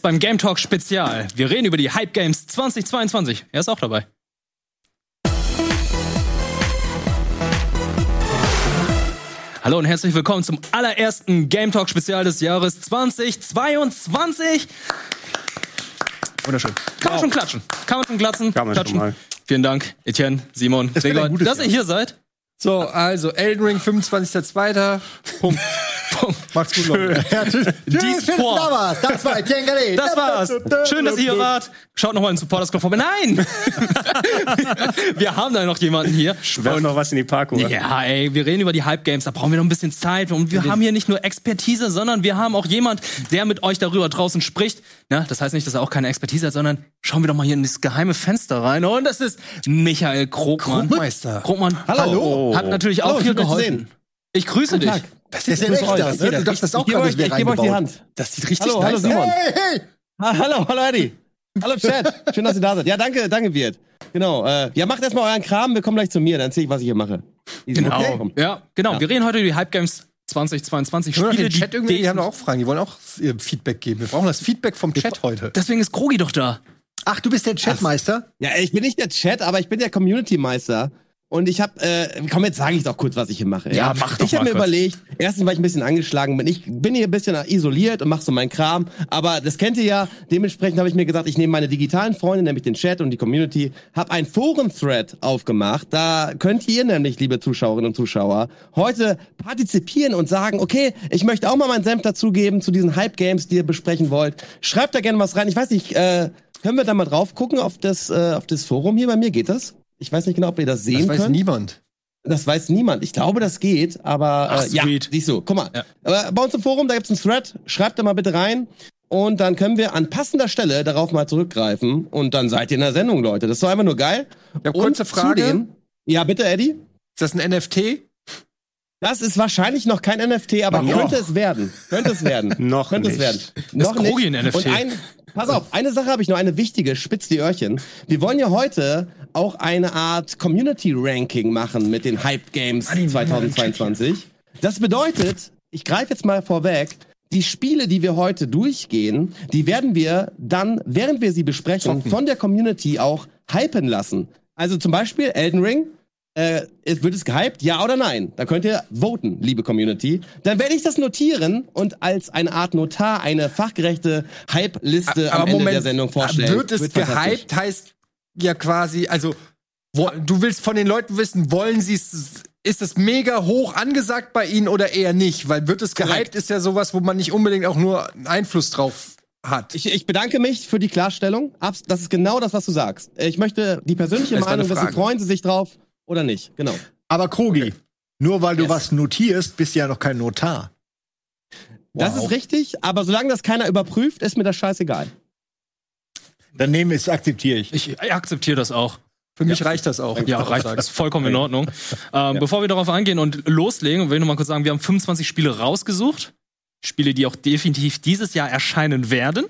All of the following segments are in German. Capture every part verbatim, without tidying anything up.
beim Game Talk Spezial. Wir reden über die Hype Games zweitausendzweiundzwanzig. Er ist auch dabei. Hallo und herzlich willkommen zum allerersten Game Talk Spezial des Jahres zweitausendzweiundzwanzig. Wunderschön. Kann man schon klatschen. Kann man schon klatschen. Kann man klatschen. schon mal. Vielen Dank, Etienne, Simon, Gregor, dass ihr hier seid. So, also Elden Ring, fünfundzwanzigster zweiter Punkt. Punkt. Macht's gut, Leute. Dies vor. Das war's. Das war Kengele. Das war's. Schön, dass ihr hier wart. Schaut noch mal in den Supporters Club vorbei. Nein! Wir haben da noch jemanden hier. Werf noch was in die Parkour. Ja, ey, wir reden über die Hype Games. Da brauchen wir noch ein bisschen Zeit. Und wir haben hier nicht nur Expertise, sondern wir haben auch jemand, der mit euch darüber draußen spricht. Na, das heißt nicht, dass er auch keine Expertise hat, sondern schauen wir doch mal hier in das geheime Fenster rein. Und das ist Michael Krogmann. Krogmeister. Krogmann. Hallo. Hat natürlich auch Hallo, hier schön, dich zu geholfen. sehen. Ich grüße dich. Das ist ja echt das, ne? Du dachtest auch gerade, es wäre Ich gebe euch die reingebaut. Hand. Das sieht richtig Hallo, nice hallo aus. Simon. Hey, hey. Ah, hallo, hallo Eddie. Hallo Chat. Schön, dass ihr da seid. Ja, danke, danke Wirt. Genau. Äh, ja, macht erstmal euren Kram, wir kommen gleich zu mir, dann erzähl ich, was ich hier mache. Genau. Okay. Ja, genau. Ja. Wir reden heute über die Hype Games zweitausendzweiundzwanzig. Nur noch Spiele, den Chat irgendwie, die, die haben doch auch Fragen, die wollen auch äh, Feedback geben. Wir brauchen das Feedback vom Chat heute. Deswegen ist Krogi doch da. Ach, du bist der Chatmeister? Ja, ich bin nicht der Chat, aber ich bin der Community-Meister. Und ich hab, äh, komm, jetzt sage ich doch kurz, was ich hier mache. Ja, mach doch Ich habe mal mir kurz. überlegt, erstens, weil ich ein bisschen angeschlagen bin. Ich bin hier ein bisschen isoliert und mach so meinen Kram. Aber das kennt ihr ja. Dementsprechend habe ich mir gesagt, ich nehme meine digitalen Freunde, nämlich den Chat und die Community, habe ein Foren-Thread aufgemacht. Da könnt ihr nämlich, liebe Zuschauerinnen und Zuschauer, heute partizipieren und sagen, okay, ich möchte auch mal meinen Senf dazugeben zu diesen Hype-Games, die ihr besprechen wollt. Schreibt da gerne was rein. Ich weiß nicht, äh, können wir da mal drauf gucken auf das, äh, auf das Forum hier? Bei mir geht das? Ich weiß nicht genau, ob ihr das sehen Das weiß könnt. niemand. Das weiß niemand. Ich glaube, das geht, aber Ach, äh, ja, sweet. siehst du, guck mal. Ja. Aber bei uns im Forum, da gibt's einen Thread, schreibt da mal bitte rein und dann können wir an passender Stelle darauf mal zurückgreifen und dann seid ihr in der Sendung, Leute. Das ist doch einfach nur geil. Ja, kurze Und Frage. Zudem, ja, bitte, Eddie. Ist das ein N F T? Das ist wahrscheinlich noch kein N F T, aber Noch. könnte es werden. Könnte es werden. Noch könnte nicht. es werden. Ist Noch Krogi nicht. ein N F T? Und ein, pass auf, eine Sache habe ich noch, eine wichtige, spitz die Öhrchen. Wir wollen ja heute auch eine Art Community-Ranking machen mit den Hype-Games zweitausendzweiundzwanzig. Das bedeutet, ich greife jetzt mal vorweg, die Spiele, die wir heute durchgehen, die werden wir dann, während wir sie besprechen, Zocken. von der Community auch hypen lassen. Also zum Beispiel Elden Ring. Äh, wird es gehypt? Ja oder nein? Da könnt ihr voten, liebe Community. Dann werde ich das notieren und als eine Art Notar eine fachgerechte Hype-Liste am Ende der Sendung vorstellen. Wird es fantastisch. gehypt, heißt ja quasi, also wo, du willst von den Leuten wissen, wollen sie es, ist es mega hoch angesagt bei ihnen oder eher nicht? Weil wird es gehypt, Korrekt. ist ja sowas, wo man nicht unbedingt auch nur einen Einfluss drauf hat. Ich, ich bedanke mich für die Klarstellung. Abs- Das ist genau das, was du sagst. Ich möchte die persönliche Das war eine Meinung wissen, Frage. freuen sie sich drauf oder nicht? Genau. Aber Krogi, nur weil du Yes. was notierst, bist du ja noch kein Notar. Das Wow. ist richtig, aber solange das keiner überprüft, ist mir das scheißegal. Dann nehme ich es, akzeptiere ich. Ich akzeptiere das auch. Für mich reicht das auch. Ja, reicht. Das ist vollkommen in Ordnung. Ähm, Bevor wir darauf eingehen und loslegen, will ich noch mal kurz sagen, wir haben fünfundzwanzig Spiele rausgesucht. Spiele, die auch definitiv dieses Jahr erscheinen werden.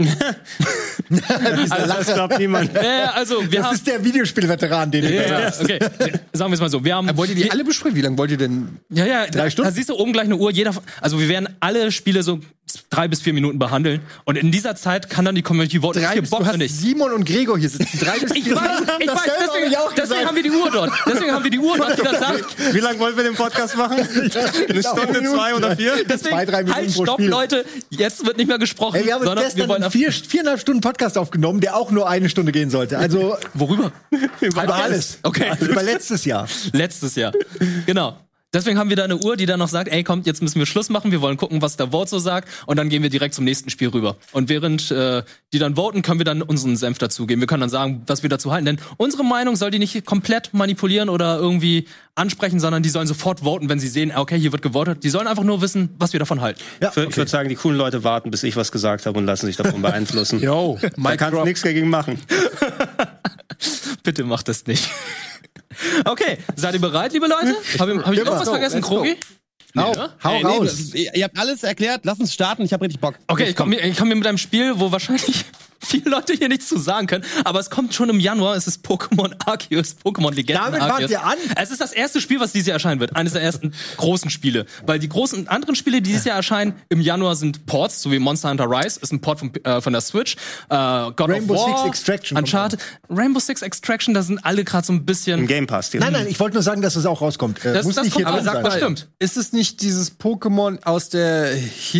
Also, das glaubt niemand. Äh, also, wir Das haben. ist der Videospielveteran, den du Ja, hast. okay. Sagen wir es mal so. Wir haben. Äh, Wollt ihr die alle besprechen? Wie lange wollt ihr denn? Ja, ja, Drei da, Stunden? da siehst du oben gleich eine Uhr. Jeder, also wir werden alle Spiele so drei bis vier Minuten behandeln. Und in dieser Zeit kann dann die Community voten. Drei Ihr bis, Bock du oder hast nicht. Simon und Gregor hier sitzen. Drei bis Ich vier weiß, ich weiß, Dasselbe deswegen, hab ich auch deswegen gesagt. haben wir die Uhr dort. Deswegen haben wir die Uhr dort, die das sagt. Wie lange wollen wir den Podcast machen? Eine Stunde, zwei oder vier? Deswegen, Zwei, drei Minuten halt, pro stopp, Spiel. Leute. Jetzt wird nicht mehr gesprochen, Ey, wir haben sondern wir gestern wollen einen vier, viereinhalb Stunden Podcast aufgenommen, der auch nur eine Stunde gehen sollte. Also Worüber? über alles. Okay. Über letztes Jahr. Letztes Jahr. Genau. Deswegen haben wir da eine Uhr, die dann noch sagt, ey, kommt, jetzt müssen wir Schluss machen, wir wollen gucken, was der Vote so sagt und dann gehen wir direkt zum nächsten Spiel rüber. Und während äh, die dann voten, können wir dann unseren Senf dazugeben. Wir können dann sagen, was wir dazu halten. Denn unsere Meinung soll die nicht komplett manipulieren oder irgendwie ansprechen, sondern die sollen sofort voten, wenn sie sehen, okay, hier wird gewotet. Die sollen einfach nur wissen, was wir davon halten. Ja, Ich würd- Ich würde sagen, die coolen Leute warten, bis ich was gesagt habe und lassen sich davon beeinflussen. Yo, Da kannst du nichts dagegen machen. Bitte macht das nicht. Okay, seid ihr bereit, liebe Leute? Habe ich, hab ich irgendwas go, vergessen, let's go. Krogi? hau, ne? hau Ey, nee, raus. das ist, ihr, ihr habt alles erklärt, lass uns starten, ich habe richtig Bock. Okay, Los, ich komme ich komm hier mit einem Spiel, wo wahrscheinlich viele Leute hier nichts zu sagen können, aber es kommt schon im Januar, es ist Pokémon Arceus, Pokémon Legenden Damit Arceus. fangt ihr an? Es ist das erste Spiel, was dieses Jahr erscheinen wird, eines der ersten großen Spiele, weil die großen anderen Spiele, die dieses Jahr erscheinen, im Januar sind Ports, so wie Monster Hunter Rise, ist ein Port von, äh, von der Switch, äh, God Rainbow of War, Six Extraction kommt Uncharted, Rainbow Six Extraction, da sind alle gerade so ein bisschen... Im Game Pass. Nein, nein, ich wollte nur sagen, dass es auch rauskommt. Äh, Das- muss das nicht kommt hier aber drin sag sein. mal, stimmt. Ist es nicht dieses Pokémon aus der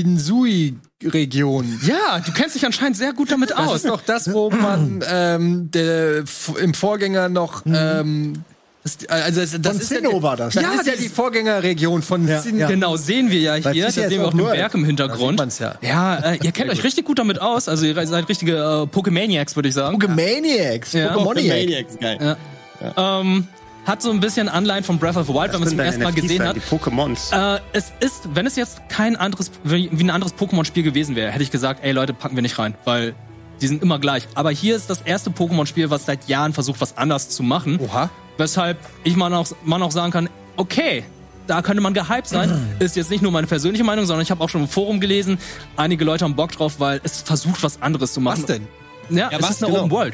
Hinsui-Region? Ja, du kennst dich anscheinend sehr gut damit Das aus. ist doch das, wo man ähm, der, f- im Vorgänger noch ähm, das, also das, das Von ist ja, Sinnoh die- war das. Das Ja, ist ja das- die Vorgängerregion von Ja, Sinnoh. ja. Genau, sehen wir ja Weil hier. Da es ist ja sehen jetzt wir auch auch den World. Berg im Hintergrund. Da sieht man's ja, äh, ihr kennt euch richtig gut damit aus. Also ihr seid richtige äh, Pokémaniacs, würde ich sagen. Pokémaniacs. Ja. Pokémoniacs. Maniacs, geil. Ja. Ähm, hat so ein bisschen Anleihen von Breath of the Wild, wenn man es zum ersten Mal gesehen hat. Die Pokémons. Äh, es ist, wenn es jetzt kein anderes, wie wie ein anderes Pokémon-Spiel gewesen wäre, hätte ich gesagt, ey Leute, packen wir nicht rein, weil die sind immer gleich. Aber hier ist das erste Pokémon-Spiel, was seit Jahren versucht, was anders zu machen. Oha. Weshalb ich mal auch, man auch sagen kann, okay, da könnte man gehypt sein. Ist jetzt nicht nur meine persönliche Meinung, sondern ich habe auch schon im Forum gelesen, einige Leute haben Bock drauf, weil es versucht, was anderes zu machen. Was denn? Ja, Ja, es was ist eine genau? Open World.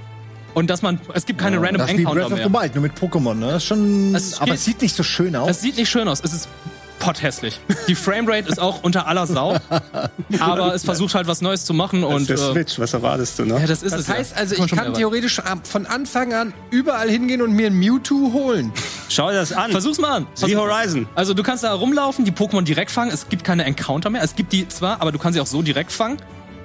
Und dass man, es gibt keine random Das ist wie Encounter Breath of mehr. the Wild, nur mit Pokémon, ne? Das ist schon, Es aber geht- es sieht nicht so schön aus. Es sieht nicht schön aus. Es ist potthässlich. Die Framerate ist auch unter aller Sau. Aber es versucht halt was Neues zu machen. Und der äh, Switch, was erwartest du, ne? ja, das ist Das es. heißt ja. also, Kann man ich schon kann mehr theoretisch ab- von Anfang an überall hingehen und mir ein Mewtwo holen. Schau dir das an. Versuch's mal an. Wie Horizon. Also du kannst da rumlaufen, die Pokémon direkt fangen. Es gibt keine Encounter mehr. Es gibt die zwar, aber du kannst sie auch so direkt fangen.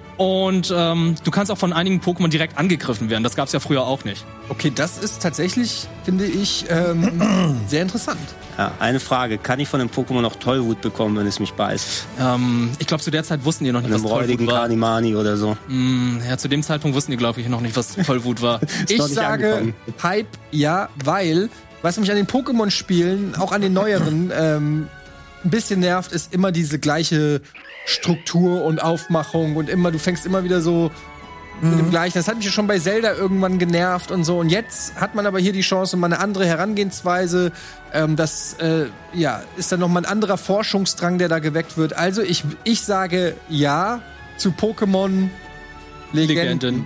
Und ähm, du kannst auch von einigen Pokémon direkt angegriffen werden. Das gab's ja früher auch nicht. Okay, das ist tatsächlich, finde ich, ähm, sehr interessant. Ja, eine Frage. Kann ich von dem Pokémon noch Tollwut bekommen, wenn es mich beißt? Ähm, ich glaube, zu der Zeit wussten die noch nicht, Einem was Tollwut räudigen war. Kanimani oder so. Mm, ja, zu dem Zeitpunkt wussten die, glaube ich, noch nicht, was Tollwut war. Ich noch nicht sage angekommen. Hype, ja, weil, was mich an den Pokémon-Spielen, auch an den neueren, ähm, ein bisschen nervt, ist immer diese gleiche Struktur und Aufmachung und immer, du fängst immer wieder so mit dem gleichen. Das hat mich ja schon bei Zelda irgendwann genervt und so. Und jetzt hat man aber hier die Chance, mal eine andere Herangehensweise. Ähm, das äh, ja, ist dann nochmal ein anderer Forschungsdrang, der da geweckt wird. Also ich, ich sage ja zu Pokémon Legenden. Legenden.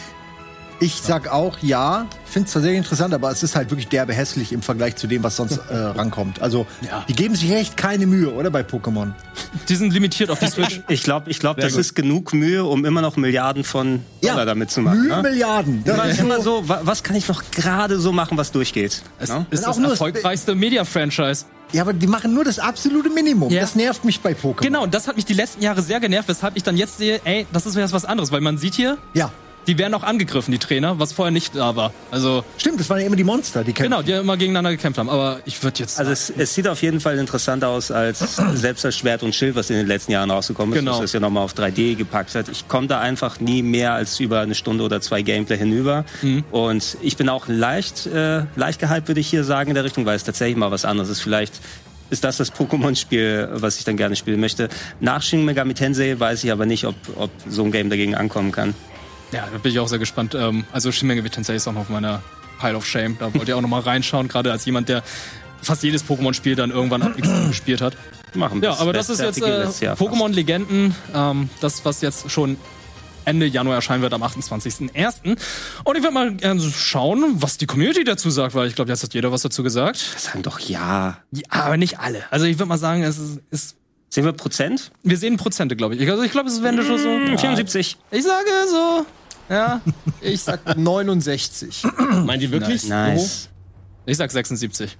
Ich sag auch ja. Ich finde es tatsächlich interessant, aber es ist halt wirklich derbe hässlich im Vergleich zu dem, was sonst äh, rankommt. Also, Ja. die geben sich echt keine Mühe, oder, bei Pokémon? Die sind limitiert auf die Switch. Ich glaube, ich glaub, das gut. ist genug Mühe, um immer noch Milliarden von Dollar damit zu machen. Mühe Ne? Milliarden. Das Immer, ist immer so, so, wa- was kann ich noch gerade so machen, was durchgeht? Es Ne? ist Und das auch nur das- erfolgreichste Media-Franchise. ja, aber die machen nur das absolute Minimum. Ja. Das nervt mich bei Pokémon. Genau, und das hat mich die letzten Jahre sehr genervt, weshalb ich dann jetzt sehe, ey, das ist jetzt was anderes, weil man sieht hier, Ja, die werden auch angegriffen, die Trainer, was vorher nicht da war. Also, stimmt, das waren ja immer die Monster, die kämpfen. genau, die ja immer gegeneinander gekämpft haben. Aber ich würde jetzt. Also es, es sieht auf jeden Fall interessanter aus als selbst das Schwert und Schild, was in den letzten Jahren rausgekommen ist. Genau. Das ist ja nochmal auf drei D gepackt hat. Ich komme da einfach nie mehr als über eine Stunde oder zwei Gameplay hinüber. Mhm. Und ich bin auch leicht, äh, leicht gehypt, würde ich hier sagen, in der Richtung, weil es tatsächlich mal was anderes ist. Vielleicht ist das das Pokémon-Spiel, was ich dann gerne spielen möchte. Nach Shin Megami Tensei weiß ich aber nicht, ob, ob so ein Game dagegen ankommen kann. Ja, da bin ich auch sehr gespannt. Ähm, also Shin Megami Tensei ist auch noch auf meiner Pile of Shame. Da wollt ihr auch noch mal reinschauen, gerade als jemand, der fast jedes Pokémon-Spiel dann irgendwann ab X gespielt hat. Machen Ja, aber das ist jetzt äh, Pokémon Legenden, ähm, das, was jetzt schon Ende Januar erscheinen wird, am achtundzwanzigsten ersten Und ich würde mal gerne schauen, was die Community dazu sagt, weil ich glaube, jetzt hat jeder was dazu gesagt. Sagen doch ja. Ja, aber nicht alle. Also ich würde mal sagen, es ist, ist Sehen wir Prozent? wir sehen Prozente, glaube ich. Also ich glaube, es werden schon so. Hm, vierundsiebzig. Ich sage so. Ja. Ich sag neunundsechzig. Meint ihr wirklich? Nice. Ich sag sechsundsiebzig.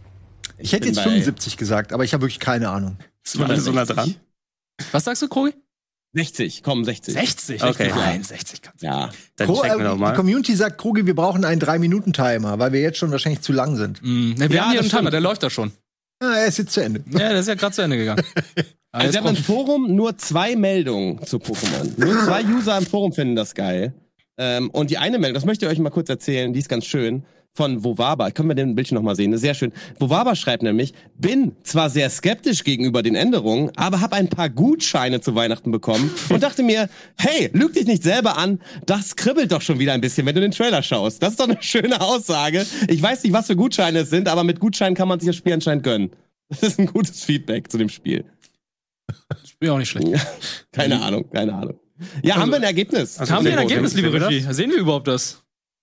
Ich hätte bin jetzt bei- fünfundsiebzig gesagt, aber ich habe wirklich keine Ahnung. Das war so nah dran. Was sagst du, Krogi? sechzig, komm, sechzig. sechzig. Okay. Nein, sechzig kannst du. Ja. Dann Kro- checken wir äh, doch die mal. Community sagt, Krogi, wir brauchen einen drei Minuten Timer, weil wir jetzt schon wahrscheinlich zu lang sind. Mm, ne, wir Ja, haben hier das einen Timer, stimmt. der läuft da schon. Ah, er ist jetzt zu Ende. Ja, der ist ja gerade zu Ende gegangen. Also wir haben im Forum nur zwei Meldungen zu Pokémon. Nur zwei User im Forum finden das geil. Ähm, und die eine Meldung, das möchte ich euch mal kurz erzählen, die ist ganz schön, von Wowaba. Können wir den Bildschirm noch mal sehen? Sehr schön. Wowaba schreibt nämlich, bin zwar sehr skeptisch gegenüber den Änderungen, aber habe ein paar Gutscheine zu Weihnachten bekommen und dachte mir, hey, lüg dich nicht selber an, das kribbelt doch schon wieder ein bisschen, wenn du den Trailer schaust. Das ist doch eine schöne Aussage. Ich weiß nicht, was für Gutscheine es sind, aber mit Gutscheinen kann man sich das Spiel anscheinend gönnen. Das ist ein gutes Feedback zu dem Spiel. Das ist auch nicht schlecht. Keine Ahnung, keine Ahnung. Ja, haben wir ein Ergebnis? Haben wir ein Ergebnis, liebe Sehen wir Regie? Sehen wir überhaupt das?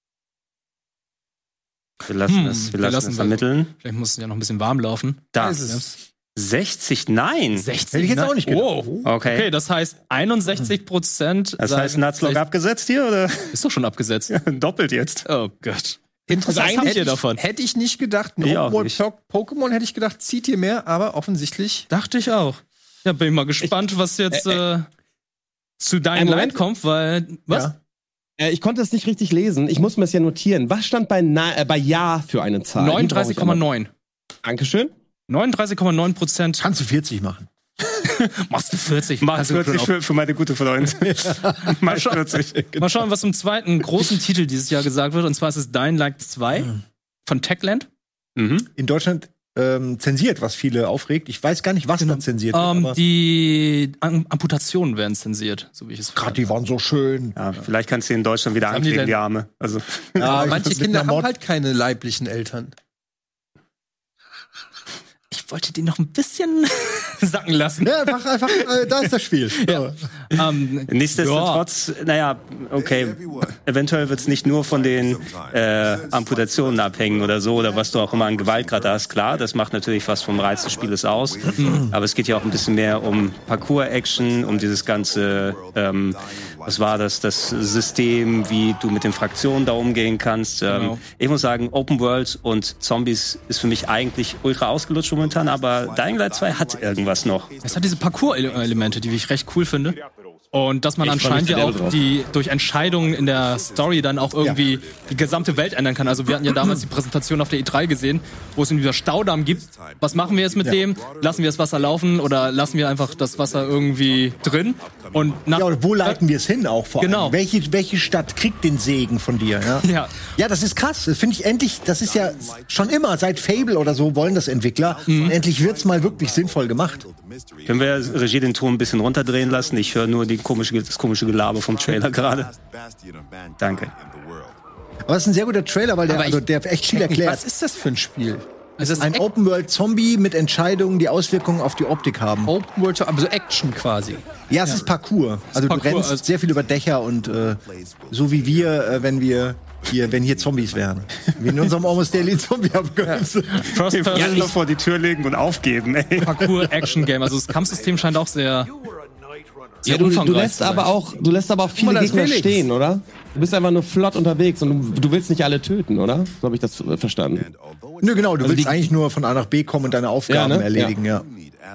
Wir lassen Hm, es, wir wir lassen lassen es wir- ermitteln. Vielleicht muss es ja noch ein bisschen warm laufen. Das ist ist sechzig, nein. sechzig? Hätte ich jetzt ne? auch nicht gedacht. Oh. Okay. Okay, das heißt einundsechzig Prozent. Das heißt, Nutzlog abgesetzt hier oder Ist doch schon abgesetzt. doppelt jetzt? Oh Gott. Interessant. Was habt hätte ihr ich, davon? Hätte ich nicht gedacht. Ein Ich auch Open nicht. World Pokémon hätte ich gedacht, zieht ihr mehr, aber offensichtlich. Dachte ich auch. Ja, bin ich mal gespannt, was jetzt äh, zu Ein Dying Moment. Light kommt, weil. Was? Ja. Äh, ich konnte es nicht richtig lesen. Ich muss mir es ja notieren. Was stand bei, Na äh, bei Ja für eine Zahl? neununddreißig Komma neun. Dankeschön. neununddreißig Komma neun Prozent. Kannst du vierzig machen? Machst du vierzig? Mach Also vierzig schon für, für meine gute Freundin. Mach vierzig. auf- Mal schauen, was zum zweiten großen Titel dieses Jahr gesagt wird. Und zwar ist es Dying Light zwei von Techland. Mhm. In Deutschland ähm, zensiert, was viele aufregt. Ich weiß gar nicht, was dann zensiert wird. Ähm, aber die Am Amputationen werden zensiert, so wie ich es Gerade die waren so schön. Ja, vielleicht kannst du in Deutschland wieder haben die ankleben, denn? die Arme. Also, Ja, Aber ich- manche mit Kinder einer haben Mod- halt keine leiblichen Eltern. Ich wollte die noch ein bisschen sacken lassen. Ja, einfach, einfach, äh, da ist das Spiel. Ja. Ähm, nichtsdestotrotz, naja, okay, eventuell wird es nicht nur von den äh, Amputationen abhängen oder so, oder was du auch immer an Gewaltgrad hast. Klar, das macht natürlich was vom Reiz des Spieles aus. Aber es geht ja auch ein bisschen mehr um Parcours-Action, um dieses ganze, ähm, was war das, das System, wie du mit den Fraktionen da umgehen kannst. Ähm, Genau. Ich muss sagen, Open World und Zombies ist für mich eigentlich ultra ausgelutscht momentan, aber Dying Light zwei hat irgendwas noch. Es hat diese Parcours-Elemente, die ich recht cool finde. Und dass man Ich freu anscheinend mich ja total auch drauf. die durch Entscheidungen in der Story dann auch irgendwie die gesamte Welt ändern kann. Also wir hatten ja damals die Präsentation auf der E drei gesehen, wo es irgendwie Staudamm gibt. Was machen wir jetzt mit dem? Lassen wir das Wasser laufen oder lassen wir einfach das Wasser irgendwie drin? Und nach Ja, und wo leiten wir es hin auch vor Genau. allem? Welche, welche Stadt kriegt den Segen von dir? Ja, Ja. ja das ist krass. Das finde ich endlich, das ist ja schon immer, seit Fable oder so wollen das Entwickler. Und endlich wird's mal wirklich sinnvoll gemacht. Können wir Regie den Ton ein bisschen runterdrehen lassen? Ich höre nur die komische, das komische Gelaber vom Trailer gerade. Danke. Aber es ist ein sehr guter Trailer, weil der, Aber ich also der echt viel check nicht, erklärt. was ist das für ein Spiel? es ist Ein Open-World-Zombie mit Entscheidungen, die Auswirkungen auf die Optik haben. Open World, also Action quasi. Ja, es ist Parcours. Also Parcours, du rennst also- sehr viel über Dächer und äh, so wie wir, äh, wenn wir hier, wenn hier Zombies wären. Wie in unserem Almost Daily Zombie Apocalypse. First Ja, Person nur vor die Tür legen und aufgeben, ey. Parcours Action Game. Also das Kampfsystem scheint auch sehr Ja, sehr du, du umfangreich lässt zu sein. aber auch, du lässt aber auch viele mal, da ist Gegner Felix. stehen, oder? Du bist einfach nur flott unterwegs und du, du willst nicht alle töten, oder? So habe ich das äh, verstanden. Nö, genau, du willst die- eigentlich nur von A nach B kommen und deine Aufgaben Ja, ne? erledigen, ja.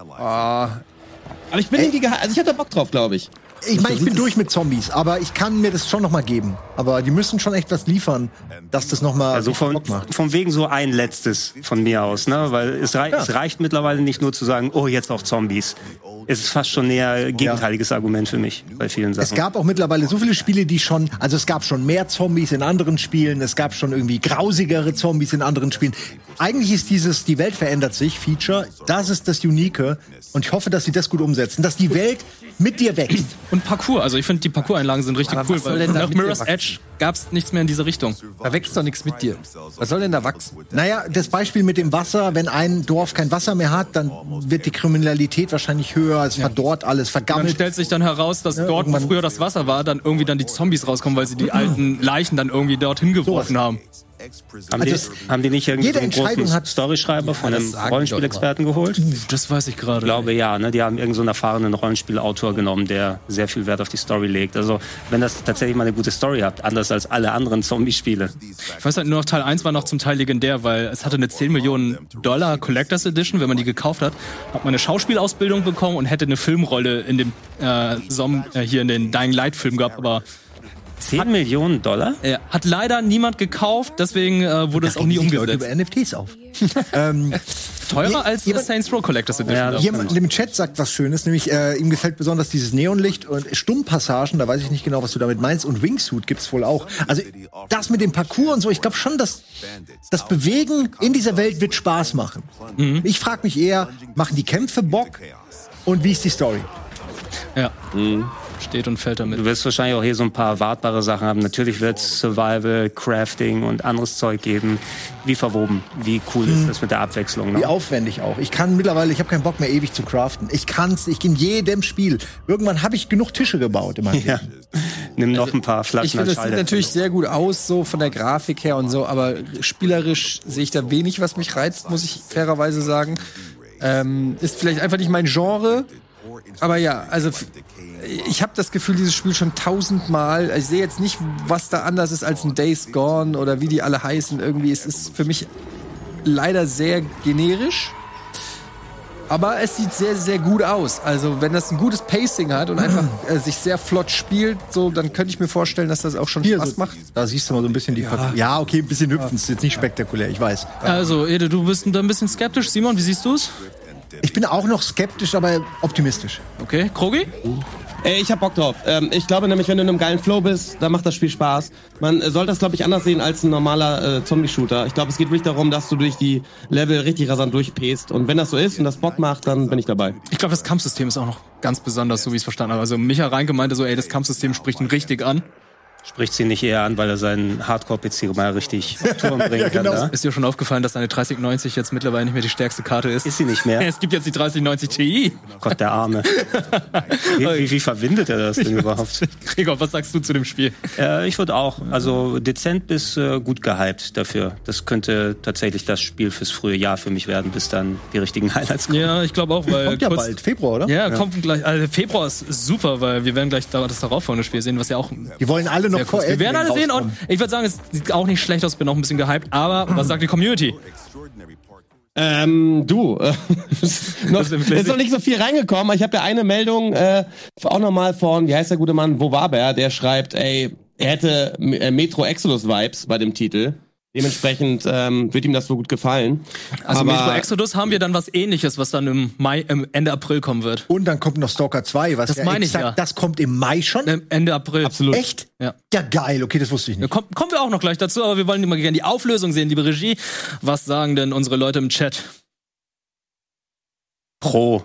Aber ich bin irgendwie, geha- also ich hatte Bock drauf, glaube ich. Ich meine, ich bin durch mit Zombies, aber ich kann mir das schon noch mal geben. Aber die müssen schon echt was liefern, dass das noch mal Also von, Bock macht. von wegen so ein letztes von mir aus, ne? Weil es, rei Ja. es reicht mittlerweile nicht nur zu sagen, oh, jetzt auch Zombies. Es ist fast schon eher ein gegenteiliges Argument für mich bei vielen Sachen. Es gab auch mittlerweile so viele Spiele, die schon, also es gab schon mehr Zombies in anderen Spielen, es gab schon irgendwie grausigere Zombies in anderen Spielen. Eigentlich ist dieses, die Welt verändert sich, Feature, das ist das Unique und ich hoffe, dass sie das gut umsetzen, dass die Welt mit dir wächst. Und Parcours, also ich finde die Parcours-Einlagen sind richtig Aber cool, was soll weil denn da nach mit dir Mirror's wachsen? Edge gab's nichts mehr in diese Richtung. Da wächst doch nichts mit dir. Was soll denn da wachsen? Naja, das Beispiel mit dem Wasser, wenn ein Dorf kein Wasser mehr hat, dann wird die Kriminalität wahrscheinlich höher, es verdorrt alles, Dann vergammelt. stellt sich dann heraus, dass dort, wo irgendwann- früher das Wasser war, dann irgendwie dann die Zombies rauskommen, weil sie die alten Leichen dann irgendwie dorthin geworfen haben. haben, die, Also, haben die nicht irgendwie jede so einen Entscheidung großen hat- Storyschreiber von das einem sagen die Rollenspielexperten geholt? Das weiß ich gerade. Ich glaube ja, ne? Die haben irgendeinen so einen erfahrenen Rollenspielautor genommen, der sehr viel Wert auf die Story legt. Also wenn das tatsächlich mal eine gute Story habt, anders als alle anderen Zombie-Spiele. Ich weiß halt nur noch, Teil eins war noch zum Teil legendär, weil es hatte eine zehn Millionen Dollar Collectors Edition. Wenn man die gekauft hat, hat man eine Schauspielausbildung bekommen und hätte eine Filmrolle in dem äh, Som äh, hier in den Dying Light Film gehabt, aber zehn Millionen Dollar? äh, hat leider niemand gekauft, deswegen äh, wurde es auch nie Die Leute umgesetzt. über N F Ts auf. ähm, Teurer als jemand- Saints Row Collectors Edition. Ja, das Jemand im Chat sagt was Schönes, nämlich äh, ihm gefällt besonders dieses Neonlicht und Stummpassagen, da weiß ich nicht genau, was du damit meinst, und Wingsuit gibt's wohl auch. Also das mit dem Parcours und so, ich glaube schon, dass das Bewegen in dieser Welt wird Spaß machen. Ich frage mich eher, machen die Kämpfe Bock und wie ist die Story? Ja. steht und fällt damit. Du wirst wahrscheinlich auch hier so ein paar erwartbare Sachen haben. Natürlich wird es Survival, Crafting und anderes Zeug geben. Wie verwoben, wie cool mhm. ist das mit der Abwechslung? Ne? Wie aufwendig auch. Ich kann mittlerweile, ich habe keinen Bock mehr ewig zu craften. Ich kann's, ich in jedem Spiel. Irgendwann habe ich genug Tische gebaut in meinem ja. Nimm noch ein paar Flaschen. Ich finde, das sieht natürlich sehr gut aus, so von der Grafik her und so, aber spielerisch sehe ich da wenig, was mich reizt, muss ich fairerweise sagen. Ähm, ist vielleicht einfach nicht mein Genre, aber ja, also ich habe das Gefühl, dieses Spiel schon tausendmal. Ich sehe jetzt nicht, was da anders ist als ein Days Gone oder wie die alle heißen. Irgendwie es ist für mich leider sehr generisch. Aber es sieht sehr, sehr gut aus. Also, wenn das ein gutes Pacing hat und einfach äh, sich sehr flott spielt, so, dann könnte ich mir vorstellen, dass das auch schon Hier Spaß so, macht. Da siehst du mal so ein bisschen die... Ja, ja okay, ein bisschen hüpfen. Ist jetzt nicht spektakulär, ich weiß. Also, Ede, du bist da ein bisschen skeptisch. Simon, wie siehst du es? Ich bin auch noch skeptisch, aber optimistisch. Okay, Krogi? Ey, ich hab Bock drauf. Ähm, ich glaube nämlich, wenn du in einem geilen Flow bist, dann macht das Spiel Spaß. Man äh, sollte das, glaube ich, anders sehen als ein normaler äh, Zombie-Shooter. Ich glaube, es geht wirklich darum, dass du durch die Level richtig rasant durchpäst. Und wenn das so ist und das Bock macht, dann bin ich dabei. Ich glaube, das Kampfsystem ist auch noch ganz besonders, so wie ich es verstanden habe. Also Micha Reinke meinte so, ey, das Kampfsystem spricht ihn richtig an. Spricht sie nicht eher an, weil er seinen Hardcore-P C mal richtig auf Touren bringen ja, genau. kann. Da? Ist dir schon aufgefallen, dass deine dreißig neunzig jetzt mittlerweile nicht mehr die stärkste Karte ist? Ist sie nicht mehr? Es gibt jetzt die dreißig neunzig Ti. Gott, der Arme. Wie, wie, wie verwindet er das denn überhaupt? Gregor, was sagst du zu dem Spiel? Äh, ich würde auch, also dezent bis äh, gut gehypt dafür. Das könnte tatsächlich das Spiel fürs frühe Jahr für mich werden, bis dann die richtigen Highlights kommen. Ja, ich glaube auch, weil... Kommt ja kurz, bald, Februar, oder? Ja, ja, kommt gleich. Also Februar ist super, weil wir werden gleich das darauffolgende Spiel sehen, was ja auch... Die wollen alle noch vor Wir werden alle sehen und ich würde sagen, es sieht auch nicht schlecht aus, bin auch ein bisschen gehypt, aber was sagt die Community? Ähm, du, äh, noch, ist noch nicht so viel reingekommen. Ich habe ja eine Meldung äh, auch nochmal von, wie heißt der gute Mann, Wo war er? Der schreibt, ey, er hätte äh, Metro Exodus Vibes bei dem Titel. Dementsprechend ähm, wird ihm das so gut gefallen. Also aber Metro Exodus haben wir dann was Ähnliches, was dann im Mai, im Ende April kommen wird. Und dann kommt noch Stalker zwei, was Das ja meine ich, exakt, ja. das kommt im Mai schon? Ähm, Ende April. absolut. Echt? Ja. Ja, geil, okay, das wusste ich Ja, nicht. komm, kommen wir auch noch gleich dazu, aber wir wollen immer gerne die Auflösung sehen, liebe Regie. Was sagen denn unsere Leute im Chat? Pro.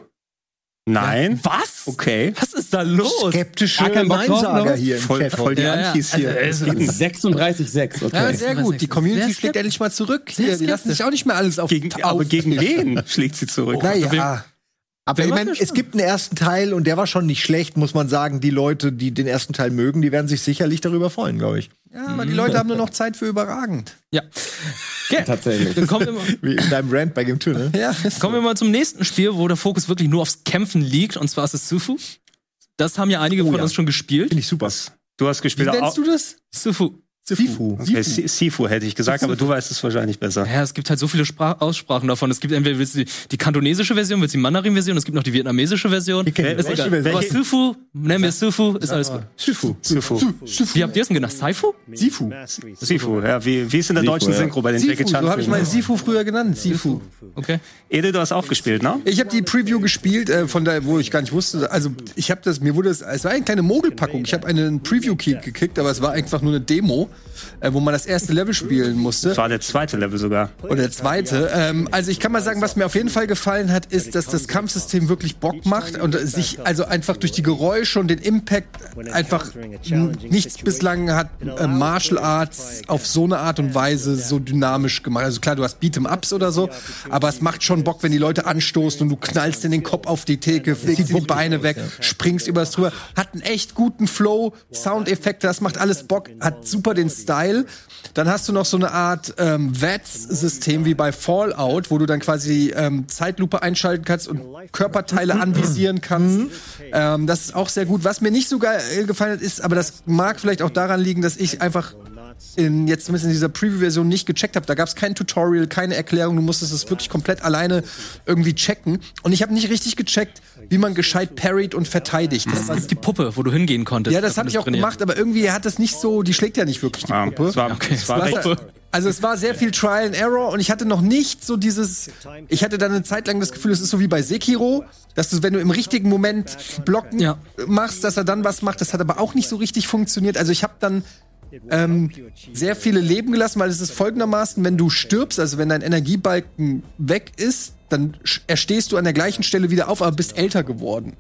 Nein. Was? Okay. Was ist da los? Skeptische Gar keinen Bock drauf, Neinsager ne? hier im Voll, Chat. voll die Ja, ja. Antis hier. Also, sechsunddreißig sechs, okay. Ja, sehr gut. Die Community Sehr schlägt endlich mal zurück. Sehr Hier, die lassen skeptisch. sich auch nicht mehr alles auf Gegen, auf- aber gegen wen schlägt sie zurück? Naja. Aber Wer ich macht meine, das es schon? gibt einen ersten Teil und der war schon nicht schlecht, muss man sagen. Die Leute, die den ersten Teil mögen, die werden sich sicherlich darüber freuen, glaube ich. Ja, aber die Leute haben nur noch Zeit für überragend. Ja. Okay. Tatsächlich. Dann kommen wir, mal, Wie in deinem Rant bei Game zwei, ne? Ja, kommen wir mal zum nächsten Spiel, wo der Fokus wirklich nur aufs Kämpfen liegt, und zwar ist es Sifu. Das haben ja einige Oh, von ja. uns schon gespielt. Finde ich super. Du hast Wie gespielt. nennst du das? Sifu. Sifu. Okay, Si- Sifu hätte ich gesagt, aber du weißt es wahrscheinlich besser. Ja, es gibt halt so viele Sprach Aussprachen davon. Es gibt entweder willst du die, die kantonesische Version, willst du die Mandarin-Version, es gibt noch die vietnamesische Version. Die kenn ich. Ist Welche egal. Version? Aber Sifu, nennen wir es Sifu, ist alles gut. Sifu. Sifu. Wie habt ihr es denn genannt? Saifu? Sifu. Sifu, ja. Wie, wie ist in der Sifu, deutschen ja. Synchro bei den Jackie Sifu, Chan so habe ich Filmen? mal Sifu früher genannt. Sifu. Okay. Ede, du hast auch gespielt, ne? Ich habe die Preview gespielt, äh, von da, wo ich gar nicht wusste. Also ich habe das, mir wurde es, es war eine kleine Mogelpackung. Ich habe einen Preview-Key gekriegt, aber es war einfach nur eine Demo, äh, wo man das erste Level spielen musste. Das war der zweite Level sogar. Oder der zweite. Ähm, also ich kann mal sagen, was mir auf jeden Fall gefallen hat, ist, dass das Kampfsystem wirklich Bock macht und sich also einfach durch die Geräusche und den Impact einfach n- nichts bislang hat äh, Martial Arts auf so eine Art und Weise so dynamisch gemacht. Also klar, du hast Beat'em-Ups oder so, aber es macht schon Bock, wenn die Leute anstoßen und du knallst in den Kopf auf die Theke, legst die Beine weg, springst übers drüber. Hat einen echt guten Flow, Soundeffekte, das macht alles Bock, hat super den Style. Dann hast du noch so eine Art ähm, V A T-System wie bei Fallout, wo du dann quasi ähm, Zeitlupe einschalten kannst und Körperteile anvisieren kannst. Ähm, das ist auch sehr gut. Was mir nicht so geil äh, gefallen hat, ist, aber das mag vielleicht auch daran liegen, dass ich einfach in, jetzt zumindest in dieser Preview-Version nicht gecheckt habe. Da gab es kein Tutorial, keine Erklärung. Du musstest es wirklich komplett alleine irgendwie checken. Und ich habe nicht richtig gecheckt, wie man gescheit parried und verteidigt. Das Das ist die Puppe, wo du hingehen konntest. ja, das Da habe ich auch trainiert. gemacht, aber irgendwie hat das nicht so, die schlägt ja nicht wirklich die Ja, Puppe. es war, Okay, es war es recht, war- Also es war sehr viel Trial and Error und ich hatte noch nicht so dieses, ich hatte dann eine Zeit lang das Gefühl, es ist so wie bei Sekiro, dass du, wenn du im richtigen Moment blocken Ja. machst, dass er dann was macht. Das hat aber auch nicht so richtig funktioniert. Also ich habe dann ähm, sehr viele Leben gelassen, weil es ist folgendermaßen, wenn du stirbst, also wenn dein Energiebalken weg ist, dann sch- erstehst du an der gleichen Stelle wieder auf, aber bist älter geworden.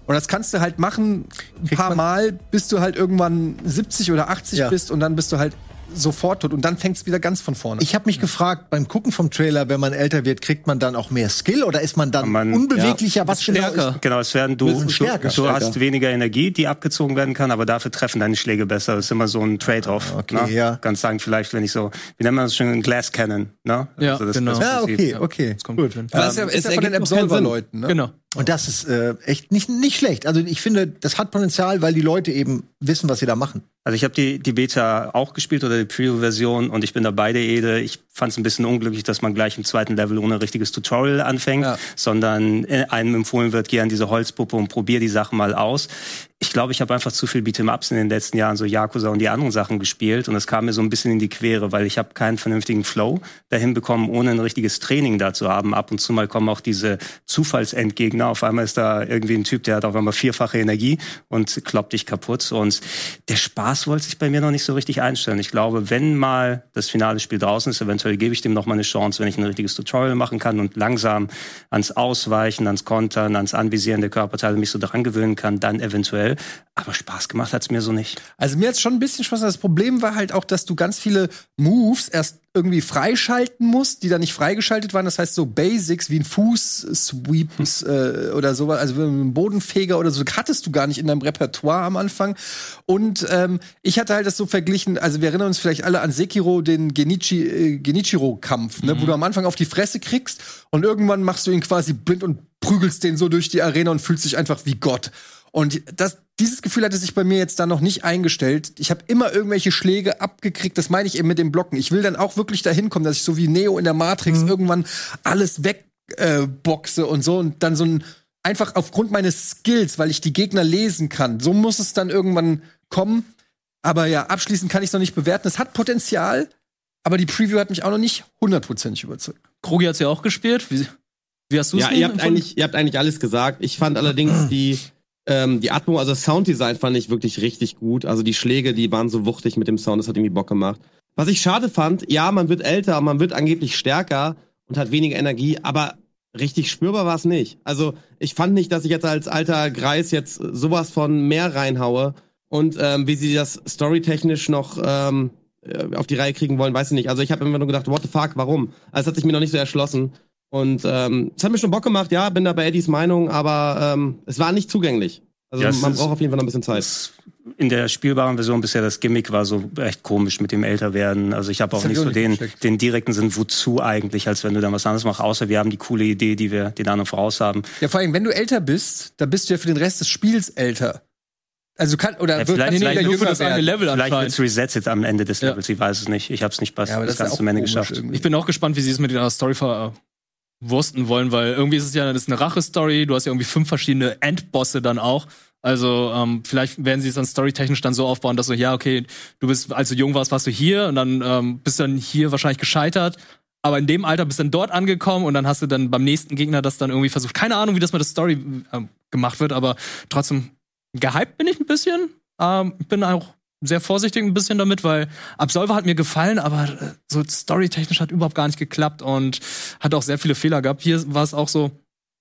Und das kannst du halt machen ein paar Mal, bis du halt irgendwann siebzig oder achtzig Ja. bist und dann bist du halt sofort tot und dann fängt's wieder ganz von vorne. Ich habe mich gefragt, beim Gucken vom Trailer, wenn man älter wird, kriegt man dann auch mehr Skill oder ist man dann Man- unbeweglicher? Was genau stärker. ist? Genau, es werden du, Bisschen du, stärker. du Stärker. hast weniger Energie, die abgezogen werden kann, aber dafür treffen deine Schläge besser. Das ist immer so ein Trade-off. Okay, ne? ja. Kannst sagen, vielleicht, wenn ich so, wie nennt man das schon, ein Glass Cannon, ne? Ja, das, genau. das Ja, Prinzip. okay, okay. Das kommt Gut. gut hin. das ist ja, Ähm, ist es ja von den ergibt noch keinen Sinn. Absolver-Leuten, ne? Genau. Und das ist äh, echt nicht, nicht schlecht. Also ich finde, das hat Potenzial, weil die Leute eben wissen, was sie da machen. Also ich habe die, die Beta auch gespielt oder die Preview-Version und ich bin dabei der Ede. Ich fand es ein bisschen unglücklich, dass man gleich im zweiten Level ohne ein richtiges Tutorial anfängt, Ja. sondern äh, einem empfohlen wird, geh an diese Holzpuppe und probier die Sachen mal aus. Ich glaube, ich habe einfach zu viel Beat'em-Ups in den letzten Jahren, so Yakuza und die anderen Sachen gespielt und es kam mir so ein bisschen in die Quere, weil ich habe keinen vernünftigen Flow dahin bekommen, ohne ein richtiges Training da zu haben. Ab und zu mal kommen auch diese Zufallsendgegner. Auf einmal ist da irgendwie ein Typ, der hat auf einmal vierfache Energie und kloppt dich kaputt. Und der Spaß wollte sich bei mir noch nicht so richtig einstellen. Ich glaube, wenn mal das finale Spiel draußen ist, eventuell gebe ich dem noch mal eine Chance, wenn ich ein richtiges Tutorial machen kann und langsam ans Ausweichen, ans Kontern, ans Anvisieren der Körperteile mich so dran gewöhnen kann, dann eventuell. Aber Spaß gemacht hat's mir so nicht. Also mir hat's schon ein bisschen Spaß. Das Problem war halt auch, dass du ganz viele Moves erst irgendwie freischalten musst, die dann nicht freigeschaltet waren. Das heißt so Basics wie ein Fuß-Sweep äh, oder sowas, also ein Bodenfeger oder so, hattest du gar nicht in deinem Repertoire am Anfang. Und ähm, ich hatte halt das so verglichen, also wir erinnern uns vielleicht alle an Sekiro, den Genichi, äh, Genichiro-Kampf, ne, wo du am Anfang auf die Fresse kriegst und irgendwann machst du ihn quasi blind und prügelst den so durch die Arena und fühlst dich einfach wie Gott. Und das, dieses Gefühl hatte sich bei mir jetzt da noch nicht eingestellt. Ich habe immer irgendwelche Schläge abgekriegt. Das meine ich eben mit dem Blocken. Ich will dann auch wirklich dahin kommen, dass ich so wie Neo in der Matrix irgendwann alles wegboxe äh, boxe und so. Und dann so ein, einfach aufgrund meines Skills, weil ich die Gegner lesen kann. So muss es dann irgendwann kommen. Aber ja, abschließend kann ich es noch nicht bewerten. Es hat Potenzial, aber die Preview hat mich auch noch nicht hundertprozentig überzeugt. Krogi hat's ja auch gespielt. Wie, wie hast du es Ja, ihr habt, eigentlich, ihr habt eigentlich alles gesagt. Ich fand allerdings die, ähm, die Atmung, also das Sounddesign fand ich wirklich richtig gut. Also die Schläge, die waren so wuchtig mit dem Sound, das hat irgendwie Bock gemacht. Was ich schade fand, ja, man wird älter, man wird angeblich stärker und hat weniger Energie, aber richtig spürbar war es nicht. Also ich fand nicht, dass ich jetzt als alter Greis jetzt sowas von mehr reinhaue. Und ähm, wie sie das storytechnisch noch ähm, auf die Reihe kriegen wollen, weiß ich nicht. Also ich habe immer nur gedacht, what the fuck, warum? Also es hat sich mir noch nicht so erschlossen. Und ähm, es hat mir schon Bock gemacht, ja, bin da bei Eddies Meinung, aber ähm, es war nicht zugänglich. Also Ja, es man ist- braucht auf jeden Fall noch ein bisschen Zeit. Das in der spielbaren Version bisher das Gimmick war so echt komisch mit dem Älterwerden. Also ich habe auch hab nicht ich so auch den, nicht gecheckt. den direkten Sinn, wozu eigentlich, als wenn du dann was anderes machst, außer wir haben die coole Idee, die wir den anderen voraus haben. Ja, vor allem, wenn du älter bist, dann bist du ja für den Rest des Spiels älter. Also kann oder Ja, wird vielleicht- kann vielleicht jeder nur für jünger das eine werden. Level Vielleicht anscheinend. wird's resettet am Ende des Ja. Levels, ich weiß es nicht. Ich habe es nicht bis Ja, aber das das ist ganz ja zum Ende komisch geschafft. irgendwie. Ich bin auch gespannt, wie sie es mit der Story verwursten wollen, weil irgendwie ist es ja das ist eine Rache-Story. Du hast ja irgendwie fünf verschiedene Endbosse dann auch. Also ähm, vielleicht werden sie es dann storytechnisch dann so aufbauen, dass du, ja, okay, du bist, als du jung warst, warst du hier und dann ähm, bist du dann hier wahrscheinlich gescheitert. Aber in dem Alter bist du dann dort angekommen und dann hast du dann beim nächsten Gegner das dann irgendwie versucht. Keine Ahnung, wie das mit der Story ähm, gemacht wird, aber trotzdem gehypt bin ich ein bisschen. Ähm, ich bin auch sehr vorsichtig ein bisschen damit, weil Absolver hat mir gefallen, aber äh, so storytechnisch hat überhaupt gar nicht geklappt und hat auch sehr viele Fehler gehabt. Hier war es auch so,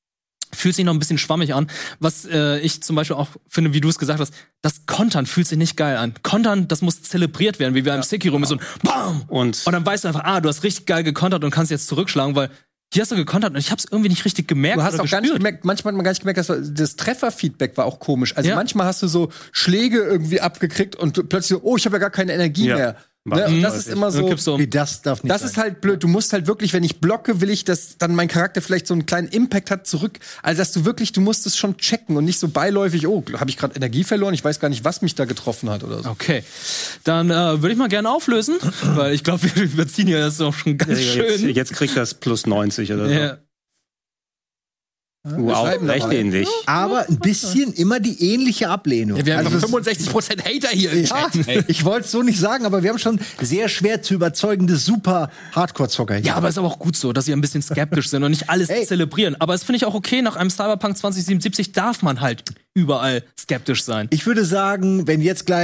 fühlt sich noch ein bisschen schwammig an. Was äh, ich zum Beispiel auch finde, wie du es gesagt hast, das Kontern fühlt sich nicht geil an. Kontern, das muss zelebriert werden, wie wir im Sekiro mit so einem BAM! Und Und dann weißt du einfach, ah, du hast richtig geil gekontert und kannst jetzt zurückschlagen, weil hier hast du gekontert und ich hab's irgendwie nicht richtig gemerkt Du hast oder auch gar nicht gespürt. gemerkt, manchmal hat man gar nicht gemerkt, dass das Trefferfeedback war auch komisch. Also Ja. manchmal hast du so Schläge irgendwie abgekriegt und du plötzlich so, oh, ich habe ja gar keine Energie Ja. mehr. War- Ne? Und Mhm. das ist immer Dann so. kippst du um. Wie das darf nicht Das sein. ist halt blöd. Du musst halt wirklich, wenn ich blocke, will ich, dass dann mein Charakter vielleicht so einen kleinen Impact hat zurück. Also dass du wirklich, du musst es schon checken und nicht so beiläufig, oh, habe ich gerade Energie verloren? Ich weiß gar nicht, was mich da getroffen hat oder so. Okay, dann äh, würde ich mal gerne auflösen, weil ich glaube, wir überziehen hier das auch schon ganz Ja, jetzt, schön. jetzt kriegt das plus neunzig oder so. Ja. Du auch schreiben recht dabei. ähnlich. Aber ein bisschen immer die ähnliche Ablehnung. Ja, wir haben Also das- fünfundsechzig Prozent Hater hier im Ja, Chat. ich wollte es so nicht sagen, aber wir haben schon sehr schwer zu überzeugende super Hardcore-Zocker hier. Ja, aber ist aber auch gut so, dass sie ein bisschen skeptisch sind und nicht alles Ey. zelebrieren. Aber es finde ich auch okay, nach einem Cyberpunk zwanzig siebenundsiebzig darf man halt überall skeptisch sein. Ich würde sagen, wenn jetzt gleich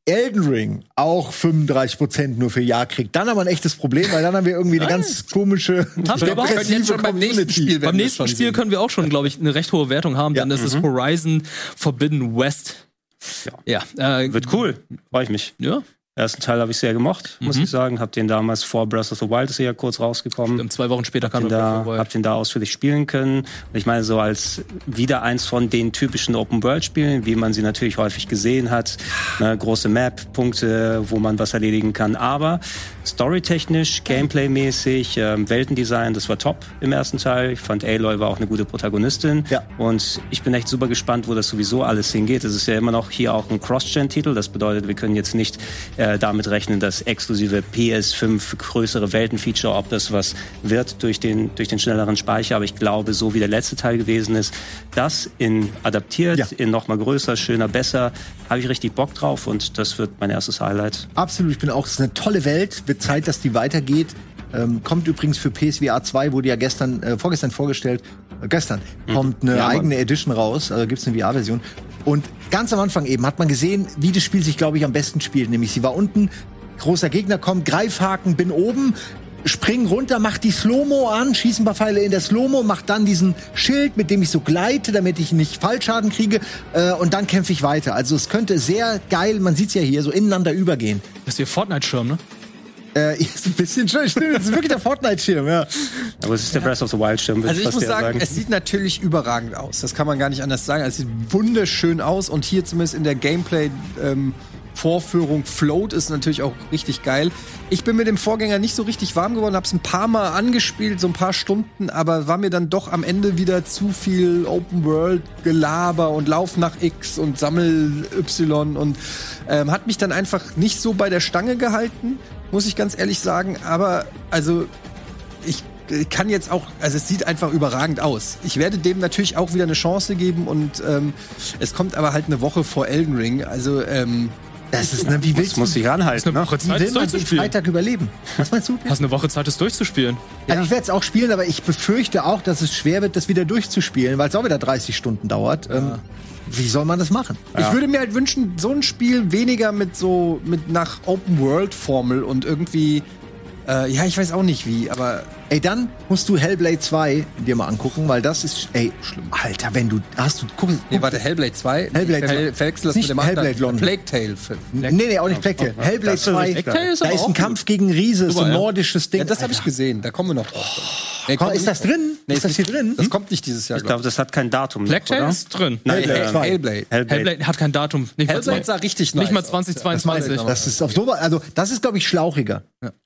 Elden Ring auch fünfunddreißig Prozent nur für Ja kriegt, dann haben wir ein echtes Problem, weil dann haben wir irgendwie eine ganz komische, Haben wir überhaupt können jetzt schon beim nächsten Spiel, wenn Beim wir nächsten schon Spiel sehen. können wir auch schon, glaube ich, eine recht hohe Wertung haben, Ja. denn das ist Horizon Forbidden West. Ja, ja äh, Wird cool. Freue ich mich. Ja, Ersten Teil habe ich sehr gemocht, muss ich sagen. Hab den damals vor Breath of the Wild, ist ja kurz rausgekommen. stimmt, zwei Wochen später kam den noch da, Breath of the Wild. hab den da ausführlich spielen können. Und ich meine, so als wieder eins von den typischen Open-World-Spielen, wie man sie natürlich häufig gesehen hat. Ne, große Map, Punkte, wo man was erledigen kann. Aber storytechnisch, Gameplay-mäßig, ähm, Weltendesign, das war top im ersten Teil. Ich fand Aloy war auch eine gute Protagonistin. Ja. Und ich bin echt super gespannt, wo das sowieso alles hingeht. Es ist ja immer noch hier auch ein Cross-Gen-Titel. Das bedeutet, wir können jetzt nicht äh, damit rechnen, dass exklusive P S fünf größere Weltenfeature, ob das was wird durch den, durch den schnelleren Speicher. Aber ich glaube, so wie der letzte Teil gewesen ist, das in adaptiert, Ja. in noch mal größer, schöner, besser, habe ich richtig Bock drauf und das wird mein erstes Highlight. Absolut, ich bin auch, es ist eine tolle Welt, wird Zeit, dass die weitergeht. Ähm, kommt übrigens für P S V R zwei, wurde ja gestern, äh, vorgestern vorgestellt, äh, gestern, kommt eine Ja, Mann. eigene Edition raus, also gibt's eine V R-Version. Und ganz am Anfang eben hat man gesehen, wie das Spiel sich, glaube ich, am besten spielt. Nämlich, sie war unten, großer Gegner kommt, Greifhaken, bin oben, spring runter, mach die Slow-Mo an, schieß ein paar Pfeile in der Slow-Mo, mach dann diesen Schild, mit dem ich so gleite, damit ich nicht Fallschaden kriege, äh, und dann kämpfe ich weiter. Also es könnte sehr geil, man sieht's ja hier, so ineinander übergehen. Das ist ihr Fortnite-Schirm, ne? Äh, ist ein bisschen schön, stimmt, das ist wirklich der Fortnite-Schirm, ja. Aber es ist der Breath of the Wild-Schirm, würde Also ich ich fast muss eher sagen, es sieht natürlich überragend aus. Das kann man gar nicht anders sagen. Es sieht wunderschön aus und hier zumindest in der Gameplay ähm, Vorführung Float ist natürlich auch richtig geil. Ich bin mit dem Vorgänger nicht so richtig warm geworden, hab's ein paar Mal angespielt, so ein paar Stunden, aber war mir dann doch am Ende wieder zu viel Open World Gelaber und Lauf nach X und Sammel Y und ähm, hat mich dann einfach nicht so bei der Stange gehalten, muss ich ganz ehrlich sagen. Aber also ich kann jetzt auch, also es sieht einfach überragend aus. Ich werde dem natürlich auch wieder eine Chance geben und ähm, es kommt aber halt eine Woche vor Elden Ring, also ähm, Das ist, ne, wie willst Das muss sich ranhalten. Eine Ne? Woche wie Zeit, will das man den durchzuspielen. Freitag überleben? Was meinst du? Hast eine Woche Zeit, das durchzuspielen. Also ich werde es auch spielen, aber ich befürchte auch, dass es schwer wird, das wieder durchzuspielen, weil es auch wieder dreißig Stunden dauert. Ähm, wie soll man das machen? ich würde mir halt wünschen, so ein Spiel weniger mit so, mit nach Open-World-Formel und irgendwie, äh, ja, ich weiß auch nicht wie, aber Ey, dann musst du Hellblade zwei dir mal angucken, weil das ist, ey, schlimm. Alter, wenn du, hast du, guck, nee, warte, Hellblade zwei? Hellblade Ver- zwei. Verwechsel das Nicht mit dem Hellblade anderen. London. Plague Tale Film. nee, nee, auch nicht Plague Tale. Hellblade das ist zwei, richtig geil. ist da aber ist auch ein gut. Kampf gegen Riese, so ein ja. nordisches Ding. Ja, das habe ich Alter. gesehen, da kommen wir noch drauf. Nee, Komm, kommt- ist das drin? Nee, ist das hier drin? Das kommt nicht dieses Jahr, Ich glaube, das hat kein Datum. Black Tail oder? ist drin. Nein, Hellblade äh, zwei. Hellblade. Hellblade. Hellblade hat kein Datum. Nicht mal, Hellblade zwei, sah richtig nicht nice mal aus. zwanzig zweiundzwanzig. Das ist auf so, also, das ist, glaube ich, schlauchiger.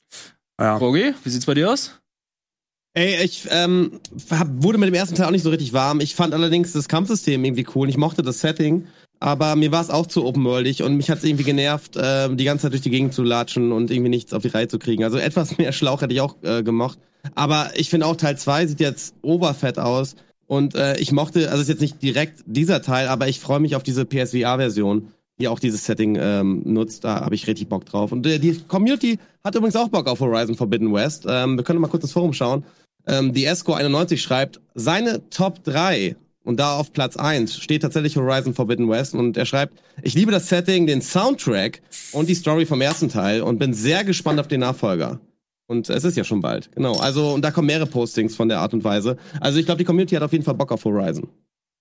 Ja. Rogi, wie sieht's bei dir aus? Ey, ich ähm, hab, wurde mit dem ersten Teil auch nicht so richtig warm. Ich fand allerdings das Kampfsystem irgendwie cool. Ich mochte das Setting, aber mir war es auch zu open-worldig und mich hat es irgendwie genervt, äh, die ganze Zeit durch die Gegend zu latschen und irgendwie nichts auf die Reihe zu kriegen. Also etwas mehr Schlauch hätte ich auch äh, gemocht. Aber ich finde auch Teil zwei sieht jetzt oberfett aus und äh, ich mochte, also ist jetzt nicht direkt dieser Teil, aber ich freue mich auf diese P S V R-Version, die auch dieses Setting ähm, nutzt. Da habe ich richtig Bock drauf. Und äh, die Community hat übrigens auch Bock auf Horizon Forbidden West. Ähm, wir können mal kurz ins Forum schauen. Ähm, die Esco einundneunzig schreibt, seine Top drei und da auf Platz eins steht tatsächlich Horizon Forbidden West und er schreibt, ich liebe das Setting, den Soundtrack und die Story vom ersten Teil und bin sehr gespannt auf den Nachfolger. Und es ist ja schon bald, genau. Also, und da kommen mehrere Postings von der Art und Weise. Also ich glaube, die Community hat auf jeden Fall Bock auf Horizon.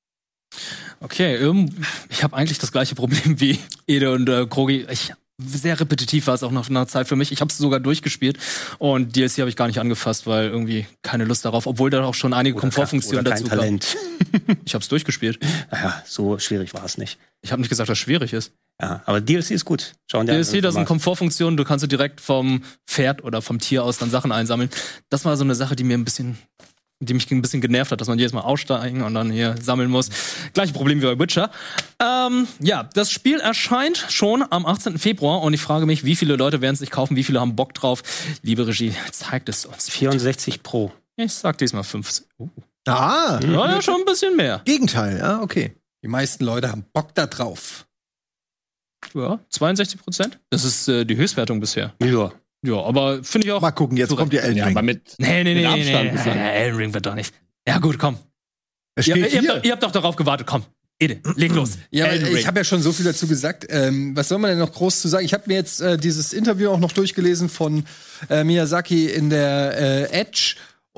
Okay, ähm, ich habe eigentlich das gleiche Problem wie Ede und äh, Krogi. Ich sehr repetitiv war es auch nach einer Zeit für mich. Ich habe es sogar durchgespielt und D L C habe ich gar nicht angefasst, weil irgendwie keine Lust darauf, obwohl da auch schon einige Oder Komfortfunktionen kein dazu gab. Talent. Ich habe es durchgespielt. Naja, so schwierig war es nicht. Ich habe nicht gesagt, dass es schwierig ist. Ja, aber D L C ist gut. Schauen D L C, das sind Komfortfunktionen, du kannst du direkt vom Pferd oder vom Tier aus dann Sachen einsammeln. Das war so eine Sache, die mir ein bisschen, die mich ein bisschen genervt hat, dass man jedes Mal aussteigen und dann hier sammeln muss. Gleiche Problem wie bei Witcher. Ähm, ja, das Spiel erscheint schon am achtzehnten Februar und ich frage mich, wie viele Leute werden es sich kaufen, wie viele haben Bock drauf? Liebe Regie, zeigt es uns. vierundsechzig Pro. Ich sag diesmal fünfzehn. Uh. Ah, Ja, ja, schon ein bisschen mehr. Gegenteil, ja, okay. Die meisten Leute haben Bock da drauf. Ja, zweiundsechzig Prozent. Das ist äh, die Höchstwertung bisher. Ja. Ja, aber finde ich auch. Mal gucken, jetzt kommt ja Elden Ring. mit Nee, nee, nee, Mit nee, Abstand nee, bislang. nee, Elden Ring wird doch nicht. Ja, gut, komm. Es Ihr, steht ihr, hier. habt, doch- ihr habt doch darauf gewartet, komm. Ede, leg los. Ja, Elden weil Ring. ich habe ja schon so viel dazu gesagt. Ähm, was soll man denn noch groß zu sagen? Ich habe mir jetzt äh, dieses Interview auch noch durchgelesen von äh, Miyazaki in der äh, Edge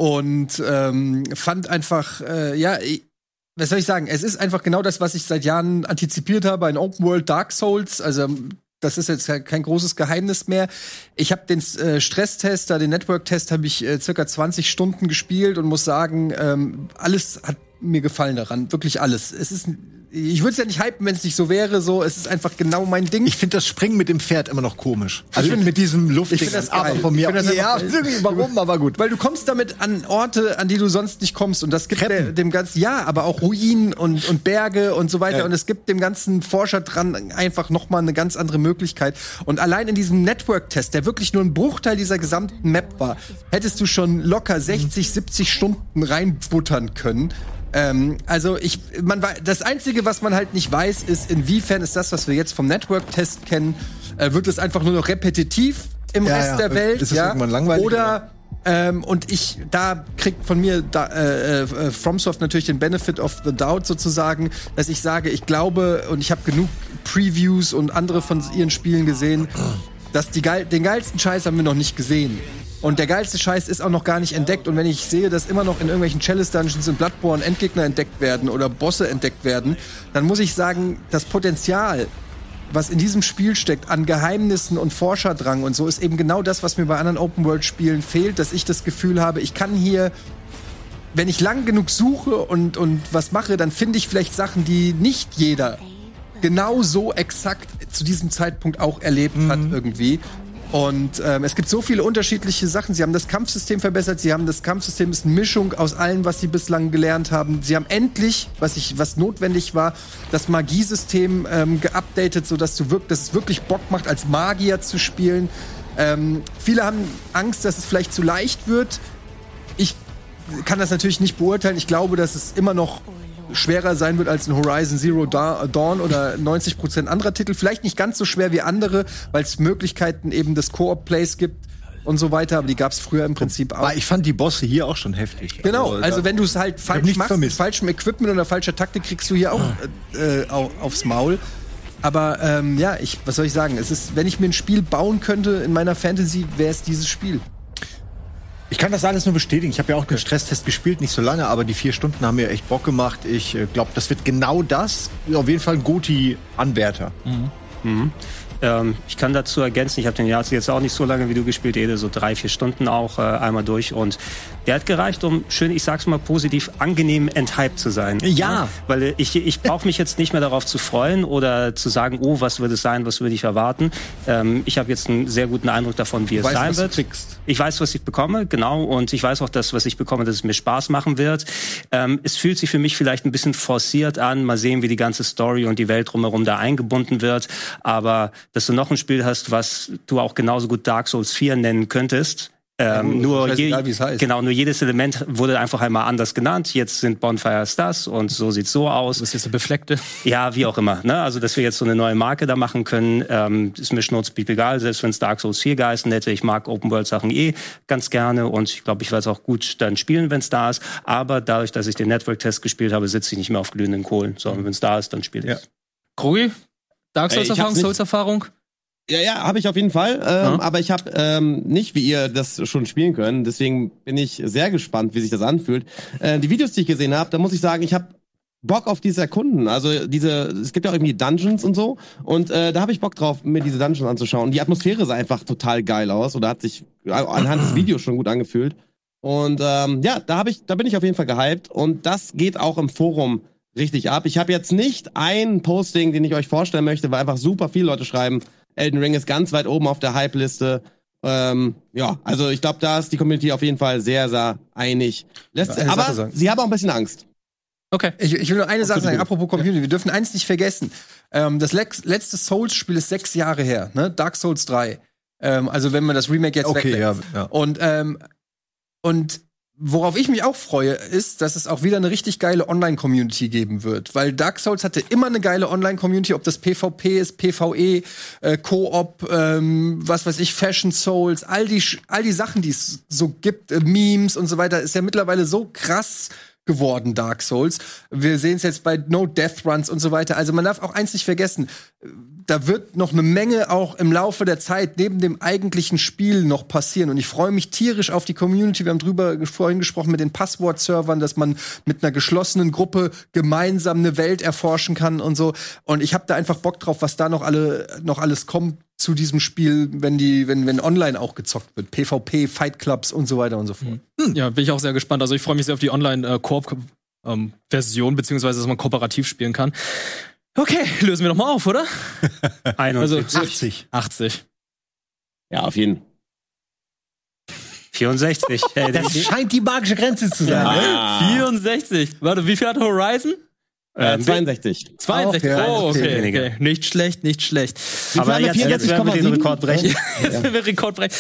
und ähm, fand einfach, äh, ja, ich, was soll ich sagen? Es ist einfach genau das, was ich seit Jahren antizipiert habe, ein Open World Dark Souls. Also das ist jetzt kein großes Geheimnis mehr. Ich habe den äh, Stresstest, den Network-Test, habe ich äh, circa zwanzig Stunden gespielt und muss sagen, ähm, alles hat mir gefallen daran, wirklich alles. Es ist, ich würde es ja nicht hypen, wenn es nicht so wäre. So, es ist einfach genau mein Ding. Ich finde das Springen mit dem Pferd immer noch komisch. Also Ich find- mit diesem Luftding. ich find das aber geil. von mir. Ich find das ja, einfach- irgendwie, warum? Aber gut. Weil du kommst damit an Orte, an die du sonst nicht kommst. Und das gibt Treppen. der, dem ganzen, ja, aber auch Ruinen und, und Berge und so weiter. Ja. Und es gibt dem ganzen Forscher dran einfach noch mal eine ganz andere Möglichkeit. Und allein in diesem Network-Test, der wirklich nur ein Bruchteil dieser gesamten Map war, hättest du schon locker sechzig, siebzig Stunden reinbuttern können. Ähm, also ich, man war, das Einzige, was man halt nicht weiß, ist, inwiefern ist das, was wir jetzt vom Network-Test kennen, äh, wird es einfach nur noch repetitiv im Ja, Rest ja. der Welt, Ist es ja? irgendwann langweilig, Oder ähm, und ich, da kriegt von mir da, äh, äh, FromSoft natürlich den Benefit of the Doubt sozusagen, dass ich sage, ich glaube, und ich habe genug Previews und andere von ihren Spielen gesehen, dass die geil, den geilsten Scheiß haben wir noch nicht gesehen. Und der geilste Scheiß ist auch noch gar nicht entdeckt. Und wenn ich sehe, dass immer noch in irgendwelchen Chalice-Dungeons in Bloodborne Endgegner entdeckt werden oder Bosse entdeckt werden, dann muss ich sagen, das Potenzial, was in diesem Spiel steckt, an Geheimnissen und Forscherdrang und so, ist eben genau das, was mir bei anderen Open-World-Spielen fehlt, dass ich das Gefühl habe, ich kann hier, wenn ich lang genug suche und, und was mache, dann finde ich vielleicht Sachen, die nicht jeder genau so exakt zu diesem Zeitpunkt auch erlebt hat irgendwie. Und ähm, es gibt so viele unterschiedliche Sachen. Sie haben das Kampfsystem verbessert. Sie haben das Kampfsystem ist eine Mischung aus allem, was sie bislang gelernt haben. Sie haben endlich, was ich, was notwendig war, das Magiesystem ähm, geupdatet, sodass du wirklich, dass es wirklich Bock macht, als Magier zu spielen. Ähm, viele haben Angst, dass es vielleicht zu leicht wird. Ich kann das natürlich nicht beurteilen. Ich glaube, dass es immer noch schwerer sein wird als ein Horizon Zero Dawn oder neunzig Prozent anderer Titel. Vielleicht nicht ganz so schwer wie andere, weil es Möglichkeiten eben des Co-op-Plays gibt und so weiter. Aber die gab es früher im Prinzip auch. Aber ich fand die Bosse hier auch schon heftig. Genau, also da- wenn du es halt falsch nichts machst, mit vermisst. falschem Equipment oder falscher Taktik, kriegst du hier auch äh, au- aufs Maul. Aber ähm, ja, ich, was soll ich sagen? Es ist, wenn ich mir ein Spiel bauen könnte in meiner Fantasy, wäre es dieses Spiel. Ich kann das alles nur bestätigen. Ich habe ja auch den Stresstest gespielt, nicht so lange, aber die vier Stunden haben mir echt Bock gemacht. Ich äh, glaube, das wird genau das. Auf jeden Fall ein Goti-Anwärter. Mhm. Ähm, ich kann dazu ergänzen, ich habe den Yazi jetzt auch nicht so lange wie du gespielt, Ede, so drei, vier Stunden auch äh, einmal durch. Und der hat gereicht, um schön, ich sag's mal positiv, angenehm enthyped zu sein. Ja. Weil äh, ich, ich brauche mich jetzt nicht mehr darauf zu freuen oder zu sagen, oh, was wird es sein, was würde ich erwarten. Ähm, ich habe jetzt einen sehr guten Eindruck davon, wie es weißt, sein was du wird. kriegst. Ich weiß, was ich bekomme, genau. Und ich weiß auch, dass, was ich bekomme, dass es mir Spaß machen wird. Ähm, es fühlt sich für mich vielleicht ein bisschen forciert an. Mal sehen, wie die ganze Story und die Welt drumherum da eingebunden wird. Aber dass du noch ein Spiel hast, was du auch genauso gut Dark Souls vier nennen könntest. Ähm, gut, nur, je, scheißegal, wie es heißt. genau, nur jedes Element wurde einfach einmal anders genannt. Jetzt sind Bonfires das und so sieht's so aus. Das ist jetzt eine Befleckte. Ja, wie auch immer. Ne? Also, dass wir jetzt so eine neue Marke da machen können, ähm, ist mir schnurzpiep egal. Selbst wenn es Dark Souls vier geheißen hätte. Ich mag Open-World-Sachen eh ganz gerne und ich glaube, ich werde es auch gut dann spielen, wenn es da ist. Aber dadurch, dass ich den Network-Test gespielt habe, sitze ich nicht mehr auf glühenden Kohlen. Sondern wenn es da ist, dann spiele ich. Ja. Krugi? Dark Ey, ich Souls-Erfahrung, hab's nicht- Souls-Erfahrung? Ja, ja, habe ich auf jeden Fall. Ähm, Ja. Aber ich habe ähm, nicht, wie ihr das schon spielen könnt. Deswegen bin ich sehr gespannt, wie sich das anfühlt. Äh, die Videos, die ich gesehen habe, da muss ich sagen, ich habe Bock auf dieses Erkunden. Also diese, es gibt ja auch irgendwie Dungeons und so. Und äh, da habe ich Bock drauf, mir diese Dungeons anzuschauen. Die Atmosphäre sah einfach total geil aus oder hat sich anhand des Videos schon gut angefühlt. Und ähm, ja, da habe ich, da bin ich auf jeden Fall gehypt. Und das geht auch im Forum richtig ab. Ich habe jetzt nicht ein Posting, den ich euch vorstellen möchte, weil einfach super viele Leute schreiben, Elden Ring ist ganz weit oben auf der Hype-Liste. Ähm, ja, also ich glaube, da ist die Community auf jeden Fall sehr, sehr einig. Lässt, Eine aber Sache sagen. sie haben auch ein bisschen Angst. Okay. Ich, ich will nur eine Sache Absolut. sagen, apropos Community. Wir dürfen eins nicht vergessen. Ähm, das lex- letzte Souls-Spiel ist sechs Jahre her, ne? Dark Souls drei. Ähm, also wenn man das Remake jetzt Okay, weglässt. ja, ja. Und, ähm, und worauf ich mich auch freue, ist, dass es auch wieder eine richtig geile Online-Community geben wird. Weil Dark Souls hatte immer eine geile Online-Community, ob das PvP ist, PvE, äh, Koop, ähm, was weiß ich, Fashion Souls, all die, Sch- all die Sachen, die es so gibt, äh, Memes und so weiter, ist ja mittlerweile so krass geworden, Dark Souls. Wir sehen es jetzt bei No Death Runs und so weiter. Also man darf auch eins nicht vergessen, da wird noch eine Menge auch im Laufe der Zeit neben dem eigentlichen Spiel noch passieren. Und ich freue mich tierisch auf die Community. Wir haben drüber vorhin gesprochen mit den Passwort-Servern, dass man mit einer geschlossenen Gruppe gemeinsam eine Welt erforschen kann und so. Und ich habe da einfach Bock drauf, was da noch alle noch alles kommt zu diesem Spiel, wenn die, wenn, wenn online auch gezockt wird. PvP, Fight Clubs und so weiter und so fort. Hm. Ja, bin ich auch sehr gespannt. Also ich freue mich sehr auf die Online-Koop-Version, beziehungsweise dass man kooperativ spielen kann. Okay, lösen wir doch mal auf, oder? einundsiebzig. Also, achtzig. achtzig. Ja, auf jeden Fall. vierundsechzig. Hey, Das scheint die magische Grenze zu sein. ne? Ah. vierundsechzig. Warte, wie viel hat Horizon? Äh, zweiundsechzig. zweiundsechzig. Auch, ja, Oh, okay, okay, weniger. okay. Nicht schlecht, nicht schlecht. Aber haben wir? jetzt, jetzt werden wir den Rekord brechen. Jetzt sind wir Rekordbrech.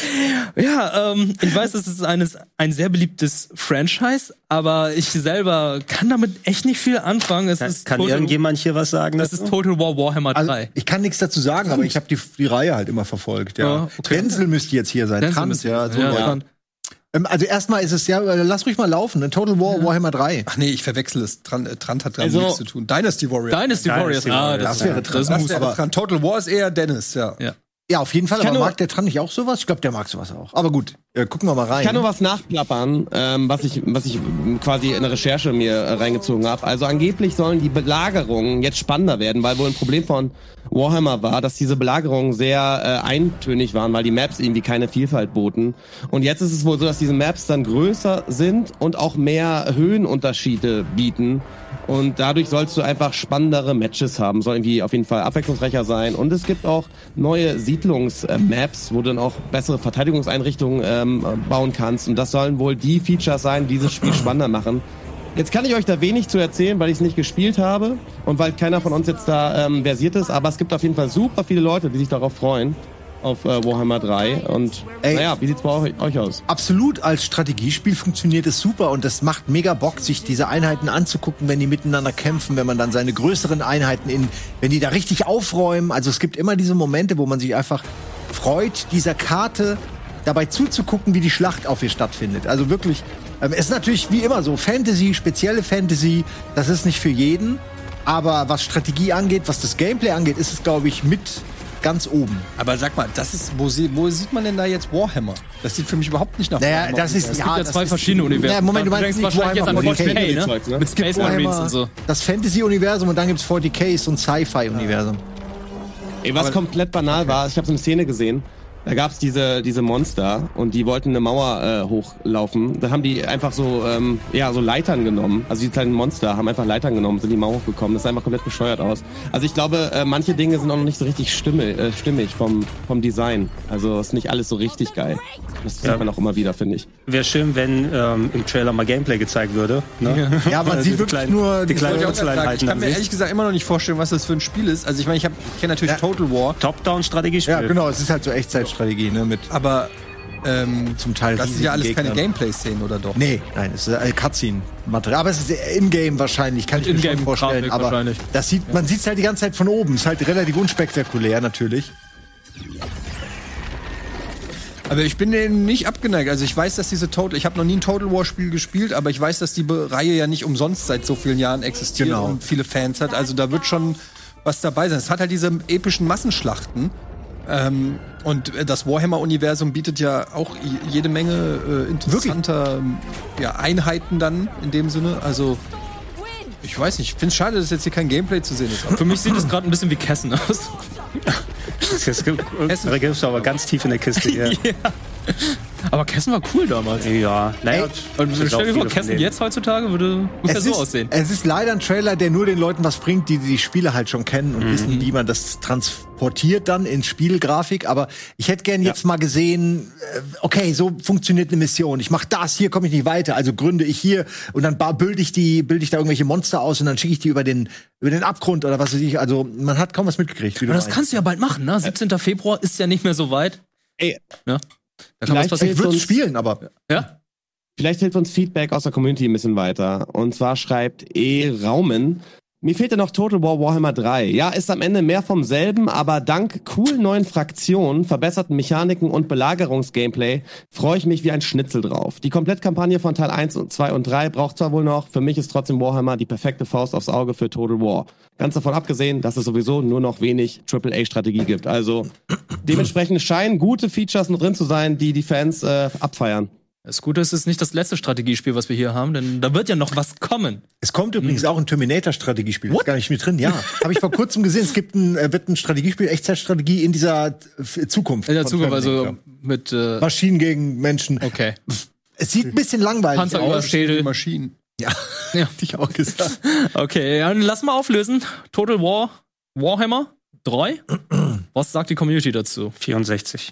Ja, ähm, ich weiß, es ist eines, ein sehr beliebtes Franchise, aber ich selber kann damit echt nicht viel anfangen. Es Kann, ist kann Total, irgendjemand hier was sagen? das dazu? ist Total War Warhammer Also, drei. ich kann nichts dazu sagen, aber ich habe die, die Reihe halt immer verfolgt. Ja. Ja, okay. Denzel müsste jetzt hier sein. Denzel Trant, müsste ja, jetzt- so ja, ja. Trant. Ähm, Also erstmal ist es ja, äh, lass ruhig mal laufen. Ne? Total War Warhammer drei. Ach nee, ich verwechsel es. Trant, äh, Trant hat damit Also- nichts zu tun. Dynasty Warriors. Dynasty Dynasty Warriors. Ah, Warriors. das, Das wäre das, dran. das Das muss wäre aber- Trant. Total War ist eher Dennis, ja. Ja. Ja, auf jeden Fall. kann Aber nur- mag der Trant nicht auch sowas? Ich glaube, der mag sowas auch. Aber gut, äh, gucken wir mal rein. Ich kann nur was nachplappern, ähm, was ich, was ich quasi in der Recherche mir äh, reingezogen habe. Also angeblich sollen die Belagerungen jetzt spannender werden, weil wohl ein Problem von Warhammer war, dass diese Belagerungen sehr äh, eintönig waren, weil die Maps irgendwie keine Vielfalt boten. Und jetzt ist es wohl so, dass diese Maps dann größer sind und auch mehr Höhenunterschiede bieten. Und dadurch sollst du einfach spannendere Matches haben. Soll irgendwie auf jeden Fall abwechslungsreicher sein. Und es gibt auch neue Siedlungsmaps, wo du dann auch bessere Verteidigungseinrichtungen ähm, bauen kannst. Und das sollen wohl die Features sein, die dieses Spiel spannender machen. Jetzt kann ich euch da wenig zu erzählen, weil ich es nicht gespielt habe und weil keiner von uns jetzt da ähm, versiert ist. Aber es gibt auf jeden Fall super viele Leute, die sich darauf freuen, auf äh, Warhammer drei. Und Ey. naja, wie sieht's bei euch, euch aus? Absolut, als Strategiespiel funktioniert es super und das macht mega Bock, sich diese Einheiten anzugucken, wenn die miteinander kämpfen, wenn man dann seine größeren Einheiten in, wenn die da richtig aufräumen. Also es gibt immer diese Momente, wo man sich einfach freut, dieser Karte dabei zuzugucken, wie die Schlacht auf ihr stattfindet. Also wirklich, ähm, es ist natürlich wie immer so, Fantasy, spezielle Fantasy, das ist nicht für jeden. Aber was Strategie angeht, was das Gameplay angeht, ist es, glaube ich, mit ganz oben. Aber sag mal, das ist, wo, sie, wo sieht man denn da jetzt Warhammer? Das sieht für mich überhaupt nicht nach Naja, Warhammer das ist- aus. Es Ja, gibt ja das zwei ist- verschiedene Universen. Ja, Moment, du meinst denkst nicht wahrscheinlich jetzt an Warhammer forty K, ne? Zeug, ne? Mit Space Marines Warhammer, und so. das Fantasy-Universum und dann gibt's forty Ks und Sci-Fi-Universum. Ey, was komplett banal war, ich habe so eine Szene gesehen, da gab's diese diese Monster und die wollten eine Mauer äh, hochlaufen. Da haben die einfach so ähm, ja so Leitern genommen. Also die kleinen Monster haben einfach Leitern genommen, sind die Mauer hochgekommen. Das sah einfach komplett bescheuert aus. Also ich glaube, äh, manche Dinge sind auch noch nicht so richtig stimmig, äh, stimmig vom vom Design. Also ist nicht alles so richtig geil. Das sieht man auch immer wieder, finde ich. Wäre schön, wenn ähm, im Trailer mal Gameplay gezeigt würde. Ne? Ja, man Also sieht die wirklich kleinen- nur die die kleinen Ich wollte auch gerade sagen, ich Einzeleinheiten kann an mir sich. ehrlich gesagt immer noch nicht vorstellen, was das für ein Spiel ist. Also ich meine, ich, hab- ich kenne natürlich Ja. Total War, Top-Down-Strategiespiel. Ja, genau, es ist halt so Echtzeitstrategie, ne, mit aber ähm, zum Teil das sind riesigen ja alles keine Gegnern. Gameplay-Szenen, oder doch? Nee, nein, es ist äh, Cutscene-Material. Aber es ist äh, in-game wahrscheinlich, kann ich mir schon In-game vorstellen. Grafik Aber wahrscheinlich. das sieht, man sieht es halt die ganze Zeit von oben. Ist halt relativ unspektakulär natürlich. Aber ich bin denen nicht abgeneigt. Also ich weiß, dass diese Total, ich habe noch nie ein Total War Spiel gespielt, aber ich weiß, dass die Be- Reihe ja nicht umsonst seit so vielen Jahren existiert Genau. und viele Fans hat. Also da wird schon was dabei sein. Es hat halt diese epischen Massenschlachten. Ähm, und das Warhammer-Universum bietet ja auch j- jede Menge äh, interessanter ähm, ja, Einheiten dann in dem Sinne. Also ich weiß nicht, ich finde es schade, dass jetzt hier kein Gameplay zu sehen ist. Für mich sieht es gerade ein bisschen wie Kessen aus. Das gibt es aber ganz tief in der Kiste hier. Aber Kessen war cool damals. Ja, naja. Und es gibt stell dir auch vor, viele Kessen von denen. jetzt heutzutage würde ungefähr so ist, aussehen. es ist leider ein Trailer, der nur den Leuten was bringt, die die Spiele halt schon kennen und Mhm. wissen, wie man das transportiert dann in Spielgrafik. Aber ich hätte gern jetzt mal gesehen, äh, okay, so funktioniert eine Mission. Ich mache das, hier komme ich nicht weiter, also gründe ich hier und dann ba- bilde ich die, bilde ich da irgendwelche Monster aus und dann schicke ich die über den über den Abgrund oder was weiß ich. Also man hat kaum was mitgekriegt. Wie du Aber das meinst. kannst du ja bald machen, ne? siebzehnten Februar ist ja nicht mehr so weit. Ey, Ne? Da kann was vielleicht passieren. ich würde uns- spielen, aber Ja? Vielleicht hilft uns Feedback aus der Community ein bisschen weiter. Und zwar schreibt E. Raumen, Mir fehlte noch Total War Warhammer drei. Ja, ist am Ende mehr vom selben, aber dank coolen neuen Fraktionen, verbesserten Mechaniken und Belagerungsgameplay freue ich mich wie ein Schnitzel drauf. Die Komplettkampagne von Teil eins und zwei und drei braucht zwar wohl noch, für mich ist trotzdem Warhammer die perfekte Faust aufs Auge für Total War. Ganz davon abgesehen, dass es sowieso nur noch wenig Triple A Strategie gibt. Also dementsprechend scheinen gute Features noch drin zu sein, die die Fans äh, abfeiern. Das Gute ist, es ist nicht das letzte Strategiespiel, was wir hier haben, denn da wird ja noch was kommen. Es kommt übrigens auch ein Terminator-Strategiespiel. Ist gar nicht mit drin, ja. Habe ich vor kurzem gesehen. Es gibt ein, äh, wird ein Strategiespiel, Echtzeitstrategie in dieser äh, Zukunft. In der von Zukunft, Terminator. also mit äh, Maschinen gegen Menschen. Okay. Es sieht ein bisschen langweilig Panzer über aus. Schädel. Maschinen. Ja, Ja. hätte ich auch gesagt. Okay, dann lass mal auflösen. Total War Warhammer drei. Was sagt die Community dazu? vierundsechzig.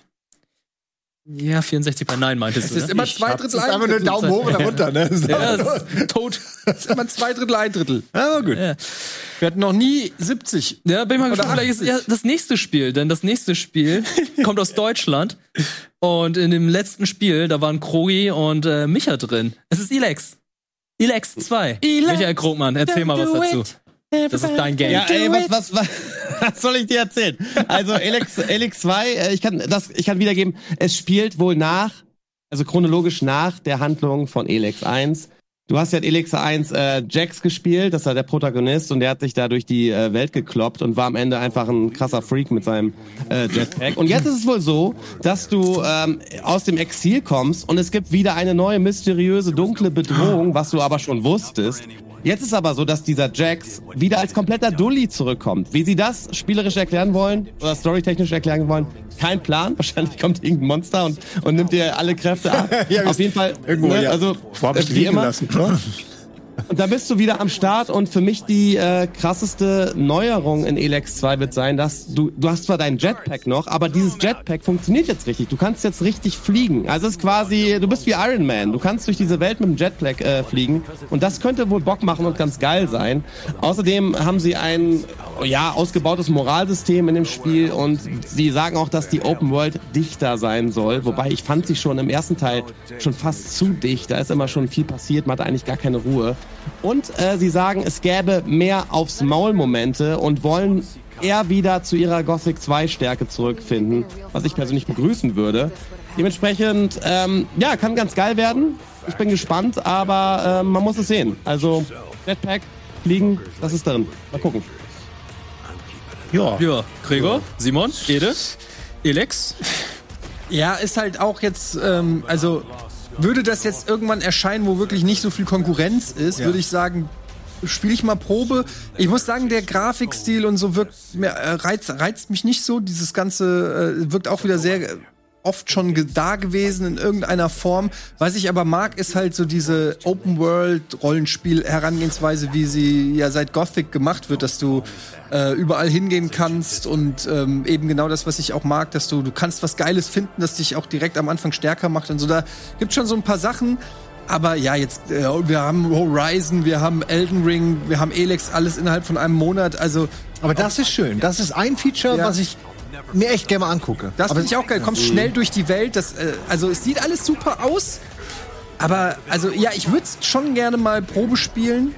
Ja, vierundsechzig bei Nein meintest Es du, ist ne? immer Ich zwei hab- Drittel, Das ist ein einfach nur Drittel. Daumen hoch oder runter, ne? So. Ja, das ist tot. Es ist immer zwei Drittel, ein Drittel. Ja, gut. Ja. Wir hatten noch nie siebzig. Ja, bin ich mal Oder gespannt. Vielleicht ist ja das nächste Spiel, denn das nächste Spiel kommt aus Deutschland. Und in dem letzten Spiel, da waren Krogi und äh, Micha drin. Es ist Elex. Elex zwei. Michael Krogmann, erzähl mal was dazu. Das ist dein Game. Ja, ey, was, was, was, was soll ich dir erzählen? Also, Elex, Elex zwei, äh, ich kann das, ich kann wiedergeben, es spielt wohl nach, also chronologisch nach der Handlung von Elex eins. Du hast ja in Elex eins äh, Jax gespielt, das war der Protagonist, und der hat sich da durch die äh, Welt gekloppt und war am Ende einfach ein krasser Freak mit seinem äh, Jetpack. Und jetzt ist es wohl so, dass du ähm, aus dem Exil kommst und es gibt wieder eine neue mysteriöse, dunkle Bedrohung, was du aber schon wusstest. Jetzt ist aber so, dass dieser Jax wieder als kompletter Dulli zurückkommt. Wie sie das spielerisch erklären wollen oder storytechnisch erklären wollen, kein Plan. Wahrscheinlich kommt irgendein Monster und, und nimmt dir alle Kräfte ab. Ja, Auf jeden Fall. irgendwo, ne, ja. Also, Wo hab ich äh, wie liegen immer. lassen? Ne? Und da bist du wieder am Start und für mich die äh, krasseste Neuerung in Elex zwei wird sein, dass du, du hast zwar dein Jetpack noch, aber dieses Jetpack funktioniert jetzt richtig. Du kannst jetzt richtig fliegen. Also es ist quasi, du bist wie Iron Man. Du kannst durch diese Welt mit dem Jetpack äh, fliegen und das könnte wohl Bock machen und ganz geil sein. Außerdem haben sie ein, ja, ausgebautes Moralsystem in dem Spiel und sie sagen auch, dass die Open World dichter sein soll, wobei ich fand sie schon im ersten Teil schon fast zu dicht. Da ist immer schon viel passiert, man hat eigentlich gar keine Ruhe. Und äh, sie sagen, es gäbe mehr aufs Maul-Momente und wollen eher wieder zu ihrer Gothic zwei Stärke zurückfinden, was ich persönlich begrüßen würde. Dementsprechend, ähm, ja, kann ganz geil werden. Ich bin gespannt, aber äh, man muss es sehen. Also, Jetpack, Fliegen, das ist drin. Mal gucken. Ja. Ja, Gregor, Simon, Ede, Elex. Ja, ist halt auch jetzt, ähm, also würde das jetzt irgendwann erscheinen, wo wirklich nicht so viel Konkurrenz ist, würde ich sagen, spiele ich mal Probe. Ich muss sagen, der Grafikstil und so wirkt mir, äh, reizt, reizt mich nicht so. Dieses Ganze äh, wirkt auch wieder sehr äh, oft schon ge da gewesen in irgendeiner Form. Was ich aber mag, ist halt so diese Open-World-Rollenspiel-Herangehensweise, wie sie ja seit Gothic gemacht wird, dass du äh, überall hingehen kannst und ähm, eben genau das, was ich auch mag, dass du, du kannst was Geiles finden, das dich auch direkt am Anfang stärker macht und so. Da gibt's schon so ein paar Sachen. Aber ja, jetzt, äh, wir haben Horizon, wir haben Elden Ring, wir haben Elex, alles innerhalb von einem Monat. Also, Aber das ist schön. Das ist ein Feature, Ja. was ich mir echt gerne mal angucke. das Aber finde ich auch geil. Du kommst schnell durch die Welt. Das, äh, also, es sieht alles super aus. Aber, also, ja, ich würde es schon gerne mal Probe spielen.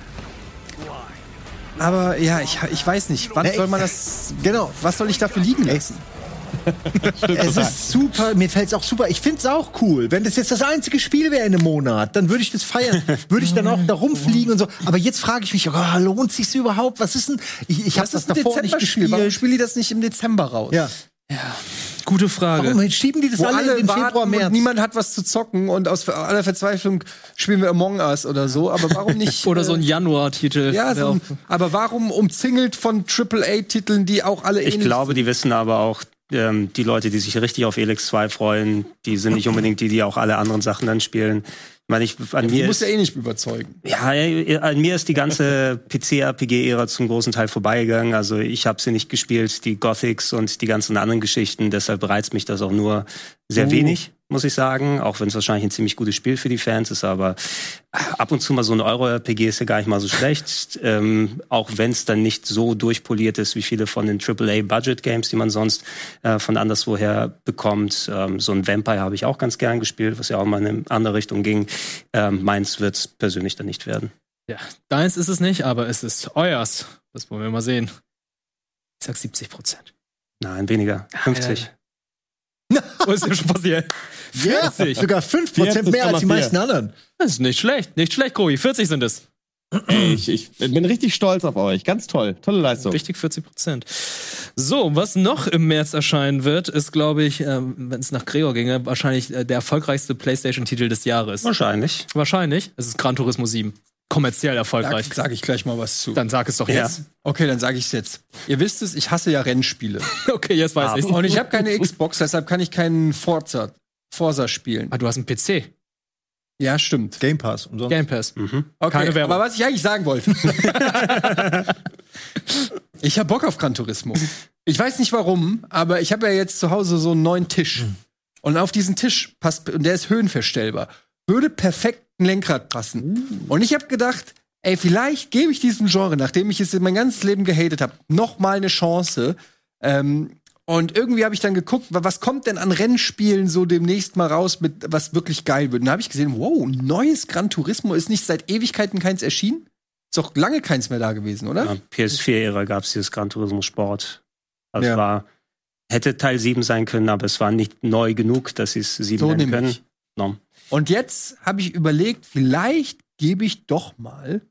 Aber, ja, ich, ich weiß nicht. Wann Nee, soll man das, genau. was soll ich dafür liegen lassen? Es ist super, mir fällt es auch super. Ich finde es auch cool. Wenn das jetzt das einzige Spiel wäre in einem Monat, dann würde ich das feiern. Würde ich dann auch da rumfliegen und so. Aber jetzt frage ich mich, oh, lohnt sich's überhaupt? Was ist denn? Ich, ich habe Das das ist ein davor nicht Dezember-Spiel. Warum gespielt. spielen die das nicht im Dezember raus? Ja. Gute Frage. Warum schieben die das Wo alle alle in den Februar, warten März? und niemand hat was zu zocken und aus aller Verzweiflung spielen wir Among Us oder so. Aber warum nicht? Oder so ein äh, Januar-Titel. Ja, so ein, aber warum umzingelt von Triple A-Titeln, die auch alle Ich ähnlich glaube, die wissen aber auch, ähm, die Leute, die sich richtig auf Elex zwei freuen, die sind nicht unbedingt die, die auch alle anderen Sachen dann spielen. Ich meine, ich, an Die mir muss ist, ja eh nicht überzeugen. ja, an mir ist die ganze P C-R P G-Ära zum großen Teil vorbeigegangen. Also ich habe sie nicht gespielt, die Gothics und die ganzen anderen Geschichten. Deshalb reizt mich das auch nur sehr Oh. wenig, muss ich sagen. Auch wenn es wahrscheinlich ein ziemlich gutes Spiel für die Fans ist. Aber ab und zu mal so ein Euro-R P G ist ja gar nicht mal so schlecht. Ähm, auch wenn es dann nicht so durchpoliert ist wie viele von den Triple A-Budget-Games, die man sonst äh, von anderswoher bekommt. Ähm, so ein Vampire habe ich auch ganz gern gespielt, was ja auch mal in eine andere Richtung ging. Ähm, meins wird es persönlich dann nicht werden. Ja, deins ist es nicht, aber es ist euers. Das wollen wir mal sehen. Ich sag siebzig Prozent. Nein, weniger. fünfzig. Was ist denn schon passiert? Ja, sogar fünf Prozent mehr als die meisten anderen. Das ist nicht schlecht. Nicht schlecht, Grobi. vierzig sind es. Ich, ich bin richtig stolz auf euch. Ganz toll. Tolle Leistung. Richtig, vierzig Prozent. So, was noch im März erscheinen wird, ist, glaube ich, ähm, wenn es nach Gregor ginge, wahrscheinlich äh, der erfolgreichste PlayStation-Titel des Jahres. Wahrscheinlich. Wahrscheinlich. Es ist Gran Turismo sieben. Kommerziell erfolgreich. Da sage ich gleich mal was zu. Dann sag es doch Ja. jetzt. Okay, dann sage ich es jetzt. Ihr wisst es, ich hasse ja Rennspiele. Okay, jetzt weiß ich. Und ich habe keine Xbox, deshalb kann ich keinen Forza, Forza spielen. Ah, du hast einen P C. Ja, stimmt. Game Pass umsonst. Game Pass. Mhm. Okay, Keine Werbung. aber was ich eigentlich sagen wollte. Ich habe Bock auf Gran Turismo. Ich weiß nicht warum, aber ich habe ja jetzt zu Hause so einen neuen Tisch. Und auf diesen Tisch passt, und der ist höhenverstellbar, würde perfekt ein Lenkrad passen. Und ich habe gedacht, ey, vielleicht gebe ich diesem Genre, nachdem ich es mein ganzes Leben gehatet habe, noch mal eine Chance. Ähm, und irgendwie habe ich dann geguckt, was kommt denn an Rennspielen so demnächst mal raus, mit was wirklich geil wird. Und da habe ich gesehen, wow, ein neues Gran Turismo ist nicht seit Ewigkeiten keins erschienen. Ist doch lange keins mehr da gewesen, oder? Ja, P S vier-Ära gab es dieses Gran Turismo Sport. Also Ja. es war, hätte Teil sieben sein können, aber es war nicht neu genug, dass sie es sieben So nennen können. nämlich. No. Und jetzt habe ich überlegt, vielleicht gebe ich doch mal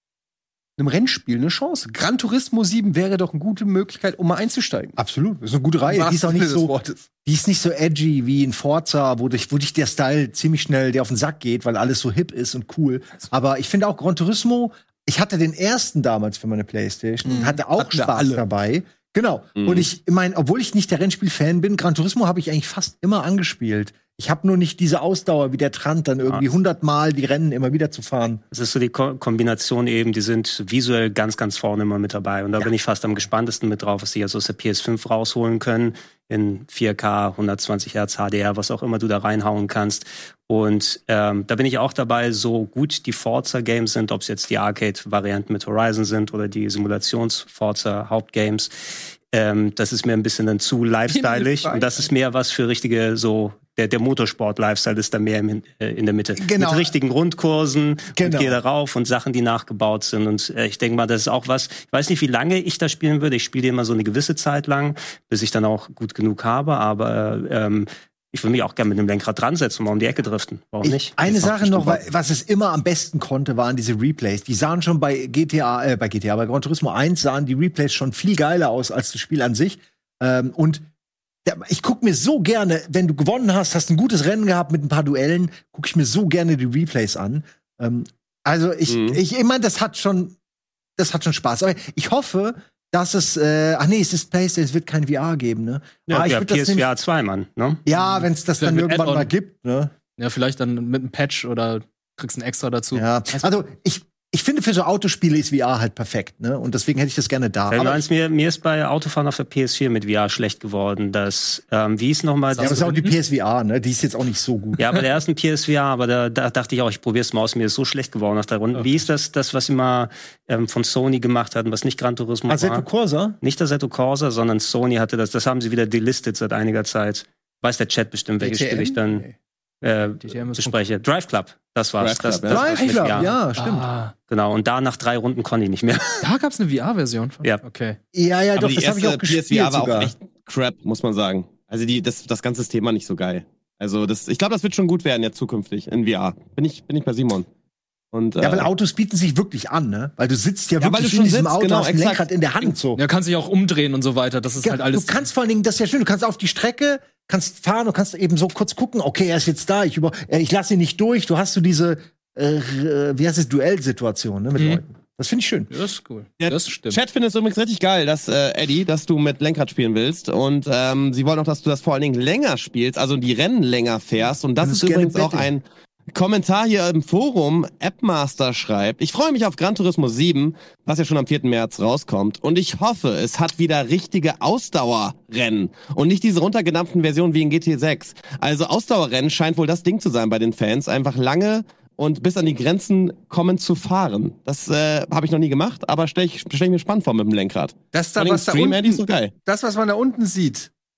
einem Rennspiel eine Chance. Gran Turismo sieben wäre doch eine gute Möglichkeit, um mal einzusteigen. Absolut. Das ist eine gute Reihe. Die ist auch nicht so, die ist nicht so edgy wie in Forza, wo dich, wo dich der Style ziemlich schnell der auf den Sack geht, weil alles so hip ist und cool. Aber ich finde auch Gran Turismo, ich hatte den ersten damals für meine PlayStation, Mhm. hatte auch Hatten wir Spaß alle. dabei. Genau. Mhm. Und ich meine, obwohl ich nicht der Rennspiel-Fan bin, Gran Turismo habe ich eigentlich fast immer angespielt. Ich habe nur nicht diese Ausdauer wie der Trant, dann irgendwie hundertmal die Rennen immer wieder zu fahren. Es ist so die Ko Kombination eben, die sind visuell ganz, ganz vorne immer mit dabei. Und da Ja. bin ich fast am gespanntesten mit drauf, was die jetzt aus der P S fünf rausholen können. In vier K, hundertzwanzig Hertz, H D R, was auch immer du da reinhauen kannst. Und ähm, da bin ich auch dabei, so gut die Forza-Games sind, ob es jetzt die Arcade-Varianten mit Horizon sind oder die Simulations-Forza-Hauptgames. Ähm, das ist mir ein bisschen dann zu lifestyleig. Und das ist mehr was für richtige, so, der, der Motorsport-Lifestyle ist da mehr im, äh, in der Mitte. Genau. Mit richtigen Rundkursen Genau. und gehe da rauf und Sachen, die nachgebaut sind. Und äh, ich denke mal, das ist auch was, ich weiß nicht, wie lange ich da spielen würde. Ich spiele immer so eine gewisse Zeit lang, bis ich dann auch gut genug habe. Aber ähm, ich würde mich auch gerne mit dem Lenkrad dran setzen und mal um die Ecke driften. Warum nicht? Ich, eine Das macht Sache noch, bestimmt wa- was es immer am besten konnte, waren diese Replays. Die sahen schon bei G T A, äh, bei G T A, bei Gran Turismo eins sahen die Replays schon viel geiler aus als das Spiel an sich. Ähm, und der, ich guck mir so gerne, wenn du gewonnen hast, hast ein gutes Rennen gehabt mit ein paar Duellen, guck ich mir so gerne die Replays an. Ähm, also ich, Mhm. ich, ich meine, das hat schon, das hat schon Spaß. Aber ich hoffe, dass es, äh, ach nee, es ist PlayStation, es wird kein V R geben, ne? Ja, Aber ich ja, würd das P S vier zwei, Mann. Ne? Ja, wenn es das Vielleicht dann mit irgendwann Add-on. mal gibt, ne? Ja, vielleicht dann mit einem Patch oder kriegst ein extra dazu. Ja, also ich, ich finde, für so Autospiele ist V R halt perfekt, ne? Und deswegen hätte ich das gerne da. Fällt mir, Aber eins, mir, mir ist bei Autofahren auf der P S vier mit V R schlecht geworden. Das, ähm, wie ist nochmal? ja, aber das ist auch die P S V R, ne? Die ist jetzt auch nicht so gut. Ja, bei der ersten P S V R, aber da, da dachte ich auch, ich probiere es mal aus. Mir ist so schlecht geworden nach der Runde. Okay. Wie ist das, das was sie mal ähm, von Sony gemacht hatten, was nicht Gran Turismo Assetto war? Corsa? Nicht Assetto Corsa, sondern Sony hatte das. Das haben sie wieder delistet seit einiger Zeit. Weiß der Chat bestimmt, welches D T M? Spiel ich dann Nee. äh, D T M ist bespreche. Drive Club, das war's. Drive das, Club, ja. das war's Drive mit Club, V R. ja, stimmt. Ah, Genau, und da nach drei Runden konnte ich nicht mehr. da gab's eine V R-Version von. Ja. Okay. Ja, ja, Aber doch, die das habe ich erste auch P S V gespielt R war sogar. auch echt crap, muss man sagen. Also die, das, das ganze Thema nicht so geil. Also das, ich glaube, das wird schon gut werden jetzt zukünftig in V R. Bin ich, bin ich bei Simon. Und, Ja, weil äh, Autos bieten sich wirklich an, ne? Weil du sitzt ja, Ja, weil wirklich du schon in diesem sitzt, Auto, genau, hast ein exakt. Lenkrad in der Hand so. Ja, kannst dich auch umdrehen und so weiter. Das ist Ja, halt alles. du kannst vor allen Dingen, das ist ja schön, du kannst auf die Strecke, kannst fahren, du kannst eben so kurz gucken, okay, er ist jetzt da, ich, über, äh, ich lasse ihn nicht durch. Du hast so diese, äh, äh, wie heißt es, Duellsituation, ne, mit Mhm. Leuten. Das finde ich schön. das ist cool. Der das stimmt. Chat findet es übrigens richtig geil, dass, äh, Eddie, dass du mit Lenkrad spielen willst. Und ähm, sie wollen auch, dass du das vor allen Dingen länger spielst, also die Rennen länger fährst. Und das Kannst ist gerne übrigens auch betteln. ein Kommentar hier im Forum. Appmaster schreibt, ich freue mich auf Gran Turismo sieben, was ja schon am vierten März rauskommt. Und ich hoffe, es hat wieder richtige Ausdauerrennen und nicht diese runtergedampften Versionen wie in G T sechs. Also Ausdauerrennen scheint wohl das Ding zu sein bei den Fans. Einfach lange und bis an die Grenzen kommen zu fahren. Das äh, habe ich noch nie gemacht, aber stelle ich, stell ich mir spannend vor mit dem Lenkrad. Das, da, Vor allem was, da Stream, Eddie, ist unten, so geil. das, was man da unten sieht,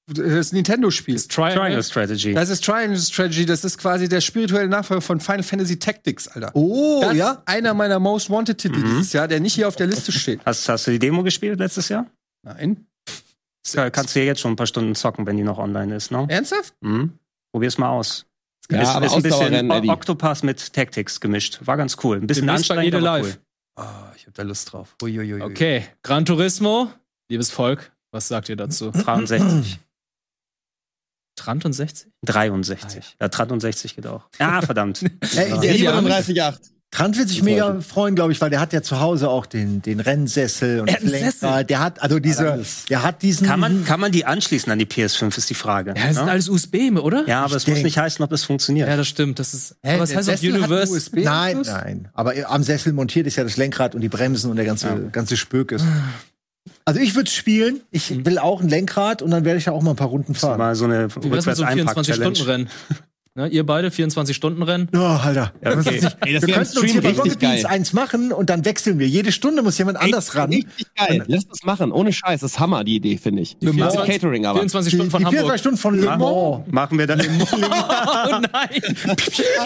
das Nintendo-Spiel. Das Triangle Strategy. Das ist Triangle Strategy, das ist quasi der spirituelle Nachfolger von Final Fantasy Tactics, Alter. Oh, das ja? ist einer meiner Most Wanted-Titel Mhm. dieses Jahr, der nicht hier auf der Liste steht. Hast, hast du die Demo gespielt letztes Jahr? Nein. Ja, kannst du ja jetzt schon ein paar Stunden zocken, wenn die noch online ist, ne? Ernsthaft? Mhm. Probier's mal aus. Ja, ist, aber ist ein bisschen Ausdauerrennen, Eddie. O- Octopath mit Tactics gemischt. War ganz cool. Ein bisschen Demnächst bei anstrengend, Ede aber Live. cool. Oh, ich hab da Lust drauf. Uiuiui. Okay, Gran Turismo, liebes Volk, was sagt ihr dazu? dreiundsechzig. dreiundsechzig? dreiundsechzig. Ja, dreiundsechzig geht auch. Ja, verdammt. Ey, Ja. der siebenunddreißig Komma acht. Trant wird sich mega freuen, glaube ich, weil der hat ja zu Hause auch den, den Rennsessel und Er hat das einen Lenkrad. Der hat, also diese, der hat diesen. Kann man, kann man die anschließen an die P S fünf, ist die Frage. Ja, das sind ne? alles U S B, oder? Ja, aber es muss denk- nicht heißen, ob das funktioniert. Ja, das stimmt. Das ist. Hä, aber was der heißt auf Sessel hat Universe? U S B? Nein, nein. Aber am Sessel montiert ist ja das Lenkrad und die Bremsen und der ganze, Ja. ganze Spök ist. Also ich würde spielen. Ich will auch ein Lenkrad und dann werde ich ja auch mal ein paar Runden fahren. Mal so eine Wie wär's mit so einem Rückwärts-Einpack-Challenge. vierundzwanzig-Stunden-Rennen? Ne, ihr beide, vierundzwanzig-Stunden-Rennen? Oh, Alter. Ja, okay. Ey, das Wir wäre im könnten uns Stream hier bei richtig Rocket Beans geil. eins machen und dann wechseln wir. Jede Stunde muss jemand anders ran. Richtig geil. Lass das machen. Ohne Scheiß. Das ist Hammer, die Idee, finde ich. Die Mit vierundzwanzig Catering aber. vierundzwanzig Die, Stunden von die Hamburg. vierundzwanzig Stunden von Le Mans. Machen wir dann Oh nein!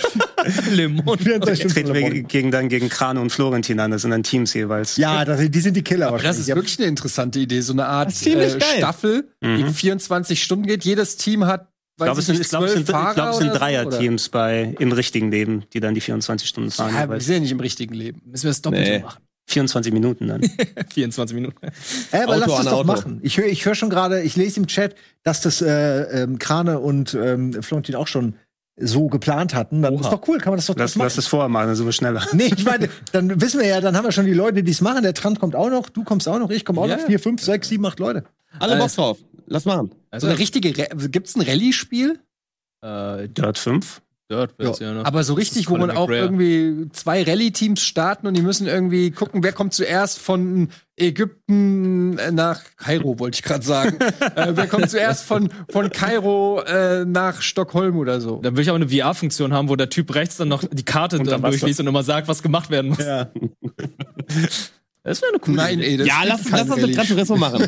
Le Mans. vierundzwanzig Stunden treten von Le wir Mans. gegen, dann gegen Krane und Florentin an. Das sind dann Teams jeweils. Ja, das, die sind die Killer Das wahrscheinlich. ist wirklich eine interessante Idee. So eine Art Das ist ziemlich äh, geil. Staffel, die Mhm. vierundzwanzig Stunden geht. Jedes Team hat, Ich glaube, es sind, nicht, ich glaube, es sind, ich Fahrer glaube, es sind oder so, Dreier-Teams bei im richtigen Leben, die dann die vierundzwanzig Stunden fahren. Ja, wir jeweils. sind ja nicht im richtigen Leben. Müssen wir das Doppelte Nee. machen? vierundzwanzig Minuten dann. vierundzwanzig Minuten. Ey, aber Auto lass das an doch Auto. machen. Ich höre ich hör schon gerade, ich lese im Chat, dass das äh, ähm, Krane und ähm, Florentin auch schon so geplant hatten. Dann Oha. ist doch cool, kann man das doch Lass, machen. lass das vorher machen, dann sind wir schneller. Nee, ich meine, dann wissen wir ja, dann haben wir schon die Leute, die es machen. Der Trant kommt auch noch, du kommst auch noch, ich komme auch Ja. noch. Vier, fünf, sechs, sieben, acht Leute. Alle Äh, Bock drauf. Lass machen. Also, So eine richtige, Re- gibt's ein Rallye-Spiel? äh, Dirt fünf. Dirt-Version. ne? Aber so Das richtig, ist wo man Colin auch McRae. irgendwie zwei Rallye-Teams starten und die müssen irgendwie gucken, wer kommt zuerst von Ägypten nach Kairo, wollte ich gerade sagen. äh, wer kommt zuerst von, von Kairo äh, nach Stockholm oder so. Dann will ich aber eine V R-Funktion haben, wo der Typ rechts dann noch die Karte Unter dann Wasser. durchliest und immer sagt, was gemacht werden muss. Ja. Das wäre eine coole Nein, Idee. ey, das Ja, ist lass, kein lass das mit Rallye-Spiel. Gran Turismo machen.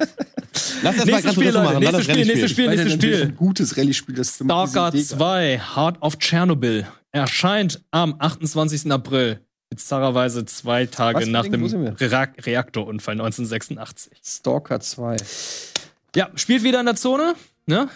Lass erst mal Nächstes Gran Spiel, Turismo Leute. machen. dann Nächstes das Spiel, nächstes Rallye-Spiel. Spiel, Weil nächstes dann natürlich Spiel. ein gutes Rallye-Spiel, das ist Stalker diese Idee. zwei, Heart of Chernobyl, erscheint am achtundzwanzigsten April. Bizarrerweise zwei Tage Was für nach Ding? dem Wo sind wir? Re Reaktorunfall neunzehnhundertsechsundachtzig. Stalker zwei. Ja, spielt wieder in der Zone, ne?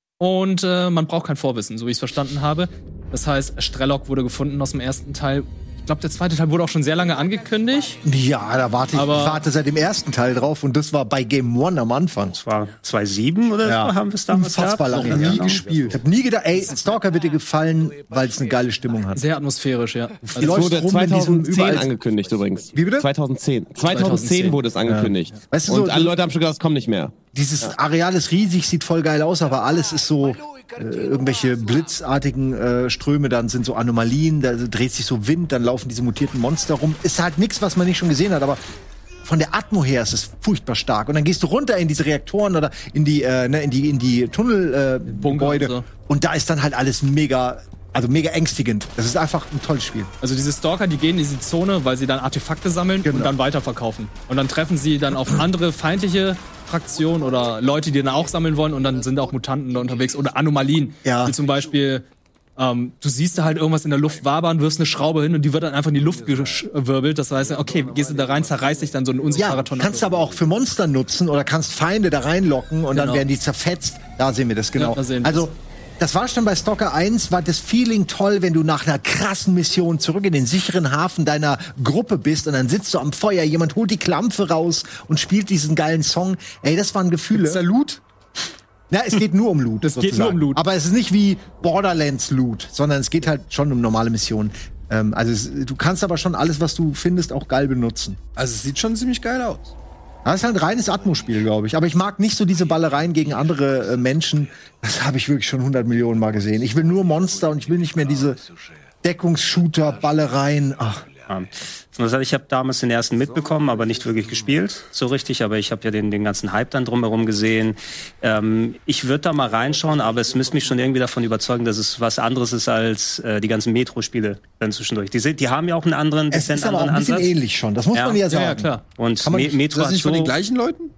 Und äh, man braucht kein Vorwissen, so wie ich es verstanden habe. Das heißt, Strelok wurde gefunden aus dem ersten Teil. Ich glaube, der zweite Teil wurde auch schon sehr lange angekündigt. Ja, da warte ich, Aber- ich warte seit dem ersten Teil drauf und das war bei Game One am Anfang. Das war zwei Komma sieben oder Ja. so, haben wir es damals Unfassbar gehabt. lange. Ja, Nie ja. gespielt. Ich habe nie gedacht, ey, Stalker wird dir gefallen, weil es eine geile Stimmung hat. Sehr atmosphärisch, ja. Die Also, Das läuft wurde rum in diesem zweitausendzehn überall- angekündigt übrigens. Wie bitte? zweitausendzehn. zweitausendzehn wurde es angekündigt. Weißt du, Und so- alle Leute haben schon gedacht, es kommt nicht mehr. Dieses Areal ist riesig, sieht voll geil aus, aber alles ist so äh, irgendwelche blitzartigen äh, Ströme, dann sind so Anomalien, da dreht sich so Wind, dann laufen diese mutierten Monster rum. Ist halt nichts, was man nicht schon gesehen hat, aber von der Atmo her ist es furchtbar stark. Und dann gehst du runter in diese Reaktoren oder in die äh, ne, in die in die Tunnelgebäude äh, Bunker und Gebäude. so. Und da ist dann halt alles mega, also mega ängstigend. Das ist einfach ein tolles Spiel. also diese Stalker, die gehen in diese Zone, weil sie dann Artefakte sammeln Genau. und dann weiterverkaufen. Und dann treffen sie dann auf andere feindliche Fraktionen oder Leute, die dann auch sammeln wollen und dann sind auch Mutanten da unterwegs oder Anomalien. Ja. Wie zum Beispiel, ähm, du siehst da halt irgendwas in der Luft wabern, wirfst eine Schraube hin und die wird dann einfach in die Luft gewirbelt. Das heißt, okay, gehst du da rein, zerreißt dich dann so ein unsichtbarer Ja, Tornado. kannst du aber auch für Monster nutzen oder kannst Feinde da reinlocken und dann Genau. werden die zerfetzt. Da sehen wir das genau. Ja, da sehen wir also das war schon bei Stalker eins, war das Feeling toll, wenn du nach einer krassen Mission zurück in den sicheren Hafen deiner Gruppe bist und dann sitzt du am Feuer, jemand holt die Klampfe raus und spielt diesen geilen Song. Ey, das waren Gefühle. Ist der Loot? Ja, es geht nur um Loot. Es geht nur um Loot. Aber es ist nicht wie Borderlands Loot, sondern es geht halt schon um normale Missionen. Ähm, also es, du kannst aber schon alles, was du findest, auch geil benutzen. Also es sieht schon ziemlich geil aus. Das ist halt ein reines Atmospiel, glaube ich. Aber ich mag nicht so diese Ballereien gegen andere äh, Menschen. Das habe ich wirklich schon hundert Millionen Mal gesehen. Ich will nur Monster und ich will nicht mehr diese Deckungsshooter, Ballereien. Ach, Ja. Also ich habe damals den ersten mitbekommen, aber nicht wirklich gespielt, so richtig. Aber ich habe ja den, den ganzen Hype dann drumherum gesehen. Ähm, ich würde da mal reinschauen, aber es müsste mich schon irgendwie davon überzeugen, dass es was anderes ist als äh, die ganzen Metro-Spiele dann zwischendurch. Die, sind, die haben ja auch einen anderen, es bisschen ist aber auch anderen ein bisschen Ansatz. ähnlich schon. Das muss Ja. man ja ja, sagen. ja, klar. Und Kann man Me nicht- Metro Ist das hat nicht so, von den gleichen Leuten?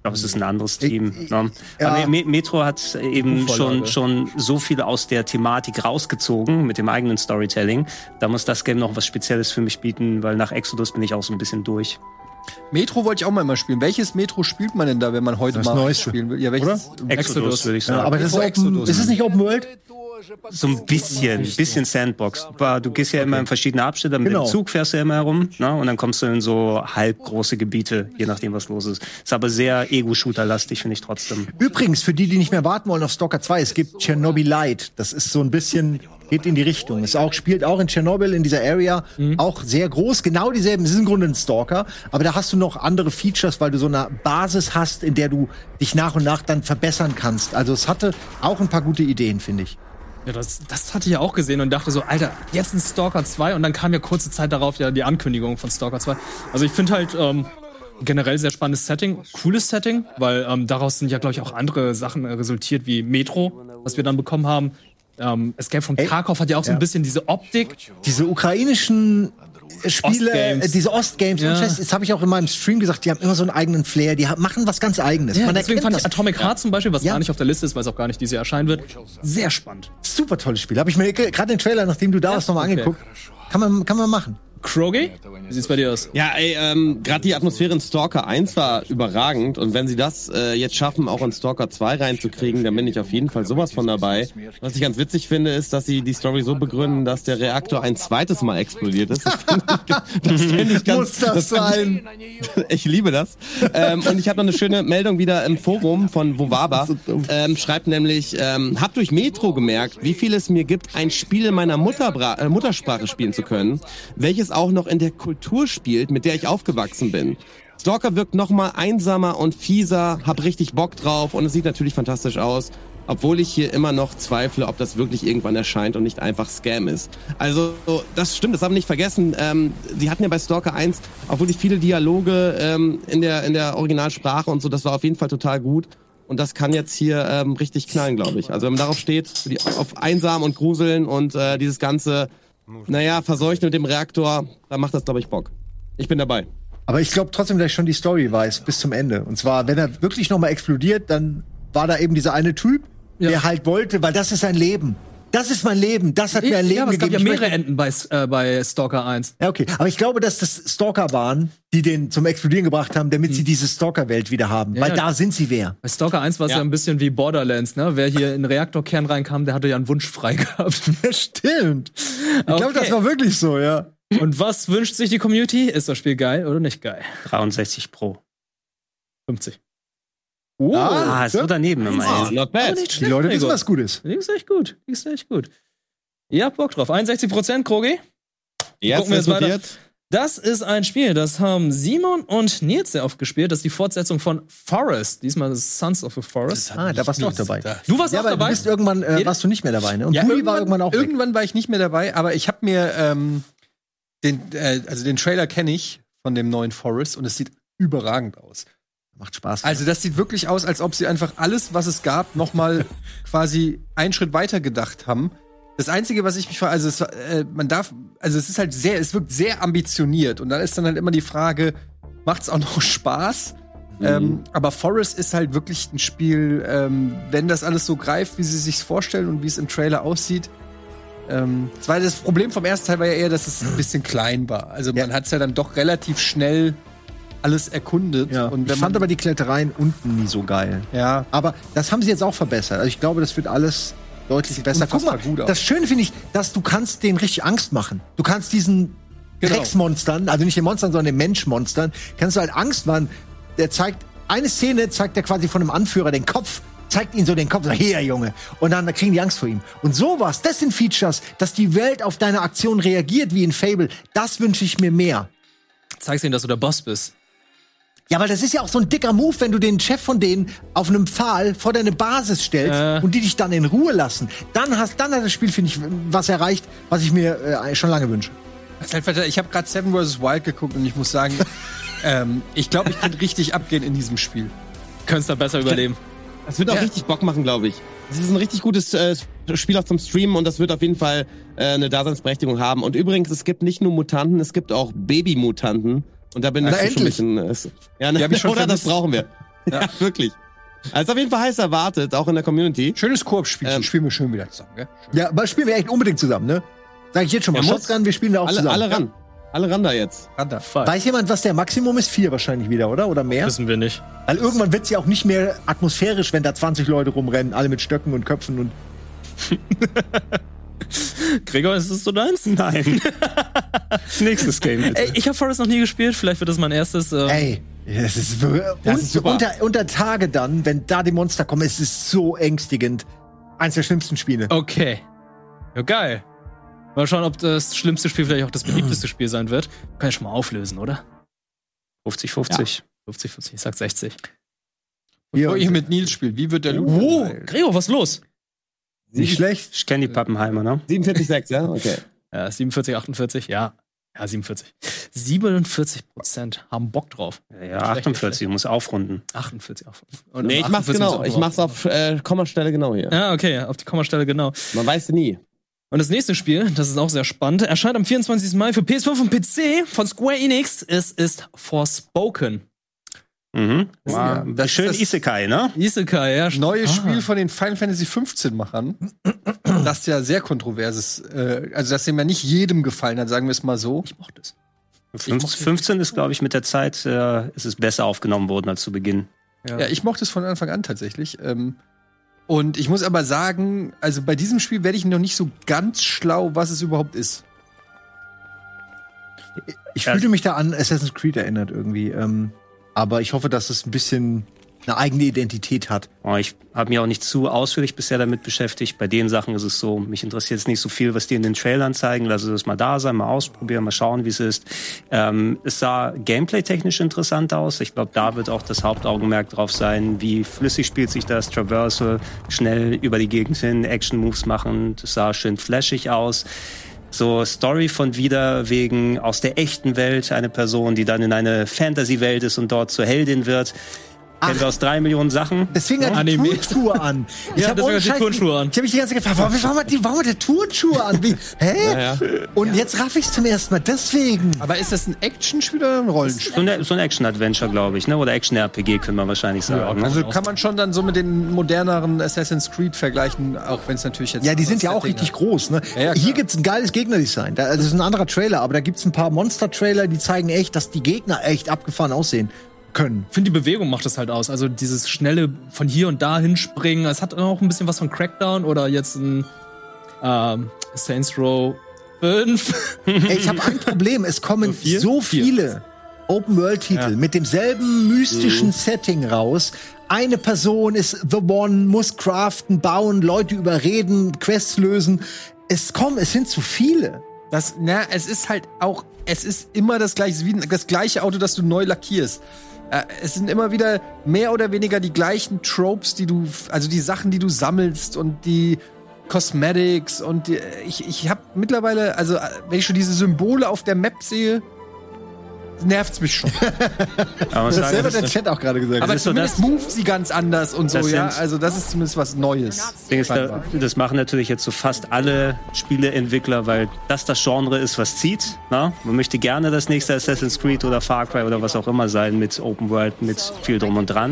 glaube, es ist ein anderes Team. Ich- ne? ja. Aber Me- Metro hat eben schon, Vorlage. schon so viel aus der Thematik rausgezogen mit dem eigenen Storytelling. Da muss das Game noch was Spezielles für mich bieten, weil nach Exodus bin ich auch so ein bisschen durch. Metro wollte ich auch mal immer spielen. Welches Metro spielt man denn da, wenn man heute Das mal Neueste. spielen will? Ja, welches? Exodus, würde ich sagen. Ja, aber das ist, Metro open, Exodus. ist es nicht Open World? So ein bisschen, bisschen Sandbox. Aber du gehst ja immer in verschiedene Abschnitte, mit Genau. dem Zug fährst du ja immer herum, ne? Und dann kommst du in so halb große Gebiete, je nachdem, was los ist. Ist aber sehr Ego-Shooter-lastig, finde ich trotzdem. Übrigens, für die, die nicht mehr warten wollen auf Stalker zwei, es gibt Chernobyl Light. Das ist so ein bisschen, geht in die Richtung. Es auch, spielt auch in Tschernobyl, in dieser Area, auch sehr groß. Genau dieselben, es ist im Grunde ein Stalker. Aber da hast du noch andere Features, weil du so eine Basis hast, in der du dich nach und nach dann verbessern kannst. Also es hatte auch ein paar gute Ideen, finde ich. Ja, das, das hatte ich ja auch gesehen und dachte so, Alter, jetzt ein Stalker zwei und dann kam ja kurze Zeit darauf ja die Ankündigung von Stalker zwei. Also ich finde halt ähm, generell sehr spannendes Setting, cooles Setting, weil ähm, daraus sind ja, glaube ich, auch andere Sachen äh, resultiert, wie Metro, was wir dann bekommen haben. Ähm, Escape from Tarkov hat ja auch so ein Ja. bisschen diese Optik. Diese ukrainischen Spiele, Ostgames. äh, diese Ostgames, Ja. das habe ich auch in meinem Stream gesagt, die haben immer so einen eigenen Flair, die ha- machen was ganz Eigenes. Ja, Man deswegen erkennt fand ich das. Atomic Heart zum Beispiel, was Ja. gar nicht auf der Liste ist, weil es auch gar nicht dieses Jahr erscheinen wird, sehr spannend. Super tolles Spiel. Habe ich mir ge- gerade den Trailer, nachdem du da warst, nochmal okay. angeguckt. Kann man, kann man machen. Krogi, wie sieht's bei dir aus? Ja, ey, ähm, gerade die Atmosphäre in Stalker eins war überragend und wenn sie das äh, jetzt schaffen, auch in Stalker zwei reinzukriegen, dann bin ich auf jeden Fall sowas von dabei. Was ich ganz witzig finde, ist, dass sie die Story so begründen, dass der Reaktor ein zweites Mal explodiert ist. Das finde ich, das find ich ganz... Muss das sein? Ich liebe das. ähm, und ich habe noch eine schöne Meldung wieder im Forum von Wowaba. Ähm, schreibt nämlich, ähm, hab durch Metro gemerkt, wie viel es mir gibt, ein Spiel in meiner Mutterbra äh, Muttersprache spielen zu können, welches auch noch in der Kultur spielt, mit der ich aufgewachsen bin. Stalker wirkt noch mal einsamer und fieser, hab richtig Bock drauf und es sieht natürlich fantastisch aus, obwohl ich hier immer noch zweifle, ob das wirklich irgendwann erscheint und nicht einfach Scam ist. Also, das stimmt, das haben wir nicht vergessen. Ähm, sie hatten ja bei Stalker eins auch wirklich viele Dialoge ähm, in der in der Originalsprache und so, das war auf jeden Fall total gut. Und das kann jetzt hier ähm, richtig knallen, glaube ich. Also wenn man darauf steht, für die, auf einsam und gruseln und äh, dieses ganze, naja, verseuchen mit dem Reaktor, dann macht das, glaube ich, Bock. Ich bin dabei. Aber ich glaube trotzdem, dass ich schon die Story weiß, bis zum Ende. Und zwar, wenn er wirklich noch mal explodiert, dann war da eben dieser eine Typ, Ja. der halt wollte, weil das ist sein Leben. Das ist mein Leben. Das hat mir ein Leben ja, aber es gab gegeben. ja Ich mehrere möchte- Enden bei, äh, bei Stalker eins. Ja, okay. Aber ich glaube, dass das Stalker waren, die den zum Explodieren gebracht haben, damit sie diese Stalker-Welt wieder haben. Ja, weil ja. da sind sie wer. Bei Stalker eins war es ja. Ja. ein bisschen wie Borderlands, ne? Wer hier in den Reaktorkern reinkam, der hatte ja einen Wunsch frei gehabt. Stimmt. Ich glaube, Okay. das war wirklich so, ja. Und was wünscht sich die Community? Ist das Spiel geil oder nicht geil? dreiundsechzig Pro. fünfzig. Oh, Ah, ist so daneben immer, ey. Not bad. die Leute wissen, was gut ist. Die ist echt gut. Die ist echt gut. Ihr habt Bock drauf. einundsechzig Prozent, Krogi. Yes, Gucken wir jetzt weiter. diskutiert. Das ist ein Spiel, das haben Simon und Nils sehr oft gespielt. Das ist die Fortsetzung von Forest. Diesmal ist es Sons of the Forest. Ah, da warst du auch dabei. Du warst Ja, auch aber du dabei? bist irgendwann äh, warst du nicht mehr dabei, ne? Und Ja, Puli war irgendwann auch weg. Irgendwann war ich nicht mehr dabei, aber ich habe mir ähm, den, äh, also den Trailer kenne ich von dem neuen Forest und es sieht überragend aus. Macht Spaß. Also das sieht wirklich aus, als ob sie einfach alles, was es gab, noch mal quasi einen Schritt weiter gedacht haben. Das Einzige, was ich mich frage, also es, äh, man darf, also es ist halt sehr, es wirkt sehr ambitioniert und dann ist dann halt immer die Frage, macht's auch noch Spaß? Mhm. Ähm, aber Forest ist halt wirklich ein Spiel, ähm, wenn das alles so greift, wie sie sich's vorstellen und wie es im Trailer aussieht. Ähm, das, war das Problem vom ersten Teil war ja eher, dass es ein bisschen klein war. Also man Ja. hat's ja dann doch relativ schnell alles erkundet. ja. Und ich wenn fand man, aber die Klettereien unten nie so geil. ja, Aber das haben sie jetzt auch verbessert. Also ich glaube, das wird alles deutlich besser. unfassbar Guck mal, gut aus. das Schöne finde ich, dass du kannst denen richtig Angst machen. Du kannst diesen Genau. Drecksmonstern, also nicht den Monstern, sondern den Menschmonstern, kannst du halt Angst machen. Der zeigt, eine Szene zeigt der quasi von einem Anführer den Kopf, zeigt ihnen so den Kopf, sagt, hier, Junge. Und dann da kriegen die Angst vor ihm. Und sowas, das sind Features, dass die Welt auf deine Aktion reagiert wie in Fable. Das wünsche ich mir mehr. Zeig's ihnen, dass du der Boss bist. Ja, weil das ist ja auch so ein dicker Move, wenn du den Chef von denen auf einem Pfahl vor deine Basis stellst Äh. und die dich dann in Ruhe lassen. Dann hast, dann hat das Spiel, finde ich, was erreicht, was ich mir äh, schon lange wünsche. Das ist halt verdammt- ich habe gerade Seven versus. Wild geguckt und ich muss sagen, ähm, ich glaube, ich könnte richtig abgehen in diesem Spiel. Könntest da besser überleben. Das wird auch Ja. richtig Bock machen, glaube ich. Das ist ein richtig gutes äh, Spiel auch zum Streamen und das wird auf jeden Fall äh, eine Daseinsberechtigung haben. Und übrigens, es gibt nicht nur Mutanten, es gibt auch Babymutanten. Und da bin Na, ich schon ein endlich. bisschen. Äh, ja, ne, Die hab ich schon oder? Das vermisst. brauchen wir. Ja, wirklich. Also auf jeden Fall heiß erwartet, auch in der Community. Schönes Koop-Spiel. Ähm, Spielen wir schön wieder zusammen, gell? Ja, aber spielen wir echt unbedingt zusammen, ne? Sag ich jetzt schon mal. Ja, muss. Shotgun, wir spielen da auch Alle, zusammen. alle ran. Alle ran da jetzt. Randa. Weiß jemand, was der Maximum ist? Vier wahrscheinlich wieder, oder? Oder mehr? Wissen wir nicht. Weil irgendwann wird's ja auch nicht mehr atmosphärisch, wenn da zwanzig Leute rumrennen, alle mit Stöcken und Köpfen und. Gregor, ist das so deins? Nein. Nächstes Game, bitte. Ey, ich habe Forest noch nie gespielt. Vielleicht wird das mein erstes. Äh, Ey, das ist, wirklich- Das und ist super. Unter, unter Tage dann, wenn da die Monster kommen, es ist so ängstigend. Eins der schlimmsten Spiele. Okay. Ja, geil. Mal schauen, ob das schlimmste Spiel vielleicht auch das beliebteste Spiel sein wird. Kann ich schon mal auflösen, oder? fünfzig fünfzig. fünfzig, fünfzig, ich sag sechzig. Hier, Bevor ihr mit Nils spielt, wie wird der Loot? Oh, Gregor, was ist los? nicht schlecht. Ich kenne die Pappenheimer, ne? siebenundvierzig Komma sechs, ja? Okay. Ja, siebenundvierzig, achtundvierzig, ja. Ja, siebenundvierzig. siebenundvierzig Prozent haben Bock drauf. Ja, ja, achtundvierzig, du musst aufrunden. achtundvierzig auf. Nee, ich mach's genau. Ich mach's auf äh, Kommastelle genau hier. Ja, okay, auf die Kommastelle genau. Man weiß nie. Und das nächste Spiel, das ist auch sehr spannend, erscheint am vierundzwanzigsten Mai für P S fünf und P C von Square Enix. Es ist Forspoken. Mhm. Ja, Wow. das Schön ist das- Isekai, ne? Isekai, ja. Neues Ah. Spiel von den Final Fantasy fünfzehn Machern. Das ja sehr kontrovers ist. Äh, also, das dem ja nicht jedem gefallen hat, sagen wir es mal so. Ich mochte es. Fünf- fünfzehn ist, glaube ich, mit der Zeit äh, ist es besser aufgenommen worden als zu Beginn. Ja, ich mochte es von Anfang an tatsächlich. Ähm, und ich muss aber sagen, also bei diesem Spiel werde ich noch nicht so ganz schlau, was es überhaupt ist. Ich Ja. fühlte mich da an Assassin's Creed erinnert irgendwie. Ähm, aber ich hoffe, dass es ein bisschen eine eigene Identität hat. Oh, ich habe mich auch nicht zu ausführlich bisher damit beschäftigt. Bei den Sachen ist es so, mich interessiert jetzt nicht so viel, was die in den Trailern zeigen. Lass es mal da sein, mal ausprobieren, mal schauen, wie es ist. Ähm, es sah gameplay-technisch interessant aus. Ich glaube, da wird auch das Hauptaugenmerk drauf sein, wie flüssig spielt sich das, Traversal, schnell über die Gegend hin, Action-Moves machen. Das sah schön flashig aus. So Story von wieder wegen aus der echten Welt, eine Person, die dann in eine Fantasy-Welt ist und dort zur Heldin wird. Kennen wir aus drei Millionen Sachen. Deswegen hat die Anime. Turnschuhe an. Ich Ja, hab deswegen ohne hat die Scheiß- Turnschuhe an. Ich habe mich die ganze Zeit gefragt, warum, warum, hat die, warum hat der Turnschuhe an? Wie, hä? Ja, ja. Und jetzt raff ich's zum ersten Mal. Deswegen. Aber ist das ein Actionspiel oder ein Rollenspiel? So, eine, so ein Action-Adventure, glaube ich, ne? Oder Action-R P G, können wir wahrscheinlich sagen. ne? Also kann man schon dann so mit den moderneren Assassin's Creed vergleichen, auch wenn es natürlich jetzt. Ja, die sind ja auch Setting richtig hat. groß. Ne? Ja, ja, klar. Hier gibt's ein geiles Gegnerdesign. Da- Das ist ein anderer Trailer, aber da gibt's ein paar Monster-Trailer, die zeigen echt, dass die Gegner echt abgefahren aussehen können. Ich finde, die Bewegung macht das halt aus. Also dieses schnelle von hier und da hinspringen. Es hat auch ein bisschen was von Crackdown oder jetzt ein ähm, Saints Row fünf. Ey, ich habe ein Problem. Es kommen vier? so Vier. viele Open-World-Titel mit demselben mystischen Setting raus. Eine Person ist The One, muss craften, bauen, Leute überreden, Quests lösen. Es kommen, es sind zu viele. Das, na, es ist halt auch, es ist immer das gleiche, wie das gleiche Auto, das du neu lackierst. Äh, es sind immer wieder mehr oder weniger die gleichen Tropes, die du, also die Sachen, die du sammelst und die Cosmetics und die, ich, ich habe mittlerweile, also äh, wenn ich schon diese Symbole auf der Map sehe, nervt's mich schon. Aber man sagen, das, der ist, Chat auch gerade gesagt. Aber ist so zumindest das- move sie ganz anders und so, Das ja. sind- Also das ist zumindest was Neues. das Ding ist, da, das machen natürlich jetzt so fast alle Spieleentwickler, weil das das Genre ist, was zieht. Na? Man möchte gerne das nächste Assassin's Creed oder Far Cry oder was auch immer sein mit Open World, mit viel drum und dran.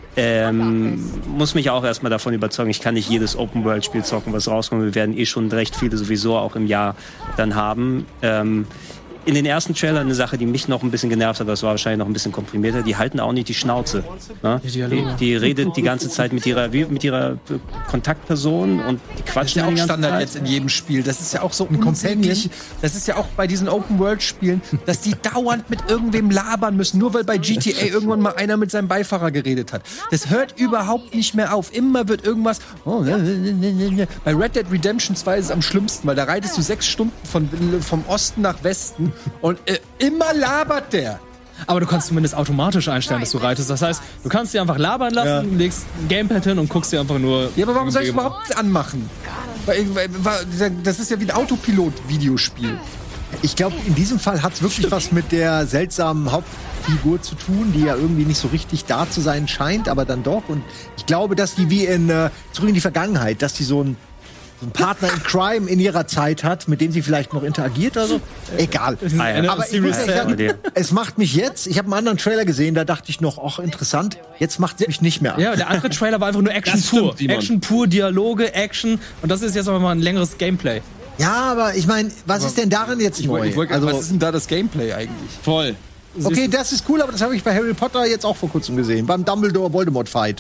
Ähm, muss mich auch erstmal davon überzeugen, ich kann nicht jedes Open World Spiel zocken, was rauskommt. Wir werden eh schon recht viele sowieso auch im Jahr dann haben. Ähm, in den ersten Trailern eine Sache, die mich noch ein bisschen genervt hat, das war wahrscheinlich noch ein bisschen komprimierter, die halten auch nicht die Schnauze. Ne? Die, die redet die ganze Zeit mit ihrer, wie, mit ihrer äh, Kontaktperson und die Das ist quatschen ja dann auch die ganze Standard Zeit. jetzt in jedem Spiel. Das ist ja auch so Companion. unsäglich. Das ist ja auch bei diesen Open-World-Spielen, dass die dauernd mit irgendwem labern müssen, nur weil bei G T A irgendwann mal einer mit seinem Beifahrer geredet hat. Das hört überhaupt nicht mehr auf. Immer wird irgendwas. Oh, ne, ne, ne, ne, ne. Bei Red Dead Redemption zwei ist es am schlimmsten, weil da reitest du sechs Stunden von, vom Osten nach Westen und äh, immer labert der. Aber du kannst zumindest automatisch einstellen, dass du reitest. Das heißt, du kannst dir einfach labern lassen, legst ein Gamepad hin und guckst dir einfach nur. Ja, aber warum soll ich es überhaupt anmachen? Weil, weil, weil, das ist ja wie ein Autopilot-Videospiel. Ich glaube, in diesem Fall hat es wirklich was mit der seltsamen Hauptfigur zu tun, die ja irgendwie nicht so richtig da zu sein scheint, aber dann doch. Und ich glaube, dass die wie in äh, Zurück in die Vergangenheit, dass die so ein einen Partner in Crime in ihrer Zeit hat, mit dem sie vielleicht noch interagiert oder so. Egal. Ah, ja. Aber ich muss ehrlich sagen, es macht mich jetzt, ich habe einen anderen Trailer gesehen, da dachte ich noch, ach, interessant, jetzt macht es mich nicht mehr an. Ja, der andere Trailer war einfach nur Action Das stimmt, pur. Simon. Action pur, Dialoge, Action. Und das ist jetzt aber mal ein längeres Gameplay. Ja, aber ich meine, was ist denn darin jetzt Ich neu? wollte, ich wollte, Also, was ist denn da das Gameplay eigentlich? Voll. okay, das ist cool, aber das habe ich bei Harry Potter jetzt auch vor kurzem gesehen, beim Dumbledore-Voldemort-Fight.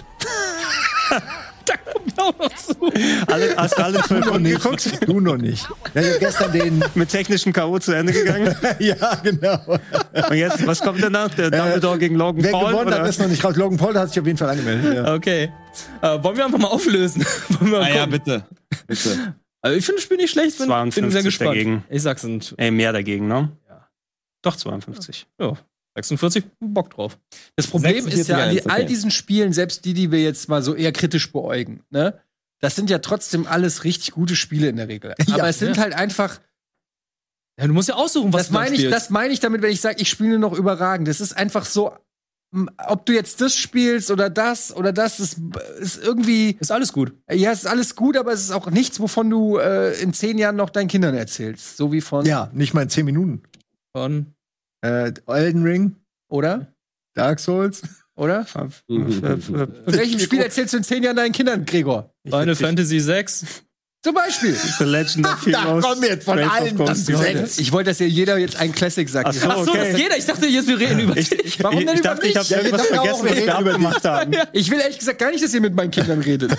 Da kommt auch noch zu. Alle, hast du alle zwölf noch Runden nicht. geguckt? Du noch nicht. Ja, ich hab gestern den. Mit technischen K O zu Ende gegangen. Ja, genau. Und jetzt, was kommt danach? Der Dumbledore gegen Logan Wer Paul? gewonnen oder? hat, ist noch nicht raus. Logan Paul hat sich auf jeden Fall angemeldet. Ja. Okay. Äh, wollen wir einfach mal auflösen? Wollen wir mal Ah ja, gucken? bitte. Bitte. Also ich finde das Spiel nicht schlecht. Bin, bin sehr zweiundfünfzig gespannt. dagegen. Ich sag's sind Ey, mehr dagegen, ne? Ja. Doch, zweiundfünfzig. ja, sechsundvierzig, Bock drauf. Das Problem ist ja an die, okay. all diesen Spielen, selbst die, die wir jetzt mal so eher kritisch beäugen, ne? Das sind ja trotzdem alles richtig gute Spiele in der Regel. Aber Ja, es sind ja. halt einfach, Ja, du musst ja aussuchen, was das du dann meine ich, spielst. das meine ich damit, wenn ich sage, ich spiele noch überragend. Das ist einfach so, m, ob du jetzt das spielst oder das oder das, ist, ist irgendwie, Ist alles gut. ja, es ist alles gut, aber es ist auch nichts, wovon du äh, in zehn Jahren noch deinen Kindern erzählst. So wie von, Ja, nicht mal in zehn Minuten. Von Äh, Elden Ring, oder? Dark Souls. Oder? Mhm. Von welchem Spiel erzählst du in zehn Jahren deinen Kindern, Gregor? Final Fantasy sechs. Zum Beispiel. The Legend of Heroes. komm jetzt von Trails of allen Cold das Steel. sechs. Ich wollte, dass ihr jeder jetzt einen Classic sagt. Ach so. Ach so, Okay. das geht. Ich dachte jetzt, wir reden über Ich, dich. ich, Warum ich, denn ich über dachte, ich mich? habe Ja, wir irgendwas dachten auch, vergessen, wir was wir reden über abgemacht haben. Ich will ehrlich gesagt gar nicht, dass ihr mit meinen Kindern redet.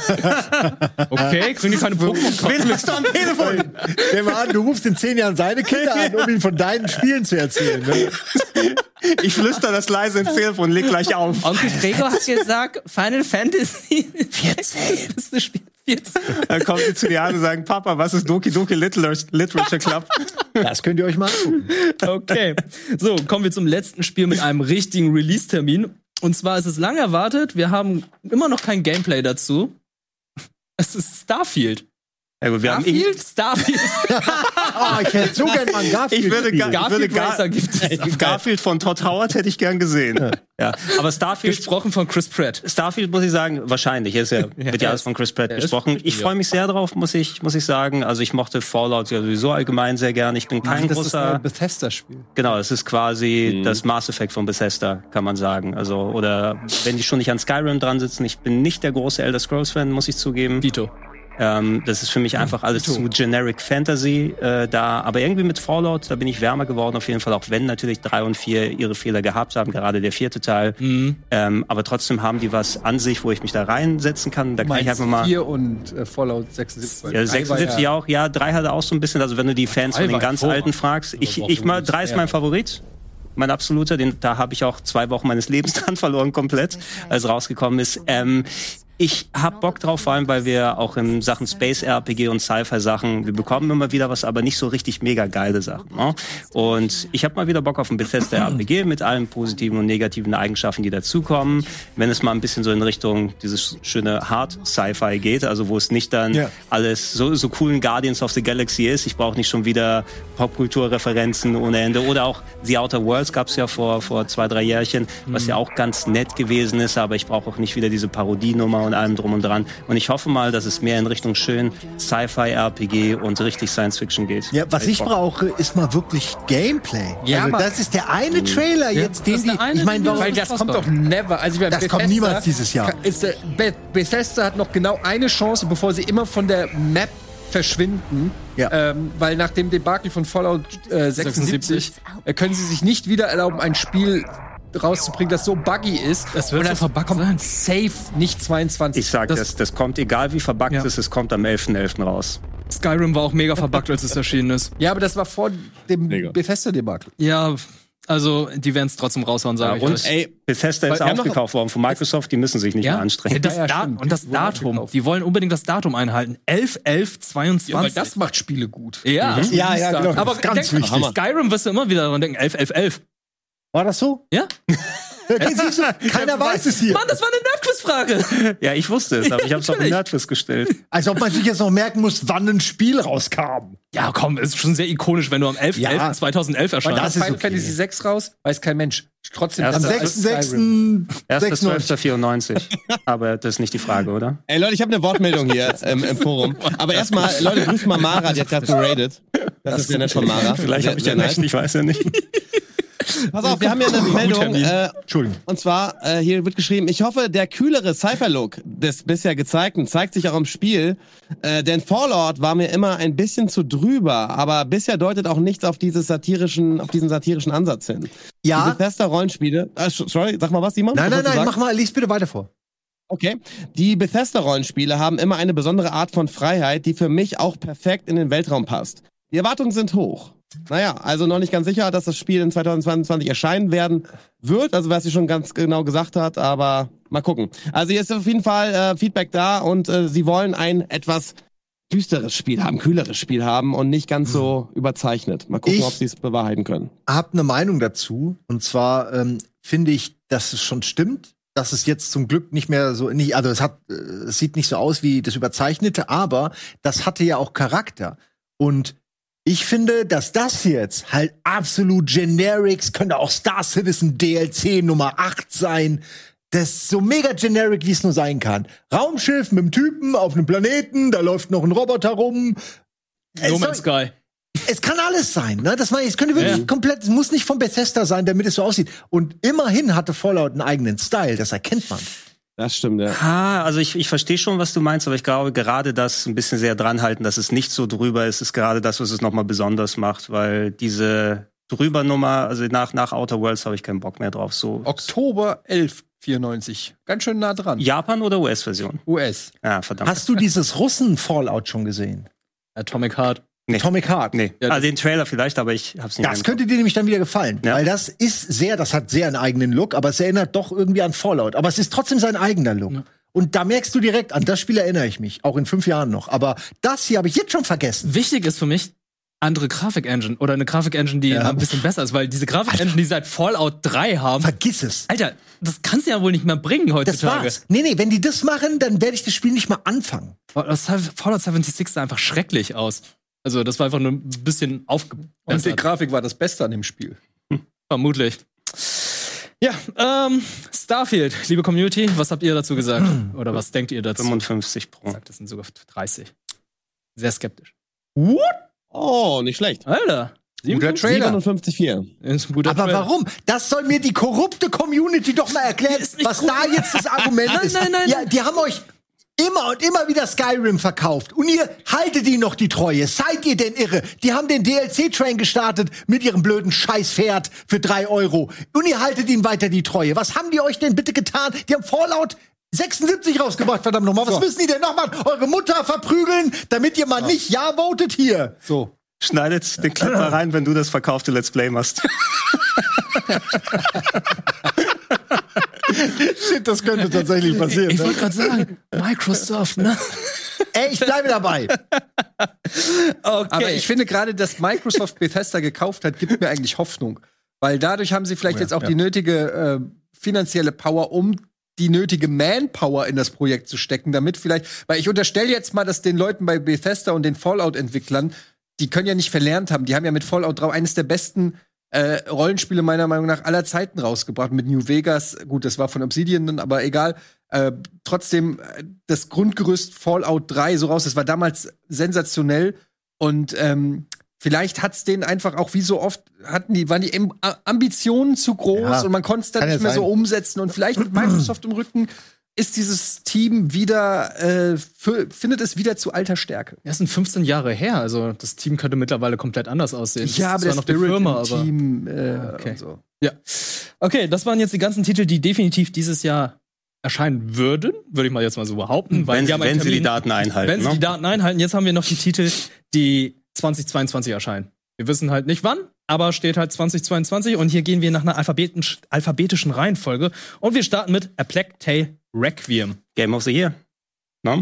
Okay, kriegen die keine Pokémon? Wen bist du am Telefon? Nehmen wir an, du rufst in zehn Jahren seine Kinder an, um ihnen von deinen Spielen zu erzählen. Ne? Ich flüster das leise ins Telefon und leg gleich auf. Onkel Gregor hat gesagt, Final Fantasy vierzehn. Das ist das Spiel vierzehn. Dann kommen die zu dir an und sagen, Papa, was ist Doki Doki Literature Club? Das könnt ihr euch mal angucken. Okay. So, kommen wir zum letzten Spiel mit einem richtigen Release-Termin. Und zwar ist es lang erwartet. Wir haben immer noch kein Gameplay dazu. Es ist Starfield. Ja, gut, wir haben Starfield? Starfield. Oh, ich hätte so gern mal ein Garfield. Ich würde, gar, ich würde Garfield gar, Racer gibt es. Garfield von Todd Howard hätte ich gern gesehen. Ja. Aber Starfield, Gesprochen von Chris Pratt. Starfield muss ich sagen, wahrscheinlich. Ist ja, wird ja alles von Chris Pratt ist gesprochen. richtig, Ich freue mich sehr drauf, muss ich, muss ich sagen. Also ich mochte Fallout ja sowieso allgemein sehr gern. Ich bin kein das ist großer. ein Bethesda-Spiel. Genau, es ist quasi das Mass Effect von Bethesda, kann man sagen. Also, oder wenn die schon nicht an Skyrim dran sitzen, ich bin nicht der große Elder Scrolls-Fan, muss ich zugeben. Dito. Ähm, das ist für mich einfach alles zu generic Fantasy äh, da. Aber irgendwie mit Fallout, da bin ich wärmer geworden auf jeden Fall, auch wenn natürlich drei und vier ihre Fehler gehabt haben, gerade der vierte Teil. Mhm. Ähm, aber trotzdem haben die was an sich, wo ich mich da reinsetzen kann. Da kann ich einfach mal. vier und äh, Fallout sechsundsiebzig. Ja, sechsundsiebzig ja, auch. Ja, drei hatte auch so ein bisschen. Also wenn du die Fans Drei von den war ganz hervorragend. alten fragst. Ich, war ich mal, wirklich drei ist sehr mein gut. Favorit. Mein absoluter. Den, da habe ich auch zwei Wochen meines Lebens dran verloren komplett, als es rausgekommen ist. Ähm, Ich hab Bock drauf, vor allem, weil wir auch in Sachen Space-R P G und Sci-Fi-Sachen, wir bekommen immer wieder was, aber nicht so richtig mega geile Sachen. Ne? Und ich habe mal wieder Bock auf ein Bethesda-R P G mit allen positiven und negativen Eigenschaften, die dazukommen. Wenn es mal ein bisschen so in Richtung dieses schöne Hard-Sci-Fi geht, also wo es nicht dann Ja. alles so, so coolen Guardians of the Galaxy ist. Ich brauche nicht schon wieder Popkulturreferenzen ohne Ende. Oder auch The Outer Worlds gab's ja vor, vor zwei, drei Jährchen, was ja auch ganz nett gewesen ist, aber ich brauche auch nicht wieder diese Parodienummer und allem drum und dran. Und ich hoffe mal, dass es mehr in Richtung schön Sci-Fi-R P G und richtig Science-Fiction geht. Ja, was ich Bock. brauche, ist mal wirklich Gameplay. Ja, also aber- das ist der eine Trailer jetzt, das den ist die. der eine, Ich meine, den wir- Weil das kommt doch never. Also ich meine, Das kommt Bethesda niemals dieses Jahr. Ist der, Be Bethesda hat noch genau eine Chance, bevor sie immer von der Map verschwinden. Ja. Ähm, weil nach dem Debakel von Fallout äh, sechsundsiebzig äh, können sie sich nicht wieder erlauben, ein Spiel rauszubringen, das so buggy ist. Das wird und so das verbuggt kommt sein. safe nicht zweiundzwanzig. Ich sag, Das- das, das kommt, egal wie verbuggt Ja. es ist, es kommt am elften elften raus. Skyrim war auch mega verbuggt, als es erschienen ist. Ja, aber das war vor dem Mega. Bethesda-Debakel. Ja, also die werden es trotzdem raushauen, Ja, sage ich und euch. Ey, Bethesda ist wir haben noch- aufgekauft worden von Microsoft, die müssen sich nicht mehr anstrengen. Das Ja, ja, Dat- stimmt. und das Die wurden Datum. abgekauft. Die wollen unbedingt das Datum einhalten. elf elf zweiundzwanzig. Ja, weil das macht Spiele gut. Ja. Ja, ja, genau. Aber Das ist ganz denk, wichtig. Skyrim wirst du immer wieder daran denken. elf elf elf. War das so? Ja? Ja, siehst du, keiner weiß es hier. Mann, das war eine Nerdquiz-Frage. Ja, ich wusste es, aber ich habe es auf den Natürlich. Nerdquiz gestellt. Als ob man sich jetzt noch merken muss, wann ein Spiel rauskam. Ja, komm, ist schon sehr ikonisch, wenn du am elften elften zweitausendelf Wann erscheinst. das ist Final okay. Fantasy sechs raus? Weiß kein Mensch. Trotzdem Erster- Am besser als sechsten Skyrim. sechsten Erster sechsundneunzig. zwölfter vierundneunzig. Aber das ist nicht die Frage, oder? Ey, Leute, ich habe eine Wortmeldung hier im, im Forum. Aber erstmal, Leute, grüßt mal Mara, die hat gerade geradet. Das ist ja nett von Mara. Vielleicht Sehr- habe ich sehr ja nice. recht, ich weiß ja nicht. Pass auf, wir haben ja eine Meldung. Äh, Entschuldigung. und zwar, äh, hier wird geschrieben, ich hoffe, der kühlere Cypher-Look des bisher gezeigten zeigt sich auch im Spiel. Äh, denn Fallout war mir immer ein bisschen zu drüber, aber bisher deutet auch nichts auf dieses satirischen, auf diesen satirischen Ansatz hin. Die Ja. Bethesda-Rollenspiele, äh, sorry, sag mal was, Simon? Nein, Was nein, wolltest du nein, sagen? mach mal, lies bitte weiter vor. Okay. Die Bethesda-Rollenspiele haben immer eine besondere Art von Freiheit, die für mich auch perfekt in den Weltraum passt. Die Erwartungen sind hoch. Naja, also noch nicht ganz sicher, dass das Spiel in zweitausendzweiundzwanzig erscheinen werden wird, also was sie schon ganz genau gesagt hat, aber mal gucken. Also hier ist auf jeden Fall äh, Feedback da und äh, sie wollen ein etwas düsteres Spiel haben, kühleres Spiel haben und nicht ganz so überzeichnet. Mal gucken, Ich- ob sie es bewahrheiten können. Hab eine Meinung dazu. Und zwar ähm, finde ich, dass es schon stimmt, dass es jetzt zum Glück nicht mehr so, nicht, also es hat, äh, es sieht nicht so aus wie das Überzeichnete, aber das hatte ja auch Charakter. Und ich finde, dass das jetzt halt absolut Generics, könnte auch Star Citizen D L C Nummer acht sein. Das ist so mega generic, wie es nur sein kann. Raumschiff mit einem Typen auf einem Planeten, da läuft noch ein Roboter rum. Es No soll- Man's Sky. Es kann alles sein, ne? Das meine ich, es könnte wirklich Ja. komplett, es muss nicht von Bethesda sein, damit es so aussieht. Und immerhin hatte Fallout einen eigenen Style, das erkennt man. Das stimmt, ja. Ah, also ich, ich verstehe schon, was du meinst, aber ich glaube, gerade das ein bisschen sehr dranhalten, dass es nicht so drüber ist, ist gerade das, was es nochmal besonders macht, weil diese Drübernummer, also nach, nach Outer Worlds habe ich keinen Bock mehr drauf. So Oktober elften vierundneunzig. Ganz schön nah dran. Japan oder U S-Version? U S. Ja, verdammt. Hast du dieses Russen-Fallout schon gesehen? Atomic Heart. Nee. Atomic Heart. Nee, Ja, also den Trailer vielleicht, aber ich hab's nicht Das mehr. könnte dir nämlich dann wieder gefallen, Ja. weil das ist sehr, das hat sehr einen eigenen Look, aber es erinnert doch irgendwie an Fallout. Aber es ist trotzdem sein eigener Look. Ja. Und da merkst du direkt, an das Spiel erinnere ich mich, auch in fünf Jahren noch. Aber das hier habe ich jetzt schon vergessen. Wichtig ist für mich, andere Grafik-Engine oder eine Grafik-Engine, die Ja. ein bisschen besser ist, weil diese Grafik-Engine, die seit Fallout drei haben, Vergiss es. Alter, das kannst du ja wohl nicht mehr bringen Das heutzutage. war's. Nee, nee, wenn die das machen, dann werde ich das Spiel nicht mal anfangen. Fallout sechsundsiebzig sah einfach schrecklich aus. Also, das war einfach nur ein bisschen Und die aufgebessert. Grafik war das Beste an dem Spiel. Vermutlich. Ja, ähm, Starfield, liebe Community, was habt ihr dazu gesagt? Oder was denkt ihr dazu? fünfundfünfzig Pro. Sagt, das sind sogar dreißig. Sehr skeptisch. Oh, nicht schlecht. Alter. Guter Trailer. siebenundfünfzig Komma vier. Ist ein guter Aber Trailer. warum? Das soll mir die korrupte Community doch mal erklären, Ist nicht was gut. da jetzt das Argument Nein, ist. nein, nein, Ja, nein. die haben euch immer und immer wieder Skyrim verkauft. Und ihr haltet ihnen noch die Treue. Seid ihr denn irre? Die haben den D L C-Train gestartet mit ihrem blöden Scheißpferd für drei Euro. Und ihr haltet ihnen weiter die Treue. Was haben die euch denn bitte getan? Die haben Fallout sechsundsiebzig rausgebracht, verdammt nochmal. Was So. müssen die denn noch machen? Eure Mutter verprügeln, damit ihr mal nicht Ja votet hier. So. Schneidet den Clip mal rein, wenn du das verkaufte Let's Play machst. Shit, das könnte tatsächlich passieren. Ich ne? wollte gerade sagen, Microsoft, ne? Ey, ich bleibe dabei. Okay. Aber ich finde gerade, dass Microsoft Bethesda gekauft hat, gibt mir eigentlich Hoffnung. Weil dadurch haben sie vielleicht Oh ja, jetzt auch ja. die nötige äh, finanzielle Power, um die nötige Manpower in das Projekt zu stecken, damit vielleicht, weil ich unterstelle jetzt mal, dass den Leuten bei Bethesda und den Fallout-Entwicklern, die können ja nicht verlernt haben, die haben ja mit Fallout drei eines der besten äh, Rollenspiele meiner Meinung nach aller Zeiten rausgebracht. Mit New Vegas, gut, das war von Obsidian, dann, aber egal. Äh, trotzdem, äh, das Grundgerüst Fallout drei so raus, das war damals sensationell und ähm, vielleicht hat's denen einfach auch wie so oft hatten die waren die Am- Ambitionen zu groß Ja, und man konnte es dann kann nicht ja mehr so sein. umsetzen und vielleicht mit Microsoft im Rücken ist dieses Team wieder äh, für, findet es wieder zu alter Stärke. Das sind fünfzehn Jahre her, also das Team könnte mittlerweile komplett anders aussehen. Ja, aber das der war noch die Spirit Firma, im aber Team äh, okay. und so. Ja. Okay, das waren jetzt die ganzen Titel, die definitiv dieses Jahr erscheinen würden, würde ich mal jetzt mal so behaupten, weil Wenn, wir haben einen wenn sie die Termin- Daten einhalten. Wenn sie ne? die Daten einhalten. Jetzt haben wir noch die Titel, die zweitausendzweiundzwanzig erscheinen. Wir wissen halt nicht wann, aber steht halt zweitausendzweiundzwanzig und hier gehen wir nach einer alphabetisch, alphabetischen Reihenfolge und wir starten mit A Plague Tale Requiem. Game of the Year. No?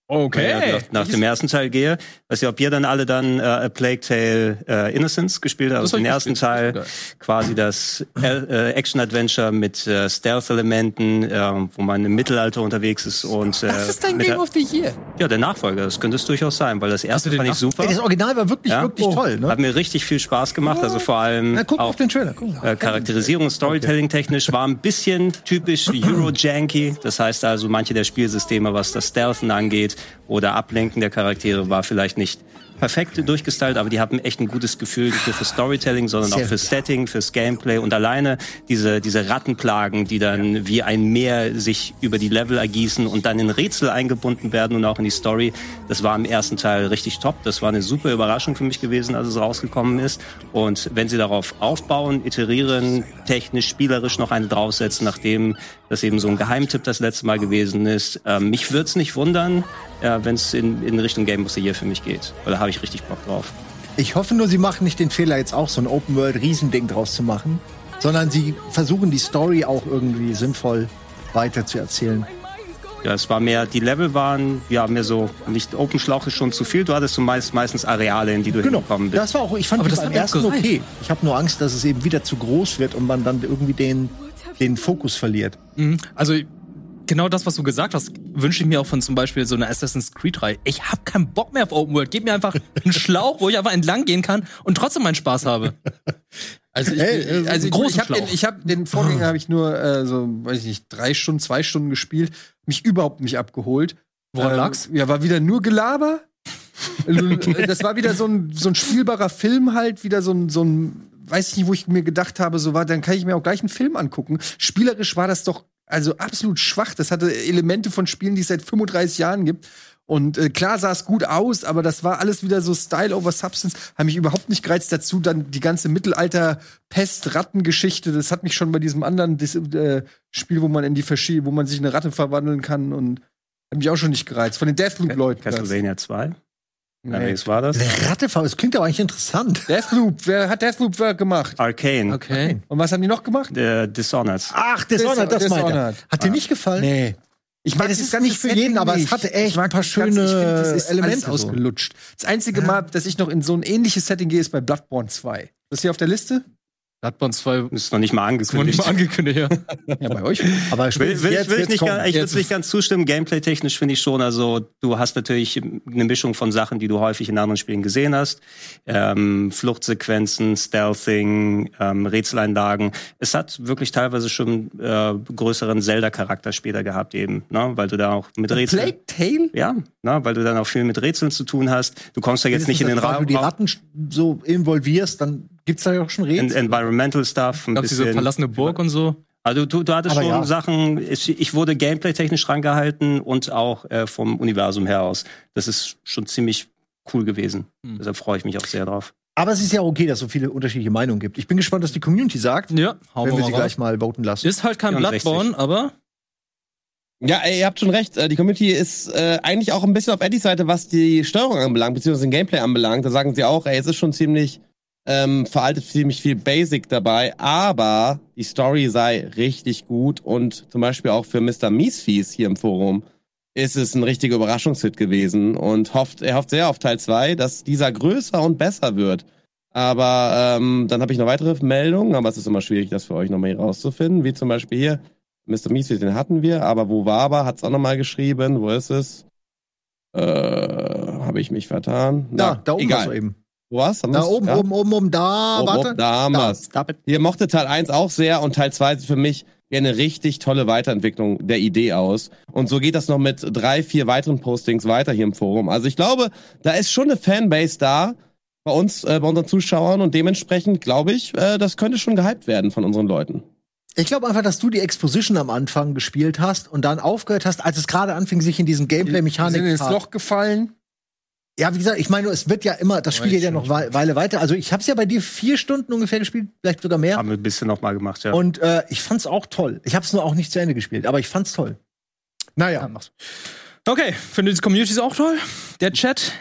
Okay. Wenn ich nach, nach dem ersten Teil gehe. Weiß nicht, ob ihr dann alle dann äh, A Plague Tale äh, Innocence gespielt habt. Also den ersten Teil, geil. quasi das äh, Action-Adventure mit äh, Stealth-Elementen, äh, wo man im Mittelalter unterwegs ist. Und, äh, Das ist dein mit Game der- of the Year. Ja, der Nachfolger, das könnte es durchaus sein, weil das erste den fand ich nach- super. Ey, das Original war wirklich, Ja? wirklich toll, ne? Hat mir richtig viel Spaß gemacht, also vor allem Na, guck auch auf den Trailer. Guck. äh, Charakterisierung, Storytelling technisch war ein bisschen typisch Euro-Janky. Das heißt also, manche der Spielsysteme, was das Stealthen angeht oder Ablenken der Charaktere, war vielleicht nicht perfekt durchgestylt, aber die hatten echt ein gutes Gefühl, nicht nur für Storytelling, sondern Sehr auch fürs Setting, fürs Gameplay und alleine diese, diese Rattenplagen, die dann wie ein Meer sich über die Level ergießen und dann in Rätsel eingebunden werden und auch in die Story. Das war im ersten Teil richtig top. Das war eine super Überraschung für mich gewesen, als es rausgekommen ist. Und wenn sie darauf aufbauen, iterieren, technisch, spielerisch noch eine draufsetzen, nachdem das eben so ein Geheimtipp das letzte Mal gewesen ist, äh, mich würde es nicht wundern, äh, wenn es in, in Richtung Game of the Year für mich geht. Weil da habe ich richtig Bock drauf. Ich hoffe nur, sie machen nicht den Fehler, jetzt auch so ein Open-World-Riesending draus zu machen, sondern sie versuchen, die Story auch irgendwie sinnvoll weiter zu erzählen. Ja, es war mehr, die Level waren, ja, mehr so, nicht Open Schlauch ist schon zu viel, du hattest so meist, meistens Areale, in die du Genau, hingekommen bist. das war auch, ich fand Aber das das beim hat doch ersten gereicht. okay. Ich habe nur Angst, dass es eben wieder zu groß wird und man dann irgendwie den, den Fokus verliert. Mhm. Also genau das, was du gesagt hast, wünsche ich mir auch von zum Beispiel so einer Assassin's Creed-Reihe. Ich habe keinen Bock mehr auf Open World. Gib mir einfach einen Schlauch, wo ich einfach entlang gehen kann und trotzdem meinen Spaß habe. Also ich, Ey, äh, also ich, großen ich habe den, Schlauch. ich hab den Vorgänger habe ich nur äh, so, weiß ich nicht, drei Stunden, zwei Stunden gespielt, mich überhaupt nicht abgeholt. Woran Ähm, lag's? Ja, war wieder nur Gelaber. Äh, das war wieder so ein, so ein spielbarer Film halt, wieder so ein, so ein, weiß ich nicht, wo ich mir gedacht habe, so war, dann kann ich mir auch gleich einen Film angucken. Spielerisch war das doch also absolut schwach. Das hatte Elemente von Spielen, die es seit fünfunddreißig Jahren gibt. Und äh, klar sah es gut aus, aber das war alles wieder so Style over Substance. Hat mich überhaupt nicht gereizt. Dazu dann die ganze Mittelalter-Pest-Ratten-Geschichte. Das hat mich schon bei diesem anderen Dis äh, Spiel, wo man in die verschiedene, wo man sich in eine Ratte verwandeln kann, und hat mich auch schon nicht gereizt. Von den Deathloop-Leuten. Castlevania zwei. Nee. Welches war das? Eine Ratte, das klingt aber eigentlich interessant. Deathloop, wer hat Deathloop gemacht? Arcane. Okay. Und was haben die noch gemacht? Äh, Dishonored. Ach, Dishonored, das meint er. Dishonored. Hat dir nicht gefallen? Nee. Ich Ja, das ist nicht für jeden, aber es hatte echt ein paar schöne Elemente so. ausgelutscht. Das einzige Mal, dass ich noch in so ein ähnliches Setting gehe, ist bei Bloodborne zwei. Das ist hier auf der Liste? Bloodborne zwei Ist noch nicht mal ist noch nicht angekündigt. mal angekündigt, ja. Ja, bei euch. Aber Will, will, jetzt, will ich jetzt nicht, kommt- ganz, ich jetzt würde nicht ganz zustimmen. Gameplay-technisch finde ich schon, also du hast natürlich eine Mischung von Sachen, die du häufig in anderen Spielen gesehen hast. Ähm, Fluchtsequenzen, Stealthing, ähm, Rätseleinlagen. Es hat wirklich teilweise schon äh, größeren Zelda-Charakter später gehabt eben, ne? Weil du da auch mit Rätseln... Plague Tale? Ja, ne? Weil du dann auch viel mit Rätseln zu tun hast. Du kommst ja jetzt nicht in den Wenn Raum. du die Ratten so involvierst, dann gibt's da ja auch schon Rätsel. Environmental Stuff, ein Gab's diese bisschen. verlassene Burg und so. Also du, du hattest Aber schon ja. Sachen, ich, ich wurde gameplay-technisch rangehalten und auch äh, vom Universum her aus. Das ist schon ziemlich cool gewesen. Hm. Deshalb freue ich mich auch sehr drauf. Aber es ist ja okay, dass es so viele unterschiedliche Meinungen gibt. Ich bin gespannt, was die Community sagt, Ja, hauen wenn wir wir sie mal gleich raus. mal voten lassen. Ist halt kein vierundsechzig. Bloodborne, aber Ja, ey, ihr habt schon recht. Äh, Die Community ist äh, eigentlich auch ein bisschen auf Eddies Seite, was die Steuerung anbelangt, beziehungsweise den Gameplay anbelangt. Da sagen sie auch, ey, es ist schon ziemlich ähm, veraltet, ziemlich viel Basic dabei, aber die Story sei richtig gut und zum Beispiel auch für Mister Miesfies hier im Forum ist es ein richtiger Überraschungshit gewesen und hofft, er hofft sehr auf Teil zwei, dass dieser größer und besser wird. Aber ähm, dann habe ich noch weitere Meldungen, aber es ist immer schwierig, das für euch nochmal hier rauszufinden, wie zum Beispiel hier Mister Miesfies, den hatten wir, aber wo war er? Hat's auch nochmal geschrieben. Wo ist es? Äh, habe ich mich vertan? Da, Na, da oben egal. warst du eben. Wo war's? Haben Da wir's? oben, Ja? oben, oben, oben, da, Oben, warte. oben, da haben wir's. Stop it. Hier mochte Teil eins auch sehr und Teil zwei sieht für mich wie eine richtig tolle Weiterentwicklung der Idee aus. Und so geht das noch mit drei, vier weiteren Postings weiter hier im Forum. Also ich glaube, da ist schon eine Fanbase da bei uns, äh, bei unseren Zuschauern und dementsprechend glaube ich, äh, das könnte schon gehypt werden von unseren Leuten. Ich glaube einfach, dass du die Exposition am Anfang gespielt hast und dann aufgehört hast, als es gerade anfing, sich in diesen Die sind Gameplay-Mechanik ins Loch gefallen. Ja, wie gesagt, ich meine, es wird ja immer, das Spiel geht ja noch eine Weile weiter. Also ich habe es ja bei dir vier Stunden ungefähr gespielt, vielleicht sogar mehr. Haben wir ein bisschen noch mal gemacht, ja. Und äh, ich fand's auch toll. Ich habe es nur auch nicht zu Ende gespielt, aber ich fand's toll. Naja. okay, findet die Community auch toll? Der Chat?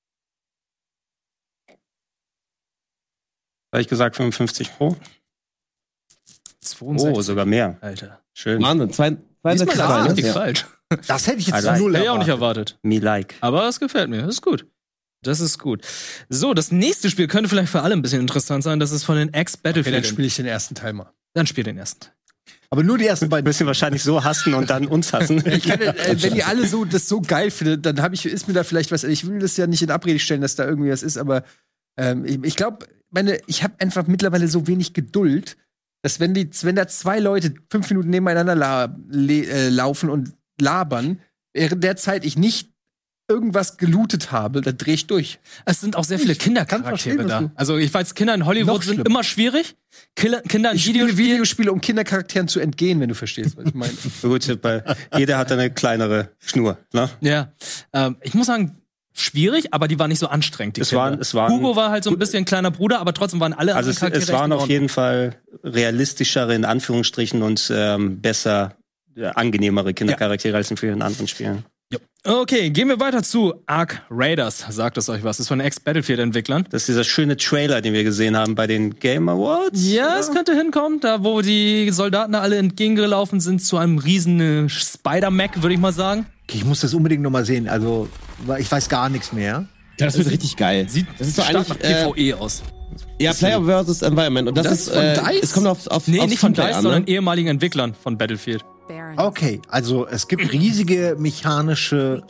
Habe ich gesagt fünfundfünfzig Pro? zweiundsechzig. Oh, sogar mehr. Alter. Schön. Wahnsinn, zwei- Diesmal zweiundsechzig lag Zahlen, richtig ja. falsch. Das hätte ich jetzt Allein. null Hätte ich auch nicht erwartet. erwartet. Me like. Aber es gefällt mir. Das ist gut. Das ist gut. So, das nächste Spiel könnte vielleicht für alle ein bisschen interessant sein. Das ist von den Okay, dann Ex-Battlefield. spiele ich den ersten Teil mal. Dann spiel den ersten. Aber nur die ersten Du beiden. wirst ihn wahrscheinlich so hassen und dann uns hassen. Ich kann, äh, wenn ihr alle so das so geil findet, dann habe ich ist mir da vielleicht was. Ich will das ja nicht in Abrede stellen, dass da irgendwie was ist, aber ähm, ich, ich glaube, meine, ich habe einfach mittlerweile so wenig Geduld, dass wenn die, wenn da zwei Leute fünf Minuten nebeneinander la le äh, laufen und labern, während der Zeit ich nicht irgendwas gelootet habe, dann drehe ich durch. Es sind auch sehr viele Ich kann Kindercharaktere verstehen, was da. du- Also ich weiß, Kinder in Hollywood Noch sind schlimmer. immer schwierig. Killer, Kinder in Ich spiele Videospielen. Videospiele, um Kindercharakteren zu entgehen, wenn du verstehst, was ich meine. Gut, bei, jeder hat eine kleinere Schnur. Ne? Ja. Ähm, ich muss sagen, schwierig, aber die war nicht so anstrengend. Die Es Kinder. waren- es waren- Hugo war halt so ein bisschen kleiner Bruder, aber trotzdem waren alle Also anderen es, es Charaktere waren echt auf in jeden Fall realistischere, in Anführungsstrichen, und ähm, besser, äh, angenehmere Kindercharaktere als in vielen anderen Spielen. Okay, gehen wir weiter zu Ark Raiders. Sagt es euch was? Das ist von den Ex-Battlefield-Entwicklern. Das ist dieser schöne Trailer, den wir gesehen haben bei den Game Awards. Ja, es könnte hinkommen, da wo die Soldaten da alle entgegengelaufen sind zu einem riesen äh, Spider-Mac, würde ich mal sagen. Okay, ich muss das unbedingt noch mal sehen. Also, weil ich weiß gar nichts mehr. Ja, das wird richtig geil. Sieht das ist doch stark eigentlich nach äh, PvE aus. ja, Player versus Environment. Und das, Das ist ist von äh, DICE? es kommt auf, auf Nee, aufs nicht von Gameplay DICE, an, sondern ne? ehemaligen Entwicklern von Battlefield. Okay, also es gibt riesige mechanische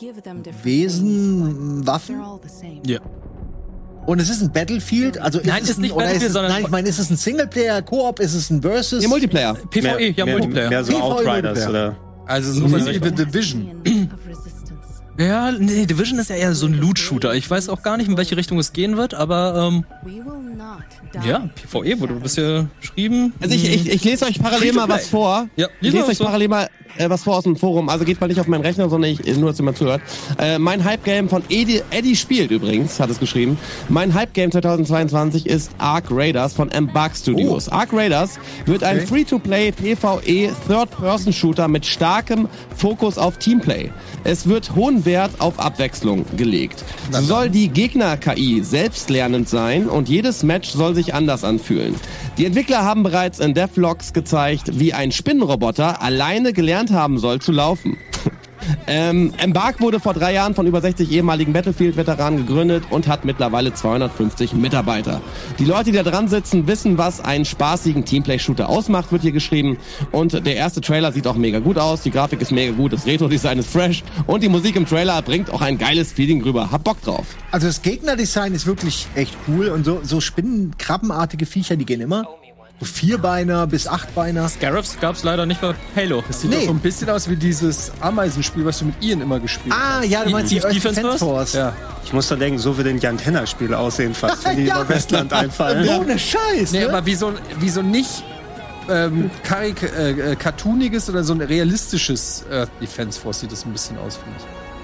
Wesen, Waffen. Ja. Und es ist ein Battlefield. Also Nein, es ist nicht oder Battlefield, ist es, sondern- Nein, ich meine, ist es ein Singleplayer, Koop, ist es ein Versus? Nee, Multiplayer. PvE, Mehr, ja, mehr, Multiplayer. mehr so PvE Outriders Multiplayer. oder. Also sowas wie The Division. Ja, nee, Division ist ja eher so ein Loot-Shooter. Ich weiß auch gar nicht, in welche Richtung es gehen wird, aber ähm, ja, PvE wurde ein bisschen geschrieben. Also ich, ich, ich lese euch parallel mal was vor. Ja, ich lese euch so. parallel mal äh, was vor aus dem Forum. Also geht mal nicht auf meinen Rechner, sondern ich, nur, dass ihr mal zuhört. Äh, mein Hype-Game von Eddie, Eddie spielt übrigens, hat es geschrieben. Mein Hype-Game zweitausendzweiundzwanzig ist Ark Raiders von Embark Studios. Oh. Ark Raiders wird ein Free-to-Play PvE Third-Person-Shooter mit starkem Fokus auf Teamplay. Es wird hohen Wert auf Abwechslung gelegt. So soll die Gegner-K I selbstlernend sein und jedes Match soll sich anders anfühlen. Die Entwickler haben bereits in Devlogs gezeigt, wie ein Spinnenroboter alleine gelernt haben soll zu laufen. Ähm, Embark wurde vor drei Jahren von über sechzig ehemaligen Battlefield-Veteranen gegründet und hat mittlerweile zweihundertfünfzig Mitarbeiter. Die Leute, die da dran sitzen, wissen, was einen spaßigen Teamplay-Shooter ausmacht, wird hier geschrieben. Und der erste Trailer sieht auch mega gut aus, die Grafik ist mega gut, das Retro-Design ist fresh und die Musik im Trailer bringt auch ein geiles Feeling rüber. Hab Bock drauf. Also das Gegnerdesign ist wirklich echt cool und so, so Spinnenkrabbenartige Viecher, die gehen immer. So Vierbeiner bis Achtbeiner. Scarabs gab's leider nicht bei Halo. Das sieht Nee. doch so ein bisschen aus wie dieses Ameisenspiel, was du mit Ian immer gespielt hast. Ah, ja, du meinst die Eve Earth Defense Defense Force? Force. Ja. Ich muss da denken, so wie den Jan Tenner-Spiele aussehen fast, wenn die Ja. über Westland einfallen. Ohne Scheiß, Nee, ne? aber wie so ein, wie so ein nicht ähm, karik äh, äh, cartooniges, sondern so ein realistisches Earth Defense Force sieht das ein bisschen aus, finde ich.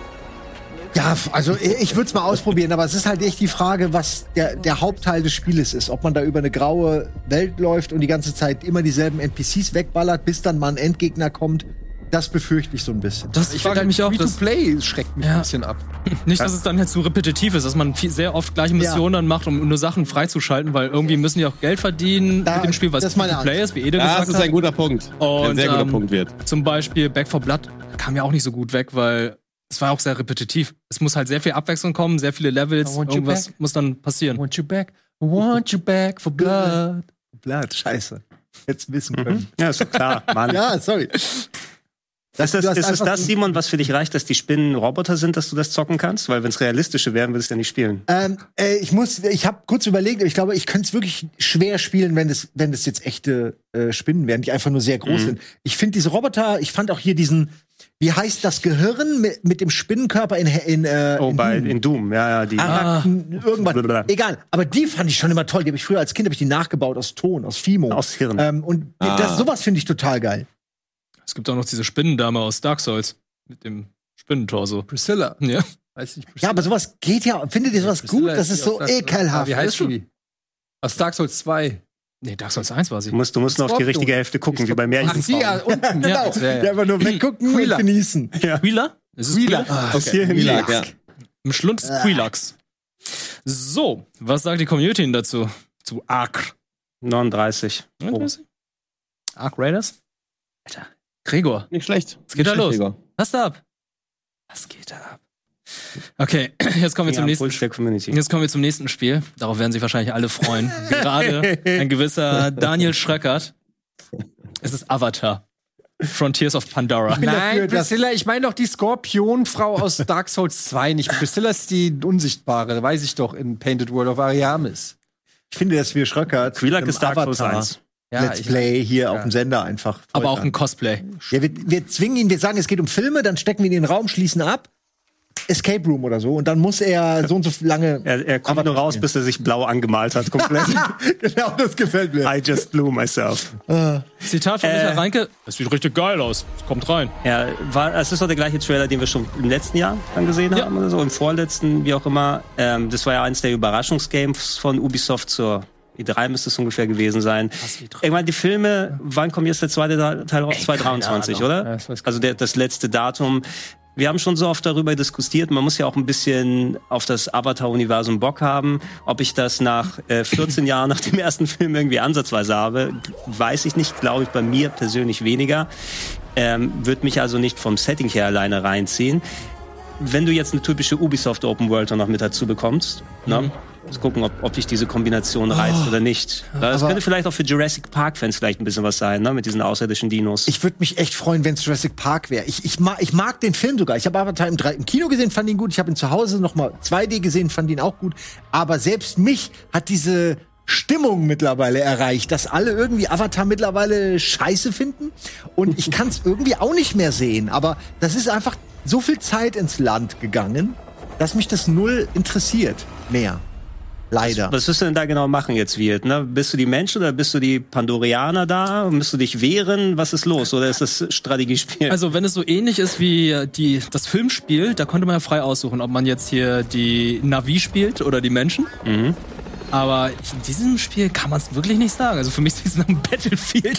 Ja, f- also ich, ich würde es mal ausprobieren, aber es ist halt echt die Frage, was der, der Hauptteil des Spieles ist. Ob man da über eine graue Welt läuft und die ganze Zeit immer dieselben N P Cs wegballert, bis dann mal ein Endgegner kommt. Das befürchte ich so ein bisschen. Das Ich frage finde mich halt, auch, dass, Free-to-Play schreckt mich Ja. ein bisschen ab. nicht, dass es dann halt zu repetitiv ist, dass man viel, sehr oft gleiche Missionen dann macht, um nur Sachen freizuschalten, weil irgendwie müssen die auch Geld verdienen Da- mit dem Spiel, weil das es ist meine Free-to-Play ist, wie Ede Ja, das gesagt ist hat. ein guter Punkt. Und, ein sehr guter ähm, Punkt wird. Zum Beispiel Back four Blood kam ja auch nicht so gut weg, weil es war auch sehr repetitiv. Es muss halt sehr viel Abwechslung kommen, sehr viele Levels, I want you irgendwas back. muss dann I passieren. want you back, I want you back for blood. Blatt, scheiße. Jetzt wissen können. Ja, ist doch klar, Mann. Ja, sorry. Ist Du das, hast ist es einfach das, so- Simon, was für dich reicht, dass die Spinnen Roboter sind, dass du das zocken kannst? Weil wenn es realistische wären, würdest du ja nicht spielen. Ähm, äh, ich muss, ich habe kurz überlegt, aber ich glaube, ich könnte es wirklich schwer spielen, wenn das, wenn das jetzt echte äh, Spinnen wären, die einfach nur sehr groß Mhm. sind. Ich finde diese Roboter, ich fand auch hier diesen, wie heißt das Gehirn mit, mit dem Spinnenkörper in, in, äh, Oh, in bei, Doom? in Doom, ja, ja, die. Arachn, irgendwas. Blablabla. Egal. Aber die fand ich schon immer toll. Die habe ich früher als Kind habe ich die nachgebaut aus Ton, aus Fimo. Aus Hirn. Ähm, und Ah. das, sowas finde ich total geil. Es gibt auch noch diese Spinnendame aus Dark Souls mit dem Spinnentorso. Priscilla. Ja. Weiß nicht, Ja, aber sowas geht ja. Findet ihr sowas Priscilla gut? Das die ist aus so Dark- ekelhaft. Ah, wie heißt die? Aus Dark Souls zwei. Nee, Dark Souls eins war sie. Du musst, du musst nur auf die Scorpion. richtige Hälfte gucken, wie bei Ach, Märchen. die ja, unten. Genau. Ja, ja, ja. Die einfach nur weggucken und Quila. genießen. Quila? Ist es Quila. Quila? Bis hierhin Milag, liegt's. ja. Im Schlund ist Quilax. So, was sagt die Community denn dazu? Zu Ark. neununddreißig. Oh. Ark Raiders? Alter. Gregor, Nicht schlecht. was geht da Nicht los? schlecht, Gregor. Was da ab? Was geht da ab? Okay, jetzt kommen wir Ja, zum nächsten Puls der Community. Jetzt kommen wir zum nächsten Spiel. Darauf werden sich wahrscheinlich alle freuen. Gerade ein gewisser Daniel Schröckert. Es ist Avatar. Frontiers of Pandora. Nein, dafür, dass- Priscilla, ich meine doch die Skorpionfrau aus Dark Souls zwei nicht. Priscilla ist die Unsichtbare, weiß ich doch, in Painted World of Ariamis. Ich finde, dass wir Schröckert Quilak im ist Dark Souls Avatar eins. Ja, Let's ich- Play hier auf dem Sender einfach. Aber auch ein ein Cosplay. ja, wir, wir zwingen ihn, wir sagen, es geht um Filme, dann stecken wir ihn in den Raum, schließen ab. Escape Room oder so. Und dann muss er so und so lange. Er, er kommt Avatar nur raus, spielen. bis er sich blau angemalt hat, komplett. Genau, das gefällt mir. I just blew myself. Zitat von Äh. Michael Reinke. Das sieht richtig geil aus. Es kommt rein. Ja, war, es ist doch der gleiche Trailer, den wir schon im letzten Jahr dann gesehen Ja. haben oder so, im vorletzten, wie auch immer. Ähm, das war ja eins der Überraschungsgames von Ubisoft zur E drei müsste es ungefähr gewesen sein. Irgendwann die Filme, wann kommt jetzt der zweite Teil raus? zwanzig dreiundzwanzig, oder? Ja, das weiß ich Also der, das letzte Datum. Wir haben schon so oft darüber diskutiert, man muss ja auch ein bisschen auf das Avatar-Universum Bock haben. Ob ich das nach äh, vierzehn Jahren nach dem ersten Film irgendwie ansatzweise habe, weiß ich nicht, glaube ich bei mir persönlich weniger. Ähm, wird mich also nicht vom Setting her alleine reinziehen. Wenn du jetzt eine typische Ubisoft Open World noch mit dazu bekommst, ne? Mal gucken, ob, ob dich diese Kombination reizt oder nicht. Das aber- könnte vielleicht auch für Jurassic Park-Fans vielleicht ein bisschen was sein, ne? Mit diesen außerirdischen Dinos. Ich würde mich echt freuen, wenn es Jurassic Park wäre. Ich, ich, mag, ich mag den Film sogar. Ich habe Avatar im, drei- im Kino gesehen, fand ihn gut. Ich habe ihn zu Hause noch mal zwei D gesehen, fand ihn auch gut. Aber selbst mich hat diese Stimmung mittlerweile erreicht, dass alle irgendwie Avatar mittlerweile scheiße finden. Und ich kann es irgendwie auch nicht mehr sehen. Aber das ist einfach so viel Zeit ins Land gegangen, dass mich das null interessiert mehr. Leider. Was wirst du denn da genau machen jetzt, Wirt? Ne? Bist du die Menschen oder bist du die Pandorianer da? Musst du dich wehren? Was ist los? Oder ist das Strategiespiel? Also wenn es so ähnlich ist wie die, das Filmspiel, da konnte man ja frei aussuchen, ob man jetzt hier die Navi spielt oder die Menschen. Mhm. Aber in diesem Spiel kann man es wirklich nicht sagen. Also für mich sieht es nach einem Battlefield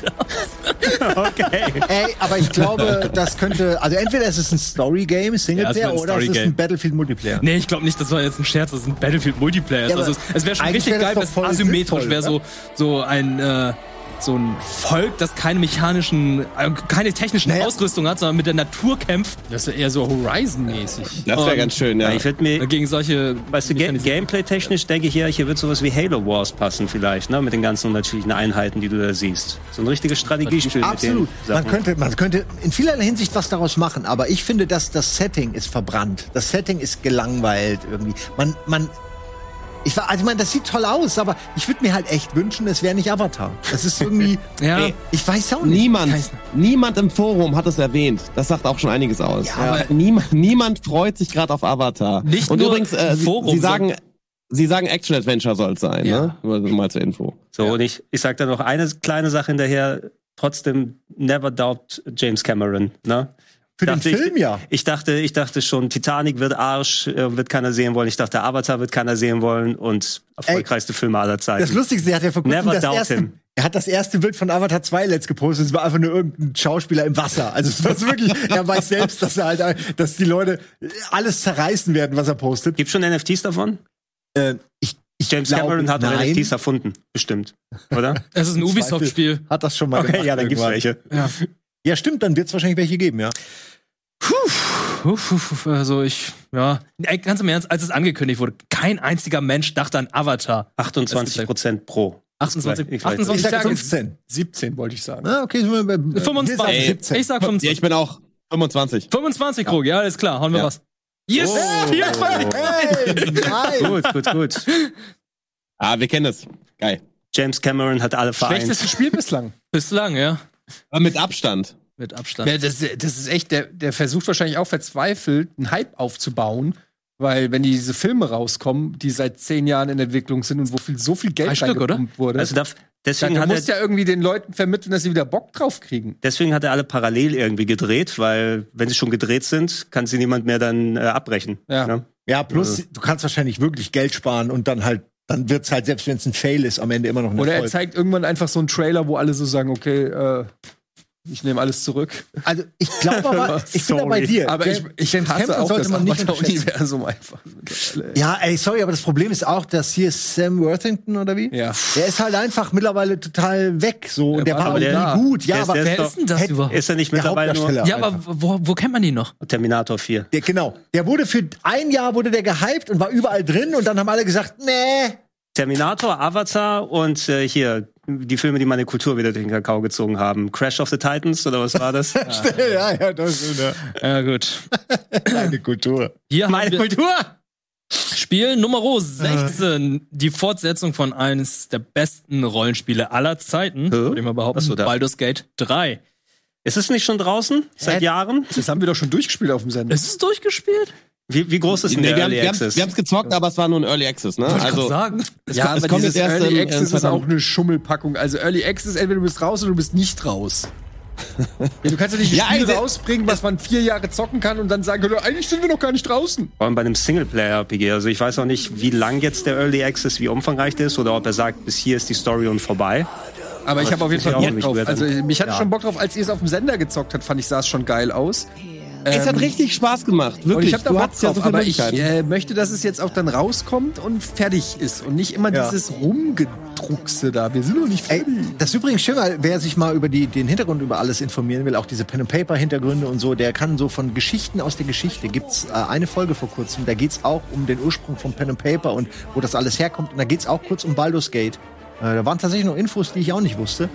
aus. Okay. Ey, aber ich glaube, das könnte, also entweder ist es ein Story-Game, Ja, es Singleplayer, wird ein oder es ist Story-Game. ein Battlefield-Multiplayer. Nee, ich glaube nicht, das war jetzt ein Scherz, das ist ein Battlefield-Multiplayer. Ja, also aber es, es wäre schon eigentlich richtig wär das geil, doch wenn es voll asymmetrisch sinnvoll, wäre, so, so ein, äh, so ein Volk, das keine mechanischen, äh, keine technischen Naja. Ausrüstung hat, sondern mit der Natur kämpft. Das ist eher so Horizon-mäßig. Das wäre Und- ganz schön, ja. Ja, ich würde mir, Gegen solche. weißt du, Ga Gameplay-technisch denke ich hier, hier wird sowas wie Halo Wars passen vielleicht, ne? Mit den ganzen unterschiedlichen Einheiten, die du da siehst. So ein richtiges Strategiespiel mit den Absolut. Man Sachen. könnte, man könnte in vielerlei Hinsicht was daraus machen, aber ich finde, dass das Setting ist verbrannt. Das Setting ist gelangweilt irgendwie. Man, man, ich war, also ich meine, das sieht toll aus, aber ich würde mir halt echt wünschen, es wäre nicht Avatar. Das ist irgendwie, Ja. Nee, ich weiß auch nicht. Niemand, niemand im Forum hat es erwähnt. Das sagt auch schon einiges aus. Ja, aber- niemand, niemand freut sich gerade auf Avatar. Nicht Und nur übrigens, äh, im sie, Forum, sie sagen, sie sagen Action Adventure soll es sein, Ja. ne? Nur mal zur Info. So, und ich, ich sag da noch eine kleine Sache hinterher. Trotzdem, never doubt James Cameron, ne? Für den Dachte ich- Film ja. Ich dachte, ich dachte schon, Titanic wird Arsch, äh, wird keiner sehen wollen. Ich dachte, Avatar wird keiner sehen wollen und erfolgreichste Filme aller Zeiten. Das Lustigste, er hat ja vor kurzem Never das doubt erste, him. er hat das erste Bild von Avatar zwei letzt gepostet. Es war einfach nur irgendein Schauspieler im Wasser. Also es war so wirklich, er weiß selbst, dass er halt, dass die Leute alles zerreißen werden, was er postet. Gibt schon N F Ts davon? Äh, ich, ich James glaube, Cameron hat doch nein. N F Ts erfunden, bestimmt, oder? Es ist ein Ubisoft-Spiel. Hat das schon mal Okay, gemacht ja, dann gibt's irgendwann. welche. Ja. Ja, stimmt, dann wird es wahrscheinlich welche geben, ja. Uff, uff, uff, Also ich, ja, ey, ganz im Ernst, als es angekündigt wurde, kein einziger Mensch dachte an Avatar. achtundzwanzig Prozent pro. achtundzwanzig, Ich weiß. Ich achtundzwanzig sag Tage. fünfzehn. siebzehn wollte ich sagen. Ah, okay, sind wir bei fünfundzwanzig. wir sagen siebzehn. Ich sag Ja, fünfundzwanzig. ich bin auch fünfundzwanzig. fünfundzwanzig, Krug, ja, alles klar, hauen wir Ja. was. Yes! vierundzwanzig. Hey, nein. Gut, gut, gut. Ah, wir kennen es. Geil. James Cameron hat alle vereint. Schlechtestes Spiel bislang. Bislang, ja. Aber mit Abstand. Mit Abstand. Ja, das, das ist echt, der, der versucht wahrscheinlich auch verzweifelt, einen Hype aufzubauen, weil wenn diese Filme rauskommen, die seit zehn Jahren in Entwicklung sind und wo viel, so viel Geld Drei Stück, oder? reingepumpt wurde, Also darf, dann deswegen, hat musst er, ja irgendwie den Leuten vermitteln, dass sie wieder Bock drauf kriegen. deswegen hat er alle parallel irgendwie gedreht, weil wenn sie schon gedreht sind, kann sie niemand mehr dann äh, abbrechen. Ja. Ne? Ja, plus du kannst wahrscheinlich wirklich Geld sparen und dann halt, dann wird's halt, selbst wenn es ein Fail ist, am Ende immer noch ein Oder er Erfolg. zeigt irgendwann einfach so einen Trailer, wo alle so sagen, okay, äh, Ich nehme alles zurück. Also ich glaube aber, ich bin da bei dir. Aber ich, ich James hasse Cameron auch sollte das man nicht unterschätzen. Avatar-Universum einfach. Ja, ey, sorry, aber das Problem ist auch, dass hier Sam Worthington oder wie? Ja. Der ist halt einfach mittlerweile total weg. So. Und der, war war auch aber nie der- gut. Ja, der ist- aber der Wer ist denn das hätte- überhaupt? Ist er nicht der mittlerweile nur Hauptdarsteller. Ja, aber wo, wo kennt man die noch? Terminator vier? Der, genau. Der wurde für ein Jahr wurde der gehypt und war überall drin und dann haben alle gesagt, nee. Terminator, Avatar und äh, hier die Filme, die meine Kultur wieder durch den Kakao gezogen haben. Crash of the Titans oder was war das? ja, ja, das ist Ja, gut. eine Kultur. Hier haben Meine wir Kultur! Spiel Nummer sechzehn. Die Fortsetzung von eines der besten Rollenspiele aller Zeiten. Würde ich mal behaupten. Ach so, da. Baldur's Gate drei. Ist es nicht schon draußen? Seit Jahren? Das haben wir doch schon durchgespielt auf dem Sender. Ist es durchgespielt? Wie, wie groß ist denn Nee, der wir haben Early es Access? gezockt, aber es war nur ein Early Access, ne? Wollte ich Also, grad sagen. es, ja, ko- es aber kommt dieses jetzt erst Early im, Access ist zweitausend auch eine Schummelpackung. Also Early Access, entweder du bist raus oder du bist nicht raus. Ja, du kannst ja nicht ein Ja, Spiel also- rausbringen, was man vier Jahre zocken kann und dann sagen, "Leute, eigentlich sind wir noch gar nicht draußen. Vor allem bei einem Singleplayer-R P G. Also ich weiß auch nicht, wie lang jetzt der Early Access, wie umfangreich der ist, oder ob er sagt, bis hier ist die Story und vorbei. Aber ich habe auf jeden ist ja Fall auch Bock nicht drauf. weird. Also mich hatte schon Bock drauf, als ihr es auf dem Sender gezockt habt, fand ich, sah es schon geil aus. Es hat richtig Spaß gemacht, Und wirklich. ich habe da du Bock hattest ja drauf, so viele aber ich Möglichkeiten. äh, möchte, dass es jetzt auch dann rauskommt und fertig ist und nicht immer Ja. dieses Rumgedruckse da. Wir sind noch nicht Ey, fertig. das ist übrigens schön, weil wer sich mal über die, den Hintergrund über alles informieren will, auch diese Pen-and-Paper-Hintergründe und so, der kann so von Geschichten aus der Geschichte, gibt's äh, eine Folge vor kurzem, da geht's auch um den Ursprung von Pen and Paper und wo das alles herkommt. Und da geht's auch kurz um Baldur's Gate. Äh, da waren tatsächlich noch Infos, die ich auch nicht wusste.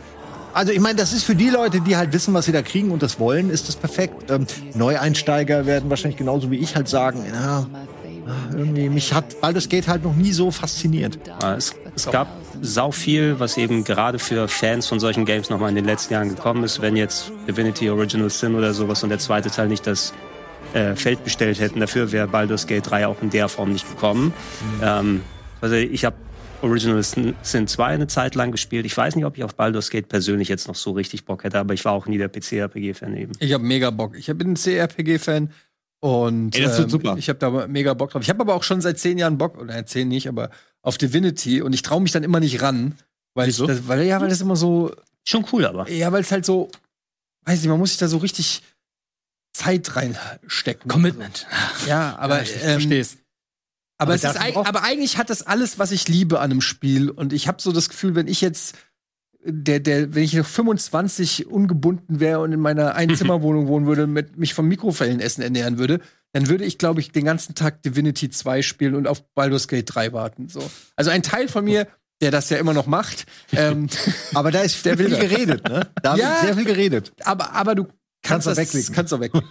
Also ich meine, das ist für die Leute, die halt wissen, was sie da kriegen und das wollen, ist das perfekt. Ähm, Neueinsteiger werden wahrscheinlich genauso wie ich halt sagen, ja, irgendwie, mich hat Baldur's Gate halt noch nie so fasziniert. Ja, Es, es gab sau viel, was eben gerade für Fans von solchen Games nochmal in den letzten Jahren gekommen ist. Wenn jetzt Divinity Original Sin oder sowas und der zweite Teil nicht das äh, Feld bestellt hätten, dafür wäre Baldur's Gate drei auch in der Form nicht gekommen. Mhm. Ähm, also ich habe Original Sin zwei eine Zeit lang gespielt. Ich weiß nicht, ob ich auf Baldur's Gate persönlich jetzt noch so richtig Bock hätte, aber ich war auch nie der P C-R P G-Fan eben. Ich habe mega Bock. Ich bin ein C R P G-Fan und Ey, das wird ähm, super. ich habe da mega Bock drauf. Ich habe aber auch schon seit zehn Jahren Bock, oder zehn nicht, aber auf Divinity und ich traue mich dann immer nicht ran, weil ich, das, weil ja, weil das immer so, Schon cool, aber. ja, weil es halt so, weiß nicht, man muss sich da so richtig Zeit reinstecken. Commitment. Ja, aber ich ähm, versteh's. Aber, Aber es das ist, eig- braucht- aber eigentlich hat das alles, was ich liebe an einem Spiel. Und ich habe so das Gefühl, wenn ich jetzt, der, der, wenn ich noch fünfundzwanzig ungebunden wäre und in meiner Einzimmerwohnung wohnen würde, mit mich vom Mikrowellenessen ernähren würde, dann würde ich, glaube ich, den ganzen Tag Divinity zwei spielen und auf Baldur's Gate drei warten. So. Also ein Teil von mir, der das ja immer noch macht. ähm, Aber da ist Der viel will- geredet, ne? Da Ja. wird sehr viel geredet. aber, aber du kannst, Kannst du das wegklicken. Kannst du wegklicken.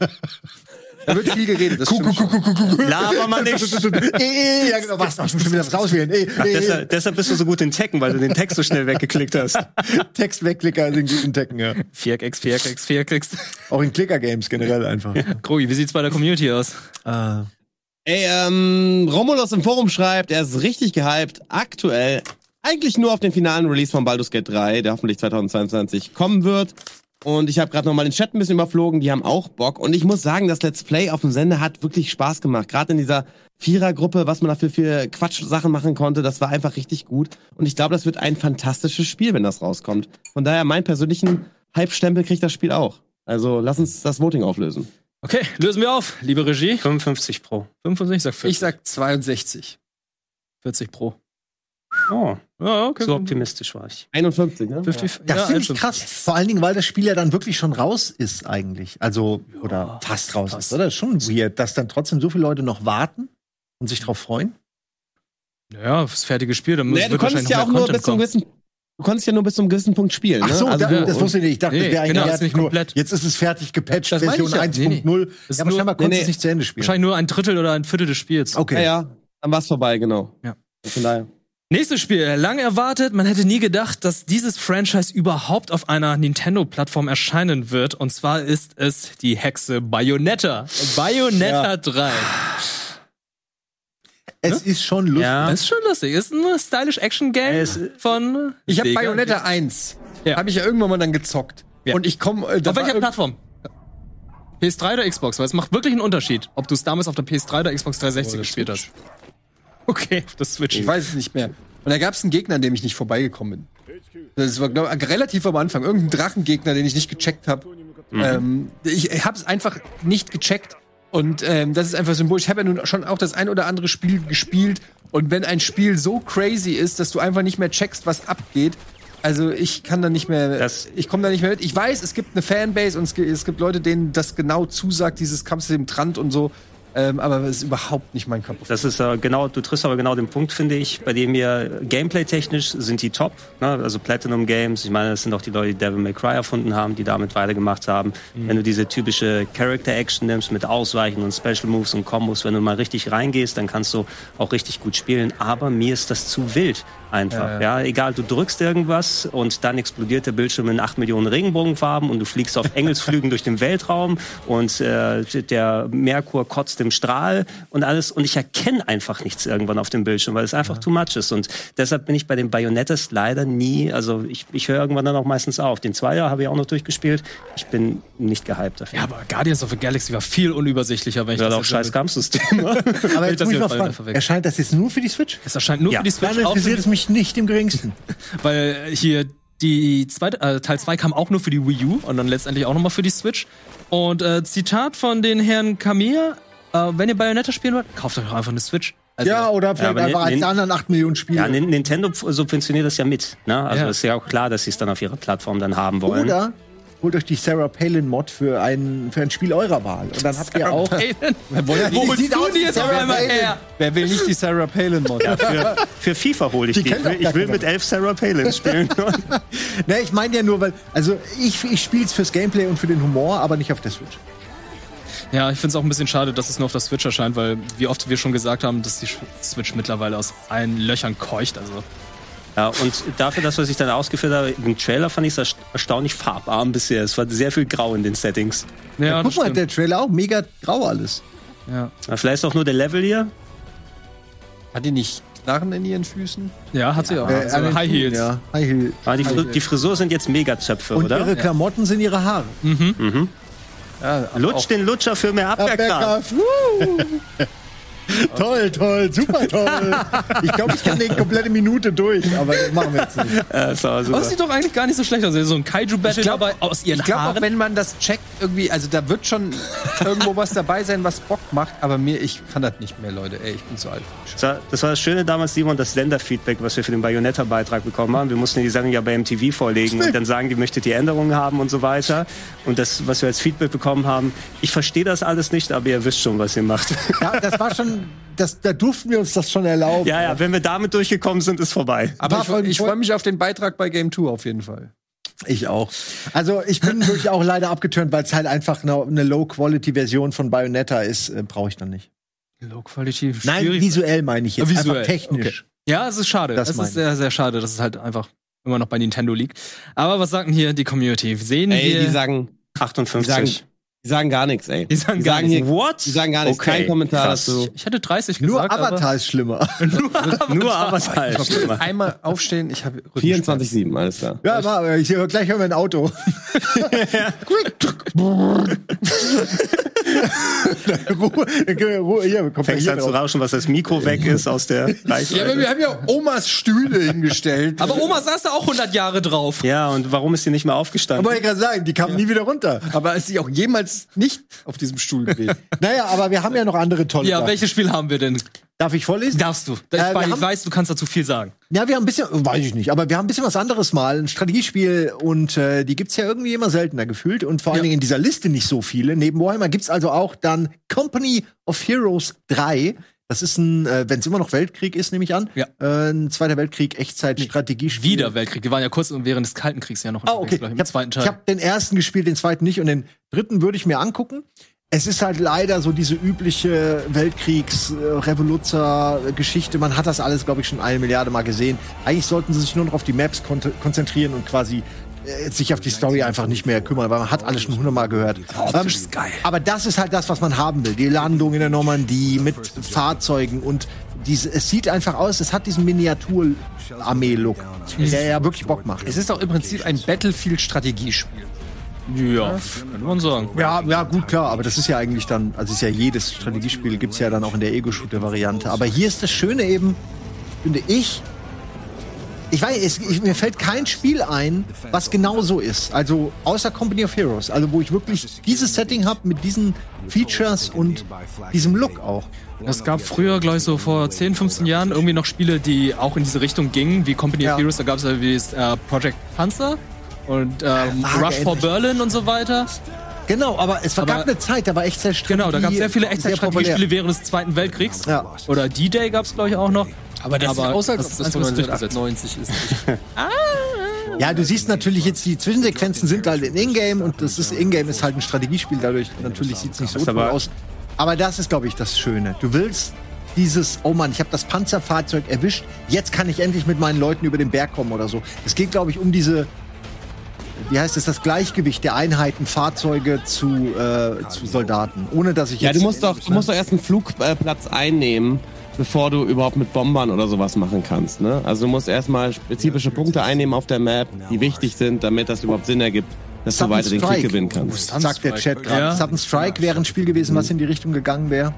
Da wird viel geredet. Das stimmt schon. Laber mal nicht! Eh, ja, genau, was? Ich muss schon wieder das rauswählen. Eh, eh, deshalb, deshalb bist du so gut in Tekken, weil du den Text so schnell weggeklickt hast. Text wegklicker in guten Tecken, ja. Viereckx, Viereckx, Viereckx. Auch in Clicker-Games generell einfach. Krogi, wie sieht's bei der Community aus? Ah. Ey, ähm, Romulus im Forum schreibt, er ist richtig gehypt, aktuell eigentlich nur auf den finalen Release von Baldur's Gate drei, der hoffentlich zweitausendzweiundzwanzig kommen wird. Und ich habe gerade noch mal den Chat ein bisschen überflogen, die haben auch Bock. Und ich muss sagen, das Let's Play auf dem Sender hat wirklich Spaß gemacht. Gerade in dieser Vierergruppe, was man dafür für Quatsch-Sachen machen konnte, das war einfach richtig gut. Und ich glaube, das wird ein fantastisches Spiel, wenn das rauskommt. Von daher, meinen persönlichen Hype-Stempel kriegt das Spiel auch. Also lass uns das Voting auflösen. Okay, lösen wir auf. Liebe Regie. fünfundfünfzig Pro. fünfundfünfzig, ich sag vierzig. Ich sag zweiundsechzig. vierzig Pro. Oh, Ja, okay. so optimistisch war ich. einundfünfzig, ne? fünfzig, Das ja, finde ich einundfünfzig. krass. Vor allen Dingen, weil das Spiel ja dann wirklich schon raus ist eigentlich. Also, oder fast raus ist, oder? Das ist schon weird, dass dann trotzdem so viele Leute noch warten und sich drauf freuen. Ja, das fertige Spiel, dann muss Naja, du wird konntest wahrscheinlich ja noch auch mehr nur Content bis zum kommen. gewissen, du konntest ja nur bis zum gewissen Punkt spielen. Ach ne? so, also, da, das wusste ich nicht. Ich dachte, Nee, das wäre eigentlich genau, ja ist nicht nur, komplett. jetzt ist es fertig gepatcht, Das meine Version ich ja. eins Nee, nee. Punkt null. Ist Ja, aber nur- scheinbar nee, konntest nee. du es nicht zu Ende spielen. Wahrscheinlich nur ein Drittel oder ein Viertel des Spiels. Okay. Ja, ja, dann war's vorbei, genau. Ja. Von daher. Nächstes Spiel, lang erwartet. Man hätte nie gedacht, dass dieses Franchise überhaupt auf einer Nintendo-Plattform erscheinen wird. Und zwar ist es die Hexe Bayonetta. Bayonetta Ja. drei. Es ist schon lustig. Ja. Das ist schon lustig. Ist ein stylish Action-Game Es- von Ich habe Sega. Bayonetta eins. Ja. Habe ich ja irgendwann mal dann gezockt. Ja. Und ich komme. Äh, da Auf war welcher irg- Plattform? P S drei oder Xbox? Weil es macht wirklich einen Unterschied, ob du es damals auf der P S drei oder Xbox dreihundertsechzig Oh, gespielt Switch. hast. Okay, auf der Switch. Ich weiß es nicht mehr. Und da gab es einen Gegner, an dem ich nicht vorbeigekommen bin. Das war glaub, relativ am Anfang. Irgendein Drachengegner, den ich nicht gecheckt habe. Mhm. Ähm, ich ich habe es einfach nicht gecheckt. Und ähm, das ist einfach symbolisch. Ich habe ja nun schon auch das ein oder andere Spiel gespielt. Und wenn ein Spiel so crazy ist, dass du einfach nicht mehr checkst, was abgeht, also ich kann da nicht mehr, das ich komme da nicht mehr mit. Ich weiß, es gibt eine Fanbase und es gibt, es gibt Leute, denen das genau zusagt, dieses Kampfsystem Trant und so. Ähm, aber es ist überhaupt nicht mein Kampf. Das ist äh, genau, du triffst aber genau den Punkt, finde ich, bei dem wir Gameplay-technisch sind die top, ne? Also Platinum Games, ich meine, das sind auch die Leute, die Devil May Cry erfunden haben, die damit weitergemacht haben. Mhm. Wenn du diese typische Character-Action nimmst mit Ausweichen und Special Moves und Combos, wenn du mal richtig reingehst, dann kannst du auch richtig gut spielen. Aber mir ist das zu wild einfach. Ja, ja. ja, egal, du drückst irgendwas und dann explodiert der Bildschirm in acht Millionen Regenbogenfarben und du fliegst auf Engelsflügen durch den Weltraum und äh, der Merkur kotzt im Strahl und alles und ich erkenne einfach nichts irgendwann auf dem Bildschirm, weil es einfach ja. too much ist und deshalb bin ich bei den Bayonettas leider nie, also ich, ich höre irgendwann dann auch meistens auf. Den Zweier habe ich auch noch durchgespielt. Ich bin nicht gehypt dafür. Ja, aber Guardians of the Galaxy war viel unübersichtlicher, wenn ich ja, das auch scheiß Kampfsystem. Aber jetzt muss ich mal fragen, erscheint das jetzt nur für die Switch? Es erscheint nur ja. für die Switch. Dann interessiert es mich nicht im geringsten. Weil hier die zweite, äh, Teil zwei kam auch nur für die Wii U und dann letztendlich auch nochmal für die Switch. Und äh, Zitat von den Herrn Kamiya, äh, wenn ihr Bayonetta spielen wollt, kauft euch doch einfach eine Switch. Also, ja, oder vielleicht ja, einfach als anderen acht Millionen Spiele. Ja, Nintendo subventioniert das ja mit. Ne? Also ja. ist ja auch klar, dass sie es dann auf ihrer Plattform dann haben wollen. Oder holt euch die Sarah Palin-Mod für ein, für ein Spiel eurer Wahl. Und dann habt ihr auch... Wo holst du die jetzt auf einmal her? Wer will nicht die Sarah Palin-Mod? Ja, für, für FIFA hole ich die. die. Ich will, ich will mit elf Sarah Palin spielen. Ne, ich meine ja nur, weil... Also ich, ich spiele es fürs Gameplay und für den Humor, aber nicht auf der Switch. Ja, ich finde es auch ein bisschen schade, dass es nur auf der Switch erscheint, weil wie oft wir schon gesagt haben, dass die Switch mittlerweile aus allen Löchern keucht. Also... Ja, und dafür, das, was ich dann ausgeführt habe, im Trailer fand ich es erstaunlich farbarm bisher. Es war sehr viel Grau in den Settings. Ja, ja guck mal, stimmt. Der Trailer auch mega grau alles. Ja. Ja, vielleicht auch nur der Level hier. Hat die nicht Knarren in ihren Füßen? Ja, hat sie ja, auch. Äh, also High Heels. Ja, High Heel. Aber die, Fri- die Frisur sind jetzt Megazöpfe, und oder? Und ihre Klamotten ja. sind ihre Haare. Mhm. Mhm. Ja, Lutsch den Lutscher für mehr Abwehrkraft. Toll, toll, super toll. Ich glaube, ich kann die komplette Minute durch, aber das machen wir jetzt nicht. Ja, das, aber das sieht doch eigentlich gar nicht so schlecht aus. So ein Kaiju-Battle dabei aus ihren Ich glaube Haaren. auch, wenn man das checkt, irgendwie, also da wird schon irgendwo was dabei sein, was Bock macht, aber mir, ich kann das nicht mehr, Leute. Ey, ich bin zu alt. Das war, das war das Schöne damals, Simon, das Senderfeedback, was wir für den Bayonetta-Beitrag bekommen haben. Wir mussten die Sendung ja bei M T V vorlegen und dann sagen, die möchtet die Änderungen haben und so weiter. Und das, was wir als Feedback bekommen haben, ich verstehe das alles nicht, aber ihr wisst schon, was ihr macht. Ja, das war schon... Das, da durften wir uns das schon erlauben. Ja, ja, wenn wir damit durchgekommen sind, ist vorbei. Aber ich, ich freue mich auf den Beitrag bei Game zwei auf jeden Fall. Ich auch. Also ich bin wirklich auch leider abgeturnt, weil es halt einfach eine, eine Low-Quality-Version von Bayonetta ist. Äh, Brauche ich dann nicht. Low-Quality? Nein, visuell meine ich jetzt. Visuell. Einfach technisch. Okay. Ja, es ist schade. Das es ist sehr, sehr schade, dass es halt einfach immer noch bei Nintendo liegt. Aber was sagt denn hier die Community? Sehen Ey, wir... die sagen... achtundfünfzig. Die sagen, die sagen gar nichts, ey. Die sagen die gar sagen nichts. Hier, What? Die sagen gar nichts. Okay. Kein Kommentar Krass. dazu. Ich hätte dreißig Nur gesagt. Avatar ist schlimmer. Nur Avatar. Nur Avatar ist schlimmer. Einmal aufstehen, ich habe vierundzwanzig sieben, alles klar. Ja, war, ich, gleich hören wir ein Auto. Ruhe, Ruhe, hier, kommt Fängst hier an zu rauschen, was das Mikro weg ist aus der Reichweite. Ja, aber wir haben ja Omas Stühle hingestellt. Aber Oma saß da auch hundert Jahre drauf. Ja, und warum ist die nicht mehr aufgestanden? Aber ich kann sagen, die kam ja. nie wieder runter. Aber ist sie auch jemals nicht auf diesem Stuhl gewesen? Naja, aber wir haben ja noch andere tolle Ja, Sachen. welches Spiel haben wir denn? Darf ich vorlesen? Darfst du. Ich, Äh, wir ich haben- weiß, du kannst dazu viel sagen. Ja, wir haben ein bisschen, weiß ich nicht, aber wir haben ein bisschen was anderes mal, ein Strategiespiel und äh, die gibt's ja irgendwie immer seltener gefühlt und vor allen Ja. Dingen in dieser Liste nicht so viele. Neben Warhammer gibt's also auch dann Company of Heroes drei. Das ist ein, äh, wenn es immer noch Weltkrieg ist, nehme ich an, Ja. äh, ein Zweiter Weltkrieg Echtzeit-Strategiespiel. Wieder Weltkrieg. Die waren ja kurz während des Kalten Kriegs ja noch Ah, unterwegs, okay. glaub ich, Ich im zweiten habe Teil. ich hab den ersten gespielt, den zweiten nicht und den dritten würde ich mir angucken. Es ist halt leider so diese übliche Weltkriegs-Revoluzzer-Geschichte. Man hat das alles, glaube ich, schon eine Milliarde Mal gesehen. Eigentlich sollten sie sich nur noch auf die Maps kon- konzentrieren und quasi äh, sich auf die Story einfach nicht mehr kümmern, weil man hat alles schon hundertmal gehört. Oh, das ist geil. Aber das ist halt das, was man haben will. Die Landung in der Normandie mit Fahrzeugen und diese, es sieht einfach aus, es hat diesen Miniatur-Armee-Look, der ja wirklich Bock macht. Es ist doch im Prinzip ein Battlefield-Strategiespiel. Ja, kann man sagen. Ja, ja, gut, klar, aber das ist ja eigentlich dann, also ist ja jedes Strategiespiel gibt's ja dann auch in der Ego-Shooter-Variante. Aber hier ist das Schöne eben, finde ich, Ich weiß, es, ich, mir fällt kein Spiel ein, was genau so ist. Also außer Company of Heroes. Also wo ich wirklich dieses Setting habe mit diesen Features und diesem Look auch. Es gab früher, glaube ich, so vor zehn, fünfzehn Jahren irgendwie noch Spiele, die auch in diese Richtung gingen, wie Company Ja. of Heroes. Da gab es ja wie es, äh, Project Panzer und ähm, vage Rush for Erinnerung. Berlin und so weiter. Genau, aber es war, Aber- gab eine Zeit, da war Echtzeitstrategie. Genau, da gab es sehr viele sehr Echtzeitstrategiespiele während des Zweiten Weltkriegs. Ja. Oder D-Day gab es, glaube ich, auch noch. Aber das sieht aus, als ob das von alles durchgesetzt. neunzehnhundertachtundneunzig ist. Ja, du siehst natürlich jetzt, die Zwischensequenzen sind halt in Ingame und das ist Ingame ist halt ein Strategiespiel, dadurch natürlich sieht es nicht so ist toll aber- aus. Aber das ist, glaube ich, das Schöne. Du willst dieses, oh Mann, ich habe das Panzerfahrzeug erwischt, jetzt kann ich endlich mit meinen Leuten über den Berg kommen oder so. Es geht, glaube ich, um diese, wie heißt es, das Gleichgewicht der Einheiten, Fahrzeuge zu, äh, zu Soldaten. Ohne dass ich Ja, jetzt... du musst doch, du musst doch erst einen Flugplatz einnehmen, bevor du überhaupt mit Bombern oder sowas machen kannst. Ne? Also du musst erstmal spezifische Punkte einnehmen auf der Map, die wichtig sind, damit das überhaupt Sinn ergibt, dass du Sudden weiter den Krieg Strike. gewinnen kannst. sagt der Chat gerade. Ja. Sudden Strike wäre ein Spiel gewesen, was in die Richtung gegangen wäre.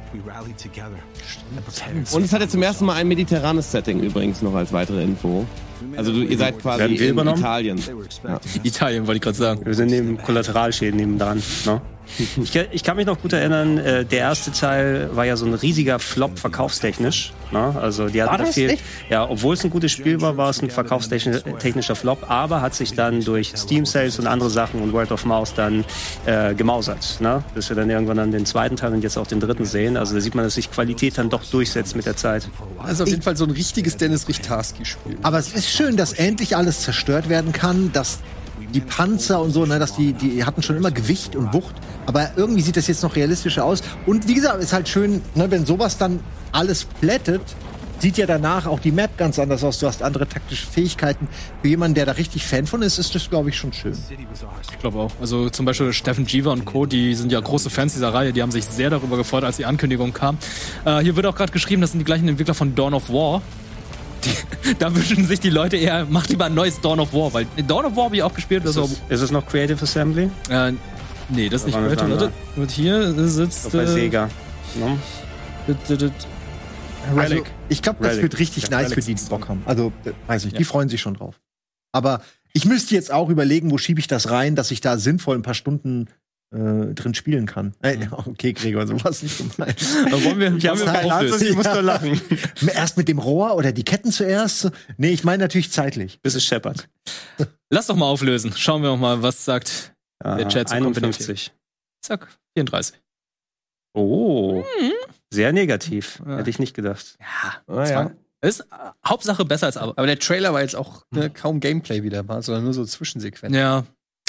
Und es hat ja zum ersten Mal ein mediterranes Setting übrigens noch als weitere Info. Also du, ihr seid quasi Werden wir in übernommen? Italien. Ja. Italien, wollte ich gerade sagen. Wir sind neben Kollateralschäden nebendran. Ne? Ich, ich kann mich noch gut erinnern, äh, der erste Teil war ja so ein riesiger Flop verkaufstechnisch. Ne? Also die hatten War da das viel, echt? ja, obwohl es ein gutes Spiel war, war es ein verkaufstechnischer Flop, aber hat sich dann durch Steam Sales und andere Sachen und Word of Mouth dann äh, gemausert. Ne? Bis wir dann irgendwann dann den zweiten Teil und jetzt auch den dritten sehen. Also da sieht man, dass sich Qualität dann doch durchsetzt mit der Zeit. Also auf jeden Fall so ein richtiges Dennis Richtarski-Spiel. Aber es ist schön, dass endlich alles zerstört werden kann, dass die Panzer und so, ne, dass die, die hatten schon immer Gewicht und Wucht, aber irgendwie sieht das jetzt noch realistischer aus. Und wie gesagt, ist halt schön, ne, wenn sowas dann alles plättet, sieht ja danach auch die Map ganz anders aus. Du hast andere taktische Fähigkeiten. Für jemanden, der da richtig Fan von ist, ist das, glaube ich, schon schön. Ich glaube auch. Also zum Beispiel Steffen Jever und Co., die sind ja große Fans dieser Reihe, die haben sich sehr darüber gefreut, als die Ankündigung kam. Äh, hier wird auch gerade geschrieben, das sind die gleichen Entwickler von Dawn of War. Die, da wünschen sich die Leute eher, macht lieber ein neues Dawn of War, weil Dawn of War habe ich auch gespielt. Ist Also, es, ist es noch Creative Assembly? äh, nee, das ist nicht war eine Creative. andere. Warte, und hier sitzt Doch bei äh, Sega. Ne? d- d- d- Also, Relic. ich glaube, das Relic. wird richtig Ja, nice Relic für die, die ist Bock haben. Also, äh, weiß nicht, Ja. die freuen sich schon drauf. Aber ich müsste jetzt auch überlegen, wo schiebe ich das rein, dass ich da sinnvoll ein paar Stunden äh, drin spielen kann. Äh, okay, Gregor, sowas nicht gemeint. Aber wollen wir, Ich habe wollen wir keine mal Ahnung, auflösen? ich muss nur lachen. Erst mit dem Rohr oder die Ketten zuerst? Nee, ich meine natürlich zeitlich. Bis es scheppert. Lass doch mal auflösen. Schauen wir noch mal, was sagt der Chat zu einundfünfzig. Zack, vierunddreißig. Oh, sehr negativ. Ja. Hätte ich nicht gedacht. Ah, ja. Ist äh, Hauptsache besser als aber. Aber der Trailer war jetzt auch ne, kaum Gameplay wieder, war, sondern nur so Zwischensequenzen. Ja.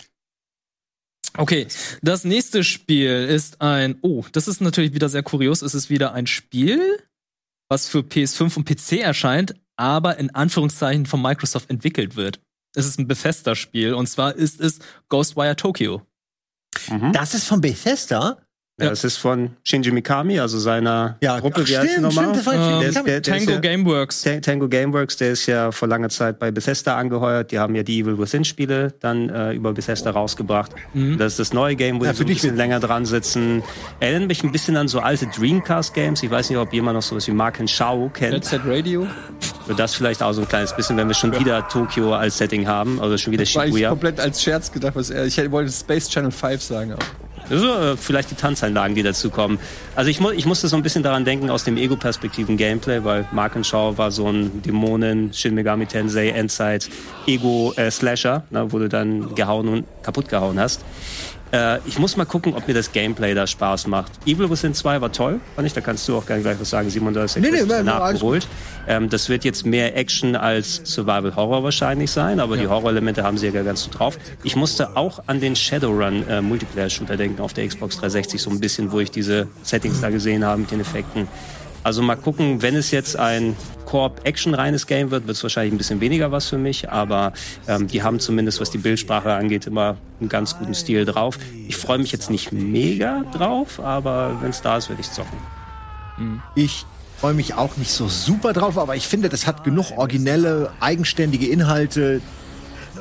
Okay, das nächste Spiel ist ein. Oh, das ist natürlich wieder sehr kurios. Es ist wieder ein Spiel, was für P S fünf und P C erscheint, aber in Anführungszeichen von Microsoft entwickelt wird. Es ist ein Bethesda-Spiel und zwar ist es Ghostwire Tokyo. Mhm. Das ist von Bethesda? Ja, das ist von Shinji Mikami, also seiner Ja, Gruppe. ach, Wie heißt die stimmt, nochmal? stimmt, das war Ähm, Shinji der ist- Mikami. der- der ist Tango ja- Gameworks. Ta- Tango Gameworks, der ist ja vor langer Zeit bei Bethesda angeheuert. Die haben ja die Evil Within-Spiele dann äh, über Bethesda rausgebracht. Mhm. Das ist das neue Game, wo Ja, die für so ein dich bisschen wird- länger dran sitzen. Erinnert mich ein bisschen an so alte Dreamcast-Games. Ich weiß nicht, ob jemand noch sowas wie Mark and Shao Jet kennt. Set Radio. Wird das vielleicht auch so ein kleines bisschen, wenn wir schon wieder Tokio als Setting haben, also schon wieder War ich Shibuya. komplett als Scherz gedacht, was er. Ich hätte- wollte Space Channel fünf sagen. Aber. Also, äh, vielleicht die Tanzeinlagen, die dazu kommen. Also ich, mu ich musste so ein bisschen daran denken aus dem Ego-Perspektiven-Gameplay, weil Mark and Shaw war so ein Dämonen, Shin Megami Tensei, Endzeit, Ego-Slasher, ne, wo du dann gehauen und kaputt gehauen hast. Äh, ich muss mal gucken, ob mir das Gameplay da Spaß macht. Evil Within zwei war toll, fand ich. Da kannst du auch gerne gleich was sagen, Simon, du hast ja Nee, nee, kürzlich nee, alles nachgeholt. Ähm, das wird jetzt mehr Action als Survival Horror wahrscheinlich sein, aber die Horror-Elemente haben sie ja ganz gut drauf. Ich musste auch an den Shadowrun äh, Multiplayer-Shooter denken auf der Xbox dreihundertsechzig, so ein bisschen, wo ich diese Settings da gesehen habe mit den Effekten. Also mal gucken, wenn es jetzt ein Koop-Action-reines Game wird, wird es wahrscheinlich ein bisschen weniger was für mich, aber ähm, die haben zumindest, was die Bildsprache angeht, immer einen ganz guten Stil drauf. Ich freue mich jetzt nicht mega drauf, aber wenn es da ist, werde ich zocken. Ich freue mich auch nicht so super drauf, aber ich finde, das hat genug originelle, eigenständige Inhalte,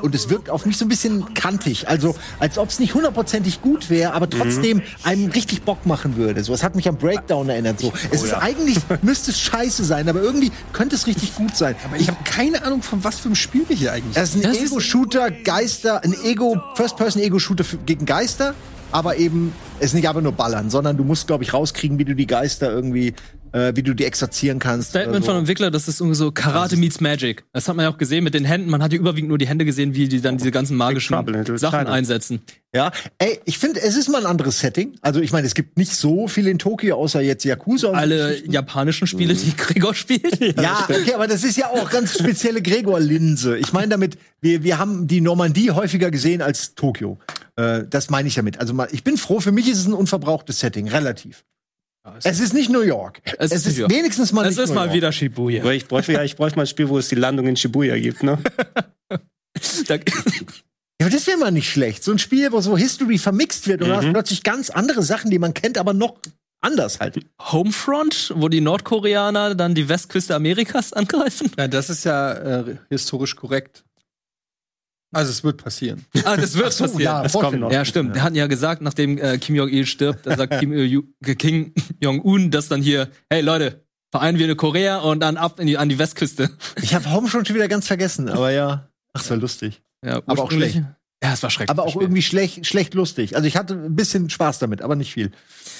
und es wirkt auf mich so ein bisschen kantig. Also, als ob es nicht hundertprozentig gut wäre, aber trotzdem einem richtig Bock machen würde. So, es hat mich an Breakdown erinnert. So, es ist eigentlich, müsste es scheiße sein, aber irgendwie könnte es richtig gut sein. Aber ich habe keine Ahnung, von was für einem Spiel wir hier eigentlich Es ist ein Ego-Shooter, Geister, ein Ego, First-Person-Ego-Shooter für- gegen Geister, aber eben, es ist nicht einfach nur ballern, sondern du musst, glaube ich, rauskriegen, wie du die Geister irgendwie, äh, wie du die exorzieren kannst. Statement oder so. von Entwickler, das ist irgendwie so Karate meets Magic. Das hat man ja auch gesehen mit den Händen. Man hat ja überwiegend nur die Hände gesehen, wie die dann diese ganzen magischen Trouble in Little Sachen China. einsetzen. Ja, ey, ich finde, es ist mal ein anderes Setting. Also, ich meine, es gibt nicht so viel in Tokio, außer jetzt Yakuza. und Alle Geschichten. japanischen Spiele, die Gregor spielt. Ja, okay, aber das ist ja auch ganz spezielle Gregor-Linse. Ich meine damit, wir, wir haben die Normandie häufiger gesehen als Tokio. Äh, das meine ich damit. Also, mal, ich bin froh, für mich ist es ein unverbrauchtes Setting, relativ. Es ist nicht New York. Es Es ist ist New York. wenigstens mal Es nicht ist New mal York. wieder Shibuya. Aber ich bräuchte ja, ich bräuchte mal ein Spiel, wo es die Landung in Shibuya gibt, ne? Da, Ja, aber das wäre mal nicht schlecht. So ein Spiel, wo so History vermixt wird und du hast plötzlich ganz andere Sachen, die man kennt, aber noch anders halt. Homefront, wo die Nordkoreaner dann die Westküste Amerikas angreifen. Ja, das ist ja äh, historisch korrekt. Also es wird passieren. Ah, das wird So, passieren. ja, Das kommt noch. Ja, stimmt. Wir hatten ja gesagt, nachdem äh, Kim Jong-il stirbt, da sagt Kim, äh, Kim Jong-un, dass dann hier, hey Leute, vereinen wir eine Korea und dann ab in die, an die Westküste. Ich habe Home schon wieder ganz vergessen, aber ja. Ach, das war lustig. Ja, Aber auch ursprünglich- schlecht. Ja, es war schrecklich. Aber auch irgendwie schlecht, schlecht lustig. Also ich hatte ein bisschen Spaß damit, aber nicht viel.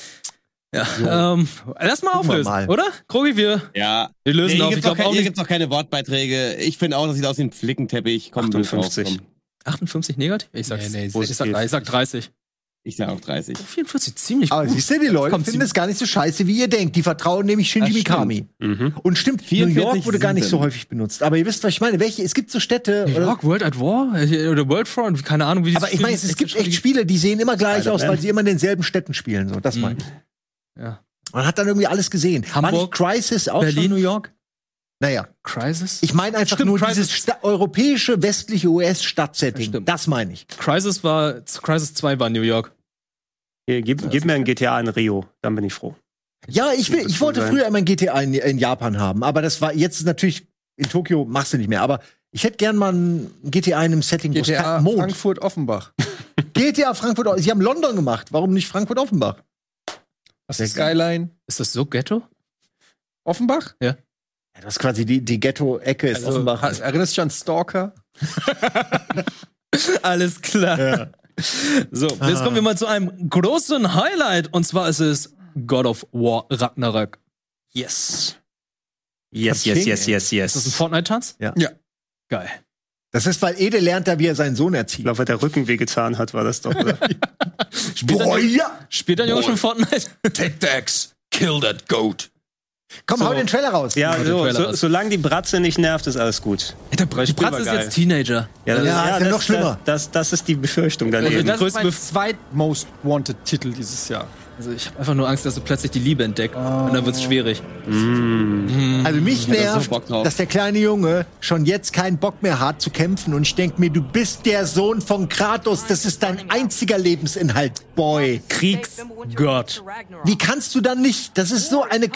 Ja, ähm, lass mal Gucken wir auflösen, mal. oder? Krogi, wir, Ja. wir lösen Nee, auf. hier Ich gibt's, noch glaube kein, auch hier nicht. gibt's noch keine Wortbeiträge. Ich finde auch, das sieht aus wie ein Flickenteppich. Komm, du willst achtundfünfzig. rauskommen. achtundfünfzig negativ? Ich sag, Nee, nee, ich, sag, positiv. ich sag dreißig. Ich sag auch dreißig. vierundvierzig, ziemlich Aber gut. siehst du, die Leute Kommt finden ziemlich- es gar nicht so scheiße, wie ihr denkt. Die vertrauen nämlich Shinji Das stimmt. Mikami. Mhm. Und stimmt, New vierundvierzig, York wurde gar nicht so sieben. häufig benutzt. Aber ihr wisst, was ich meine. Welche, es gibt so Städte. New Oder, York, World at War Äh, oder World Front, keine Ahnung, wie die aber ich meine, es, es gibt echt Spiele, die sehen immer gleich aus, weil sie immer in denselben Städten spielen. So, das meine ich. Ja. Man hat dann irgendwie alles gesehen. Hamburg, War nicht Crisis auch Berlin, schon? New York. Naja, Crisis? ich meine einfach Stimmt, nur Crisis. dieses sta- europäische, westliche U S-Stadtsetting. Stimmt. Das meine ich. Crisis war, Crisis zwei war New York. Hier, gib, gib mir ein G T A in Rio, dann bin ich froh. Ja, ich, will, Das ich wollte soll früher immer ein G T A in, in Japan haben, aber das war jetzt ist natürlich in Tokio machst du nicht mehr. Aber ich hätte gern mal ein G T A in einem Setting, wo G es T A kein Mond. Frankfurt Offenbach. G T A Frankfurt. Sie haben London gemacht. Warum nicht Frankfurt Offenbach? Was ist Skyline? Ist das so Ghetto? Offenbach? Ja, das ist quasi die, die Ghetto-Ecke ist Also, Offenbach. hast- erinnerst du dich an Stalker? Alles klar. So, jetzt Ah. kommen wir mal zu einem großen Highlight. Und zwar ist es God of War Ragnarök. Yes. Yes, yes, yes, yes, Ist das ein yes. Fortnite-Tanz? Ja. Ja. Geil. Das ist, weil Ede lernt da, wie er seinen Sohn Ich erzieht. glaube, weil der Rücken wehgetan hat, war das doch. Oder? Spielt Boah, dein, ja. spielt dein Junge schon Fortnite? Take the axe. Kill that goat. Komm, So. hau den Trailer raus. Ja, den so, Trailer so, raus. solange die Bratze nicht nervt, ist alles gut. Der Bratz war ist geil. jetzt Teenager. das- Ja, ist ja noch schlimmer. Das, das, das ist die Befürchtung Also daneben. das- Das ist größte mein Bef- zweit-most wanted Titel dieses Jahr. Also ich habe einfach nur Angst, dass du plötzlich die Liebe entdeckst. Und dann wird's schwierig. Also mich hätte so nervt, Bock drauf. dass der kleine Junge schon jetzt keinen Bock mehr hat zu kämpfen. Und ich denke mir, du bist der Sohn von Kratos. Das ist dein einziger Lebensinhalt, Boy. Kriegsgott. Wie kannst du dann nicht? Das ist so eine Sag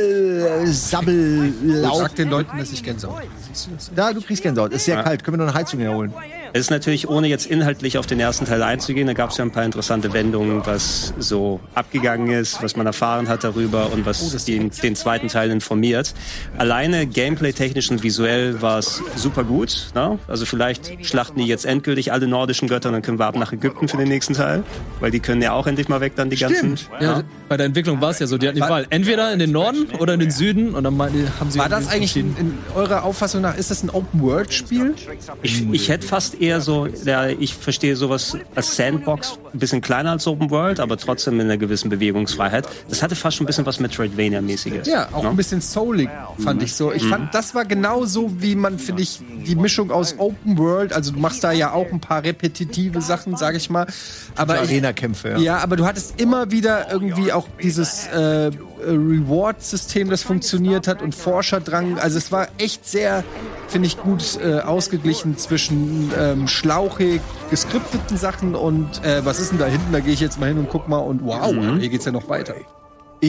Quengel-Sabbel-Lauf. den Leuten, dass ich Gänsehaut habe. Siehst du das? Da, du kriegst kein Dort. Ist sehr kalt. Können wir noch eine Heizung herholen? Es ist natürlich, ohne jetzt inhaltlich auf den ersten Teil einzugehen, da gab es ja ein paar interessante Wendungen, was so abgegangen ist, was man erfahren hat darüber und was den, den zweiten Teil informiert. Alleine gameplay-technisch und visuell war es super gut. Ne? Also vielleicht schlachten die jetzt endgültig alle nordischen Götter und dann können wir ab nach Ägypten für den nächsten Teil, weil die können ja auch endlich mal weg dann die ganzen... Ja, bei der Entwicklung war es ja so, die hatten die Wahl. Entweder in den Norden oder in den Süden und dann meinten die- haben sie War das eigentlich in, in eurer Auffassung nach, ist das ein Open-World-Spiel? Ich, ich hätte fast eher so, ja, ich verstehe sowas als Sandbox, ein bisschen kleiner als Open World, aber trotzdem mit einer gewissen Bewegungsfreiheit. Das hatte fast schon ein bisschen was Metroidvania-mäßiges. Ja, auch ne? ein bisschen soulig, fand ich so. Ich fand, das war genau so, wie man, finde ich, die Mischung aus Open World, also du machst da ja auch ein paar repetitive Sachen, sag ich mal. Aber ich, Arena-Kämpfe, ja. ja, aber du hattest immer wieder irgendwie auch dieses äh, Reward-System, das funktioniert hat und Forscherdrang. Also es war echt sehr, finde ich, gut äh, ausgeglichen zwischen ähm, schlauchig geskripteten Sachen und äh, was ist denn da hinten? Da gehe ich jetzt mal hin und guck mal und wow, hier geht's ja noch weiter. Ich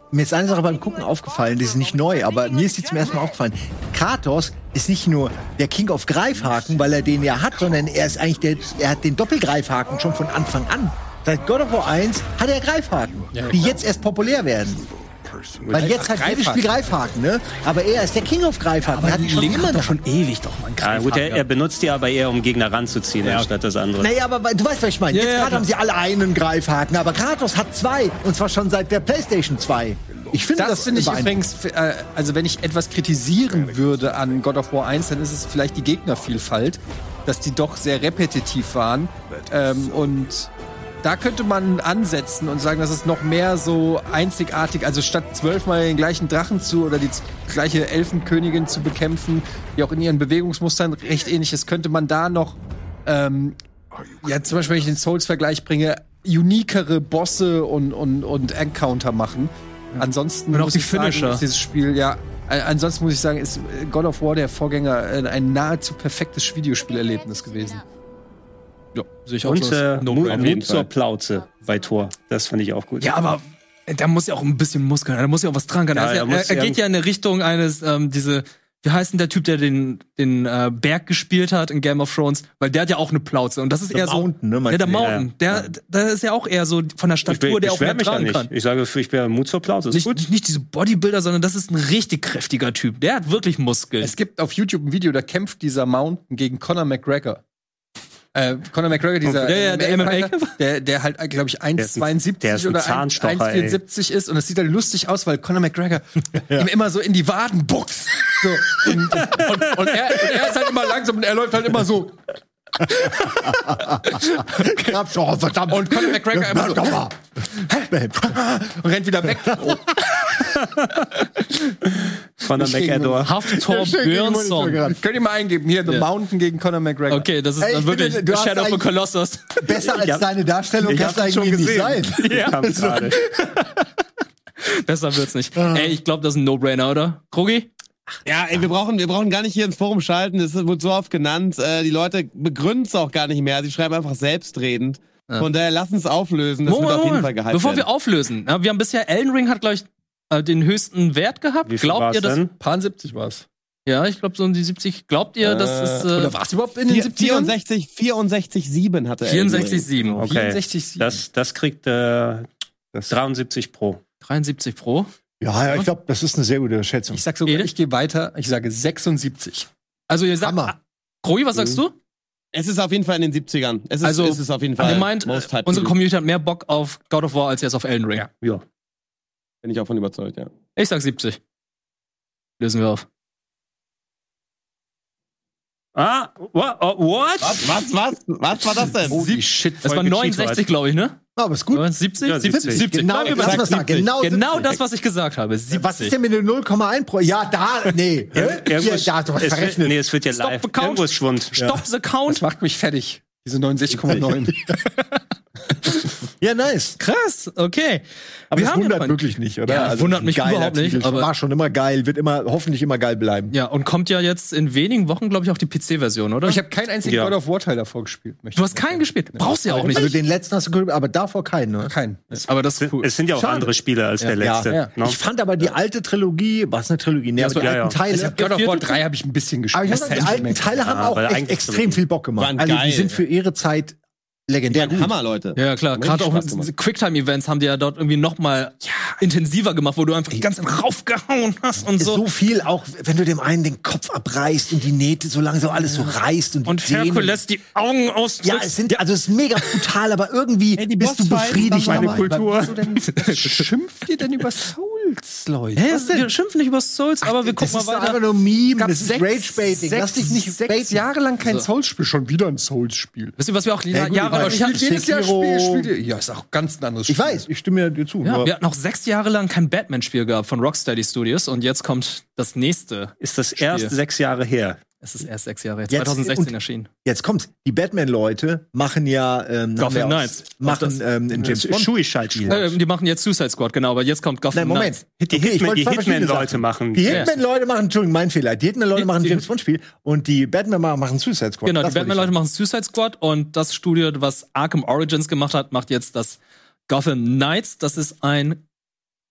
mir ist eine Sache beim Gucken aufgefallen, die ist nicht neu, aber mir ist die zum ersten Mal aufgefallen. Kratos ist nicht nur der King of Greifhaken, weil er den ja hat, sondern er ist eigentlich der, er hat den Doppelgreifhaken schon von Anfang an. Seit God of War eins hat er Greifhaken, ja, die jetzt erst populär werden. Weil jetzt hat jedes Spiel Greifhaken, ne? Aber er ist der King of Greifhaken. Aber hat die schon Link immer hat doch noch. schon ewig doch mal einen Ja, gut, er, er benutzt die aber eher, um Gegner ranzuziehen, Ja. anstatt das andere. Naja, aber du weißt, was ich meine. Ja, Jetzt ja, gerade klar. haben sie alle einen Greifhaken, aber Kratos hat zwei. Und zwar schon seit der PlayStation zwei. Ich finde Das, das, finde ich beeindruckend. übrigens, äh, also wenn ich etwas kritisieren würde an God of War eins, dann ist es vielleicht die Gegnervielfalt, dass die doch sehr repetitiv waren. Ähm, und da könnte man ansetzen und sagen, dass es noch mehr so einzigartig, also statt zwölfmal den gleichen Drachen zu oder die z- gleiche Elfenkönigin zu bekämpfen, die auch in ihren Bewegungsmustern recht ähnlich ist, könnte man da noch, ähm, ja, zum Beispiel, wenn ich den Souls-Vergleich bringe, uniquere Bosse und, und, und Encounter machen. Ansonsten Und auch muss die ich sagen, Finisher. ist dieses Spiel, ja, äh, ansonsten muss ich sagen, ist äh, God of War, der Vorgänger, äh, ein nahezu perfektes Videospielerlebnis gewesen. Ja, sehe ich auch Und so. äh, No Mut, brainer. Mut zur Plauze bei Tor. Das fand ich auch gut. Ja, aber da muss ja auch ein bisschen Muskeln, da muss ja auch was dran können. Ja, Also er er, muss er ja- geht ja in eine Richtung eines, ähm, diese, wie heißt denn der Typ, der den, den äh, Berg gespielt hat in Game of Thrones? Weil der hat ja auch eine Plauze und das ist The eher Mountain, ne, so. meinst Ja, der du? Mountain. Der, der ist ja auch eher so von der ich bin, Statur, der auch beschwer mehr mich ja tragen nicht. kann. Ich sage, ich bin Mut zur Plauze. Ist Nicht, gut. nicht diese Bodybuilder, sondern das ist ein richtig kräftiger Typ. Der hat wirklich Muskeln. Es gibt auf YouTube ein Video, da kämpft dieser Mountain gegen Conor McGregor. Äh, Conor McGregor, dieser Ja, ja, der M M A Fighter, der, der halt, glaube ich, eins Der ist ein- der ist Komma zweiundsiebzig ein oder Zahnstocher, eins Komma vierundsiebzig ist. Und es sieht halt lustig aus, weil Conor McGregor ihm immer so in die Waden boxt. So, und, und, und, er, und er ist halt immer langsam und er läuft halt immer so. Oh, verdammt. Und Conor McGregor immer so. Und rennt wieder weg. Oh. Conor McGregor. Haftor Björnsson. Könnt ihr mal eingeben, hier, The Ja. Mountain gegen Conor McGregor. Okay, das ist Ey, dann ich wirklich finde, du hast Shadow of the eigentlich- Colossus. Besser als Ich hab- deine Darstellung Ich kannst du hab's schon eigentlich nicht gesehen. sein. Ich hab's gerade. Besser wird's nicht. Ey, ich glaube, das ist ein No-Brainer, oder? Krogi? Ja, ey, wir brauchen, wir brauchen gar nicht hier ins Forum schalten, das wird so oft genannt. Äh, die Leute begründen es auch gar nicht mehr, sie schreiben einfach selbstredend. Von daher lass uns auflösen, das wird auf jeden Fall gehypt Bevor werden. wir auflösen, ja, wir haben bisher Elden Ring hat, glaube ich, äh, den höchsten Wert gehabt. Wie viel Glaubt war's ihr das? denn? Paar siebzig war's. Ja, ich glaube so um die siebzig. Glaubt ihr, das ist äh, Oder war's überhaupt in den Vier- siebzigern? vierundsechzig, vierundsechzig Komma sieben hatte er. vierundsechzig Komma sieben. Okay. vierundsechzig Komma sieben. Das, das kriegt äh, dreiundsiebzig Pro. dreiundsiebzig Pro. Ja, ja, ich glaube, das ist eine sehr gute Schätzung. Ich sag sogar, Edith? ich gehe weiter. Ich sage sechsundsiebzig. Also ihr sagt, Hammer. Krogi, was sagst du? Es ist auf jeden Fall in den siebzigern. Es ist, Also, es ist auf jeden Fall Ihr meint, most äh, hyped unsere Titel. Community hat mehr Bock auf God of War als jetzt auf Elden Ring. Ja. Bin ich auch von überzeugt, ja. Ich sag siebzig. Lösen wir auf. Ah, what? Oh, what? Was, was, was? Was war das denn? Holy shit. Das war Voll neunundsechzig, glaube ich, ne? Aber ist gut. Oder siebzig? Ja, siebzig. siebzig. Genau, Bleiben wir das, bei was da, genau, Genau siebzig. das, was ich gesagt habe. siebzig. Was ist denn mit dem null Komma eins Pro? Ja, da, nee. Hä? Hier, Irgendwo- da hast du was es wird, verrechnet. nee, es wird ja Stop live. the count. Irgendwo ist Schwund. Stop the count. Das macht mich fertig. Diese neunundsechzig Komma neun. Ja, nice. Krass, okay. Aber Wir das haben ja wundert noch ein- wirklich nicht, oder? Ja, wundert mich geiler überhaupt nicht, Titel. aber- War schon immer geil, wird immer, hoffentlich immer geil bleiben. Ja, und kommt ja jetzt in wenigen Wochen, glaube ich, auch die P C-Version, oder? Ich habe keinen einzigen Ja. God of War Teil davor gespielt. möchte Du ich hast keinen gespielt. Brauchst du ja auch nicht. Also den letzten hast du gespielt, aber davor keinen, ne? Keinen. Aber das ist cool. Es sind ja auch Schade. andere Spiele als der Ja, letzte. ja. Ne? Ich fand aber die alte Trilogie, was eine Trilogie, ne, aber die ja, alten ja. Teile, Ich hab God of War drei habe ich ein bisschen gespielt. aber ich muss sagen, die alten Teile haben auch weil echt eigentlich extrem viel Bock gemacht. Waren Also geil, die sind ja. für ihre Zeit legendär gut. Hammer, Leute. Ja, klar. Hat Gerade richtig auch Spaß gemacht. diese Quicktime-Events haben die ja dort irgendwie noch mal intensiver gemacht, wo du einfach die ganze Zeit raufgehauen hast und so. so. viel, auch wenn du dem einen den Kopf abreißt und die Nähte so langsam alles so reißt und die Und Zähne- Herkules die Augen Ja, ausdrückt. es sind, also es ist mega brutal, aber irgendwie Ey, die bist du Bossfights, befriedigt. meine dabei. Kultur. Was schimpft ihr denn über Souls, Leute? Hä, wir schimpfen nicht über Souls, aber wir Das gucken ist mal weiter. einfach nur Meme, gab das ist sechs- Rage-Baiting. Lass dich nicht sechs baiten. Jahre lang kein So. Souls-Spiel, schon wieder ein Souls-Spiel. Wisst ihr, was wir auch Ja, gut, Jahre aber ich hab, spielt Jedes Jahr Sekiro- Spiel, spielt ihr. Ja, ist auch ganz ein anderes Ich Spiel. weiß, ich stimme dir zu. ja, nur- wir hatten noch sechs Jahre lang kein Batman-Spiel gehabt von Rocksteady Studios und jetzt kommt das nächste. Ist das erst Spiel. sechs Jahre her? Es ist erst sechs Jahre, Jetzt- zwanzig sechzehn und- erschienen. Jetzt kommt's. Die Batman-Leute machen ja ähm, Gotham haben wir auch- Knights. machen Das- ähm, in James Bond. Schuischeit-Spiel. Äh, die machen jetzt Suicide Squad, genau, aber jetzt kommt Gotham Nein, Moment. Knights. Die Okay, ich Hitman- wollte die zwei verschiedene Hitman-Leute Sachen. machen. Die Ja. Hitman-Leute machen, Entschuldigung, mein Fehler. Die Hitman-Leute machen ein die- James Bond-Spiel und die Batman machen Suicide Squad. Genau, Das die wollte ich Batman-Leute sagen. machen Suicide Squad und das Studio, was Arkham Origins gemacht hat, macht jetzt das Gotham Knights. Das ist ein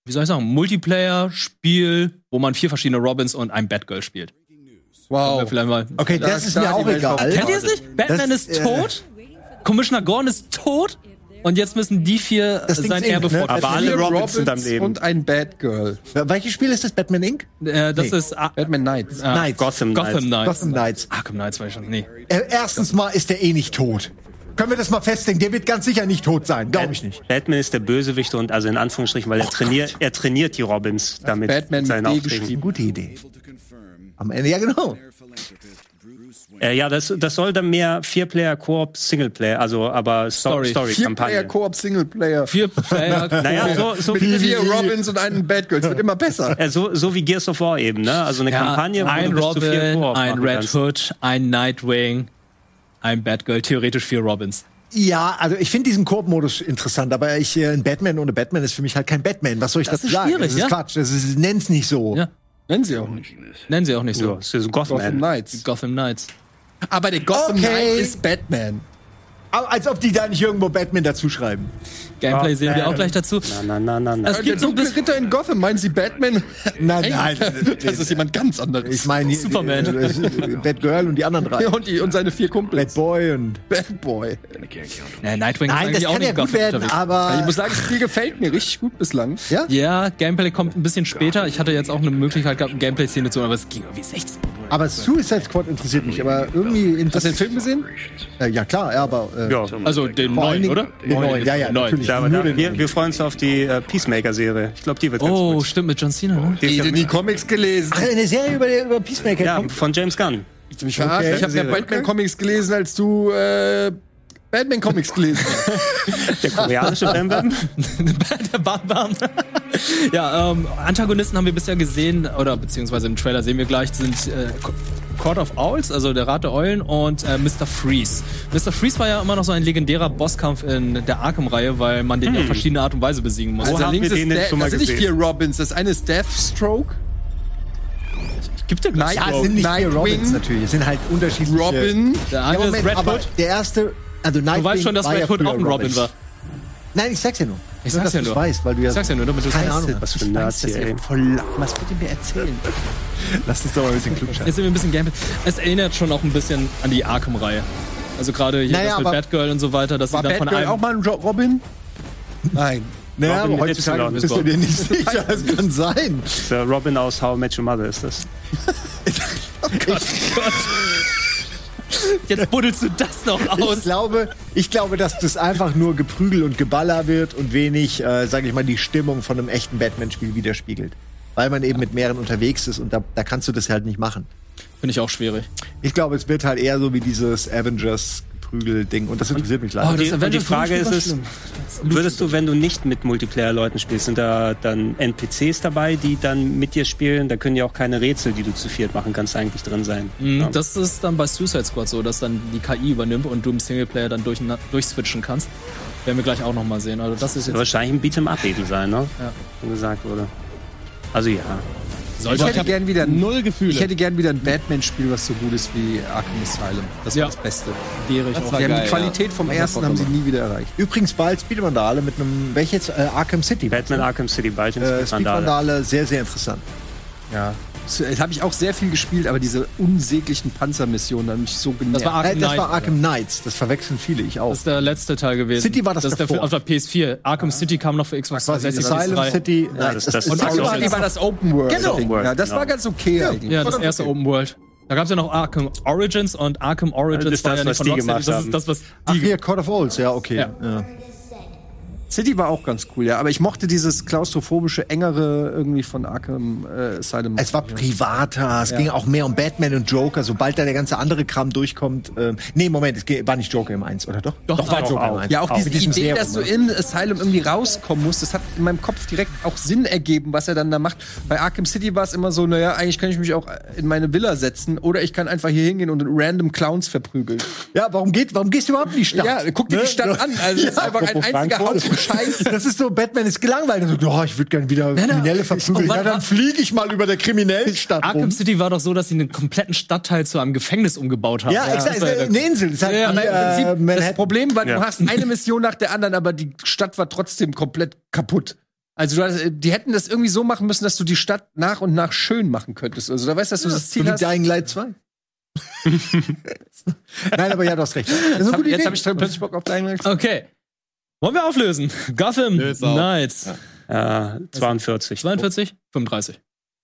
wie soll ich sagen, Multiplayer-Spiel, wo man vier verschiedene Robins und ein Batgirl spielt. Wow. Vielleicht mal. Okay, Da- das ist da mir die auch Welt egal. vorbei. Kennt ihr es nicht? Batman Das, ist äh, tot, Commissioner Gordon ist tot und jetzt müssen die vier Das Ding sein ist Erbe Inc, ne? fortsetzen. Aber alle Vier Robins sind am Robins Leben. und ein Batgirl. Welches Spiel ist das? Batman Incorporated? Äh, das Nee. ist ah, Batman Knights. ah, Knights. Gotham Knights. Gotham Knights. Gotham Knights. Arkham Knights war ich schon. Nee. Äh, erstens mal ist der eh nicht tot. Können wir das mal festlegen? Der wird ganz sicher nicht tot sein. Glaube ich nicht. Batman ist der Bösewicht und also in Anführungsstrichen, weil er trainiert, er trainiert die Robins damit. Batman mit seinen mit D Aufträgen. geschrieben. Gute Idee. Am Ende, ja genau. Äh, ja, das, das soll dann mehr Vier-Player-Koop, Singleplayer, also aber Story. Story, Story-Kampagne. Vier-Player-Koop, Singleplayer. Vier Player. Naja, so, so, Mit wie, vier Robins und einen Batgirl. Es wird immer besser. äh, so, so wie Gears of War eben, ne? Also eine Ja, Kampagne, wo ein du bis zu vier Robin, Koop ein machen Red kannst. Hood, ein Nightwing, ein Batgirl, theoretisch vier Robins. Ja, also ich finde diesen Koop-Modus interessant, aber ich, äh, ein Batman ohne Batman ist für mich halt kein Batman. Was soll ich Das dazu ist sagen? schwierig, das ist ja. Quatsch. Das ist, nenn's nicht so. Ja. Nennen sie auch nicht. Nennen sie auch nicht Ja, so. das ist so Gotham. Gotham Knights. Gotham Knights. Aber der Gotham Okay. Knight ist Batman. Aber als ob die da nicht irgendwo Batman dazu schreiben. Gameplay Ja, sehen wir äh, auch gleich dazu. Na, na, na, na, Es na. gibt Der so ein dunkle bisschen. Ritter in Gotham, meinen Sie Batman? Nein, nein. Das ist jemand ganz anderes. Ich meine, Superman. äh, äh, Batgirl und die anderen drei. und, die, und seine vier Kumpels. Batboy und. Bad Boy. Nee, Nightwing Nein, ist das eigentlich auch kann ja nicht gut Gotham werden, unterwegs. aber. Ich muss sagen, das Spiel gefällt mir richtig gut bislang. Ja? Ja, Gameplay kommt ein bisschen später. Ich hatte jetzt auch eine Möglichkeit gehabt, eine Gameplay-Szene zu machen, aber es ging irgendwie sechzehn Minuten. Aber Suicide Squad interessiert mich, aber irgendwie. Hast du den Film gesehen? Äh, ja, klar, ja, aber. Äh, Ja, Also den Vor allen neuen, Dingen- oder? Den neuen, ja, ja, Neun. natürlich. ja, aber Nur da, den wir, neuen. wir freuen uns auf die äh, Peacemaker-Serie. Ich glaube, die wird ganz Oh, gut. stimmt, mit John Cena, ne? Die ist ja, die Comics gelesen. Ach, eine Serie über, über Peacemaker ja, kommt. von James Gunn. Mich verarscht. Okay. Ich habe mehr Batman-Comics gelesen, als du äh, Batman-Comics gelesen hast. Der koreanische Bam Bam. Der Bam Bam. Ja, ähm, Antagonisten haben wir bisher gesehen, oder beziehungsweise im Trailer sehen wir gleich, sind äh, Court of Owls, also der Rat der Eulen, und äh, Mister Freeze. Mister Freeze war ja immer noch so ein legendärer Bosskampf in der Arkham-Reihe, weil man den ja auf verschiedene Art und Weise besiegen muss. Wo Also haben links wir ist den denn der, schon mal das sind nicht gesehen? vier Robins, das eine ist Deathstroke. Gibt ja gleich. Ja, es sind nicht vier Nightwing, Robins natürlich. Es sind halt unterschiedliche. Robin. Der Ja, eine ist Moment, Red aber Hood. der erste. Also Nightwing Du weißt schon, dass war Red ja Hood früher auch ein Robin war. Nein, ich sag's ja nur. Ich Nur, sag's dass ja du's nur. weißt, weil du ja. Ich sag's ja nur, damit du Keine weißt. Ahnung. Was für Ich ein weiß Nazi, das ja ey. voll lang. Was wollt ihr mir erzählen? Lass uns doch mal ein bisschen klugscheißen. Jetzt sind wir ein bisschen Gameplay. Es erinnert schon auch ein bisschen an die Arkham-Reihe. Also gerade hier Naja, das mit aber- Batgirl und so weiter, dass War sie dann von Batgirl einem auch mal ein Jo- Robin? Nein. Naja, Robin aber mit heutzutage Y. bist du dir nicht sicher. Das kann sein. Der Robin aus How I Met Your Mother ist das. Jetzt buddelst du das noch Ich aus. glaube, ich glaube, dass das einfach nur Geprügel und Geballer wird und wenig, äh, sage ich mal, die Stimmung von einem echten Batman-Spiel widerspiegelt. Weil man eben mit mehreren unterwegs ist und da, da kannst du das halt nicht machen. Finde ich auch schwierig. Ich glaube, es wird halt eher so wie dieses Avengers-Prügel-Ding und das interessiert mich leider. Oh, Und die, das und die Avengers Frage ist Filmspiel es, war würdest du, wenn du nicht mit Multiplayer-Leuten spielst, sind da dann N P Cs dabei, die dann mit dir spielen? Da können ja auch keine Rätsel, die du zu viert machen kannst, eigentlich drin sein. Mhm, Ja. Das ist dann bei Suicide Squad so, dass dann die K I übernimmt und du im Singleplayer dann durch, durchswitchen kannst. Werden wir gleich auch noch mal sehen. Also das ist Wird jetzt wahrscheinlich ein Beat'em-up eben sein, ne? Ja. Wie gesagt wurde. Also ja. Ich hätte gern wieder ein, Null Gefühle. ich hätte gern wieder ein Batman-Spiel, was so gut ist wie Arkham Asylum. Das Ja. war das Beste. wäre ich Das auch. war Die haben geil, die Qualität vom ersten haben sie nie wieder erreicht. Übrigens bald Speedrandale mit einem, welches? Äh, Arkham City. Batman Arkham City bald in Äh, Speedrandale. Speedrandale, sehr, sehr interessant. Ja. Das habe ich auch sehr viel gespielt, aber diese unsäglichen Panzermissionen haben mich so genervt. Das war Arkham Äh, das Knight. war Arkham Knights, das verwechseln viele, ich auch. Das ist der letzte Teil gewesen. City war das Das ist der davor. auf der P S vier. Arkham City kam noch für Xbox Quasi dreihundertsechzig, Asylum P S drei. City. Ja, das- das- und das- Arkham das- City war das Open World. Genau. Open World, Ja, das genau. war ganz okay eigentlich. Ja, das War erste okay. Open World. Da gab es ja noch Arkham Origins und Arkham Origins Das ist war das, ja nicht was von die Rocksteady. gemacht Das haben. ist das, was Ach, die hier, Court of Owls, ja, okay. Ja. Ja. City war auch ganz cool, ja. Aber ich mochte dieses klaustrophobische, engere irgendwie von Arkham äh, Asylum. Es war privater, es ging auch mehr um Batman und Joker, sobald da der ganze andere Kram durchkommt. Ähm, nee, Moment, es ge- war nicht Joker im eins, oder doch? Doch, war auch, Joker im auch. eins. Ja, auch diese mit diesem Idee, Serum, dass du ne? in Asylum irgendwie rauskommen musst, das hat in meinem Kopf direkt auch Sinn ergeben, was er dann da macht. Bei Arkham City war es immer so, naja, eigentlich kann ich mich auch in meine Villa setzen oder ich kann einfach hier hingehen und random Clowns verprügeln. Ja, warum, geht, warum gehst du überhaupt in die Stadt? Ja, guck dir Ne? die Stadt an. Also, das ist einfach ein apropos einziger Frankfurt. Haufen Scheiß. Das ist so, Batman ist gelangweilt. Und so, oh, ich würde gerne wieder Kriminelle verprügeln. Oh, Ja, dann was- fliege ich mal über der kriminellen Stadt Arkham rum. City war doch so, dass sie einen kompletten Stadtteil zu einem Gefängnis umgebaut haben. Ja, exakt, das war ja eine Insel. Das ist halt Ja, wie, aber im äh, Prinzip, das Manhattan. Problem war, Ja. du hast eine Mission nach der anderen, aber die Stadt war trotzdem komplett kaputt. Also du hast, die hätten das irgendwie so machen müssen, dass du die Stadt nach und nach schön machen könntest. Also da weißt du, dass du das Ziel Wie hast. Dying Light zwei. Nein, aber ja, du hast recht. Das ist eine Jetzt gute habe Idee. hab ich plötzlich Bock auf Dying Light. Okay. Wollen wir auflösen? Gotham Löse auf. Knights. Äh, zweiundvierzig. zweiundvierzig? fünfunddreißig.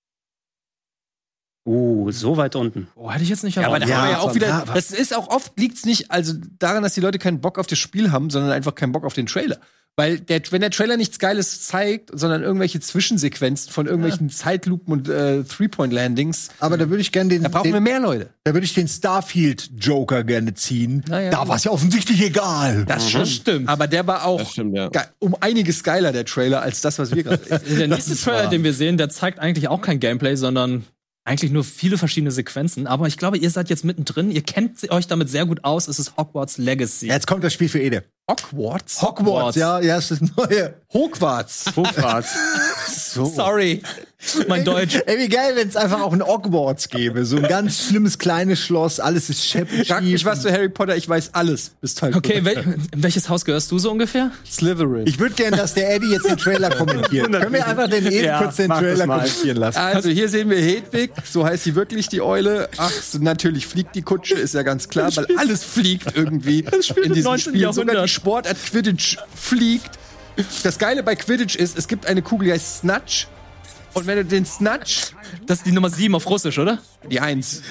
Uh, so weit unten. Oh, hätte ich jetzt nicht Ja, aber da erwartet. haben wir ja auch wieder. aber- Das ist auch oft liegt's nicht also daran, dass die Leute keinen Bock auf das Spiel haben, sondern einfach keinen Bock auf den Trailer. Weil der, wenn der Trailer nichts Geiles zeigt, sondern irgendwelche Zwischensequenzen von irgendwelchen Zeitlupen und äh, Three-Point-Landings, Aber da würde ich gerne den, da brauchen den wir mehr Leute. da würde ich den Starfield-Joker gerne ziehen. Na ja. Da war es ja offensichtlich egal. Das schon stimmt. Aber der war auch Das stimmt, ja. ge- um einiges geiler, der Trailer, als das, was wir gerade sehen. Der nächste Trailer, den wir sehen, der zeigt eigentlich auch kein Gameplay, sondern eigentlich nur viele verschiedene Sequenzen. Aber ich glaube, ihr seid jetzt mittendrin. Ihr kennt euch damit sehr gut aus. Es ist Hogwarts Legacy. Ja, jetzt kommt das Spiel für Ede. Hogwarts? Hogwarts, ja, ja, ist das neue. Hogwarts. Hogwarts. So. Sorry, mein Deutsch. Ey, wie geil, wenn es einfach auch ein Hogwarts gäbe. So ein ganz schlimmes kleines Schloss, alles ist scheppig. Frag mich was zu Harry Potter, ich weiß alles. Bis Teil Okay, wel in welches Haus gehörst du so ungefähr? Slytherin. Ich würde gerne, dass der Eddie jetzt den Trailer kommentiert. Können wir einfach den Ede Ja, kurz den mach das Trailer mal. kommentieren lassen? Also hier sehen wir Hedwig, so heißt sie wirklich, die Eule. Ach, so, natürlich fliegt die Kutsche, ist ja ganz klar, weil alles fliegt irgendwie spielt in im diesem neunzehnten Spiel. Sogar Jahrhundert. die Sportart Quidditch fliegt. Das Geile bei Quidditch ist, es gibt eine Kugel, die heißt Snatch. Und wenn du den Snatch, Das ist die Nummer sieben auf Russisch, oder? die Eins,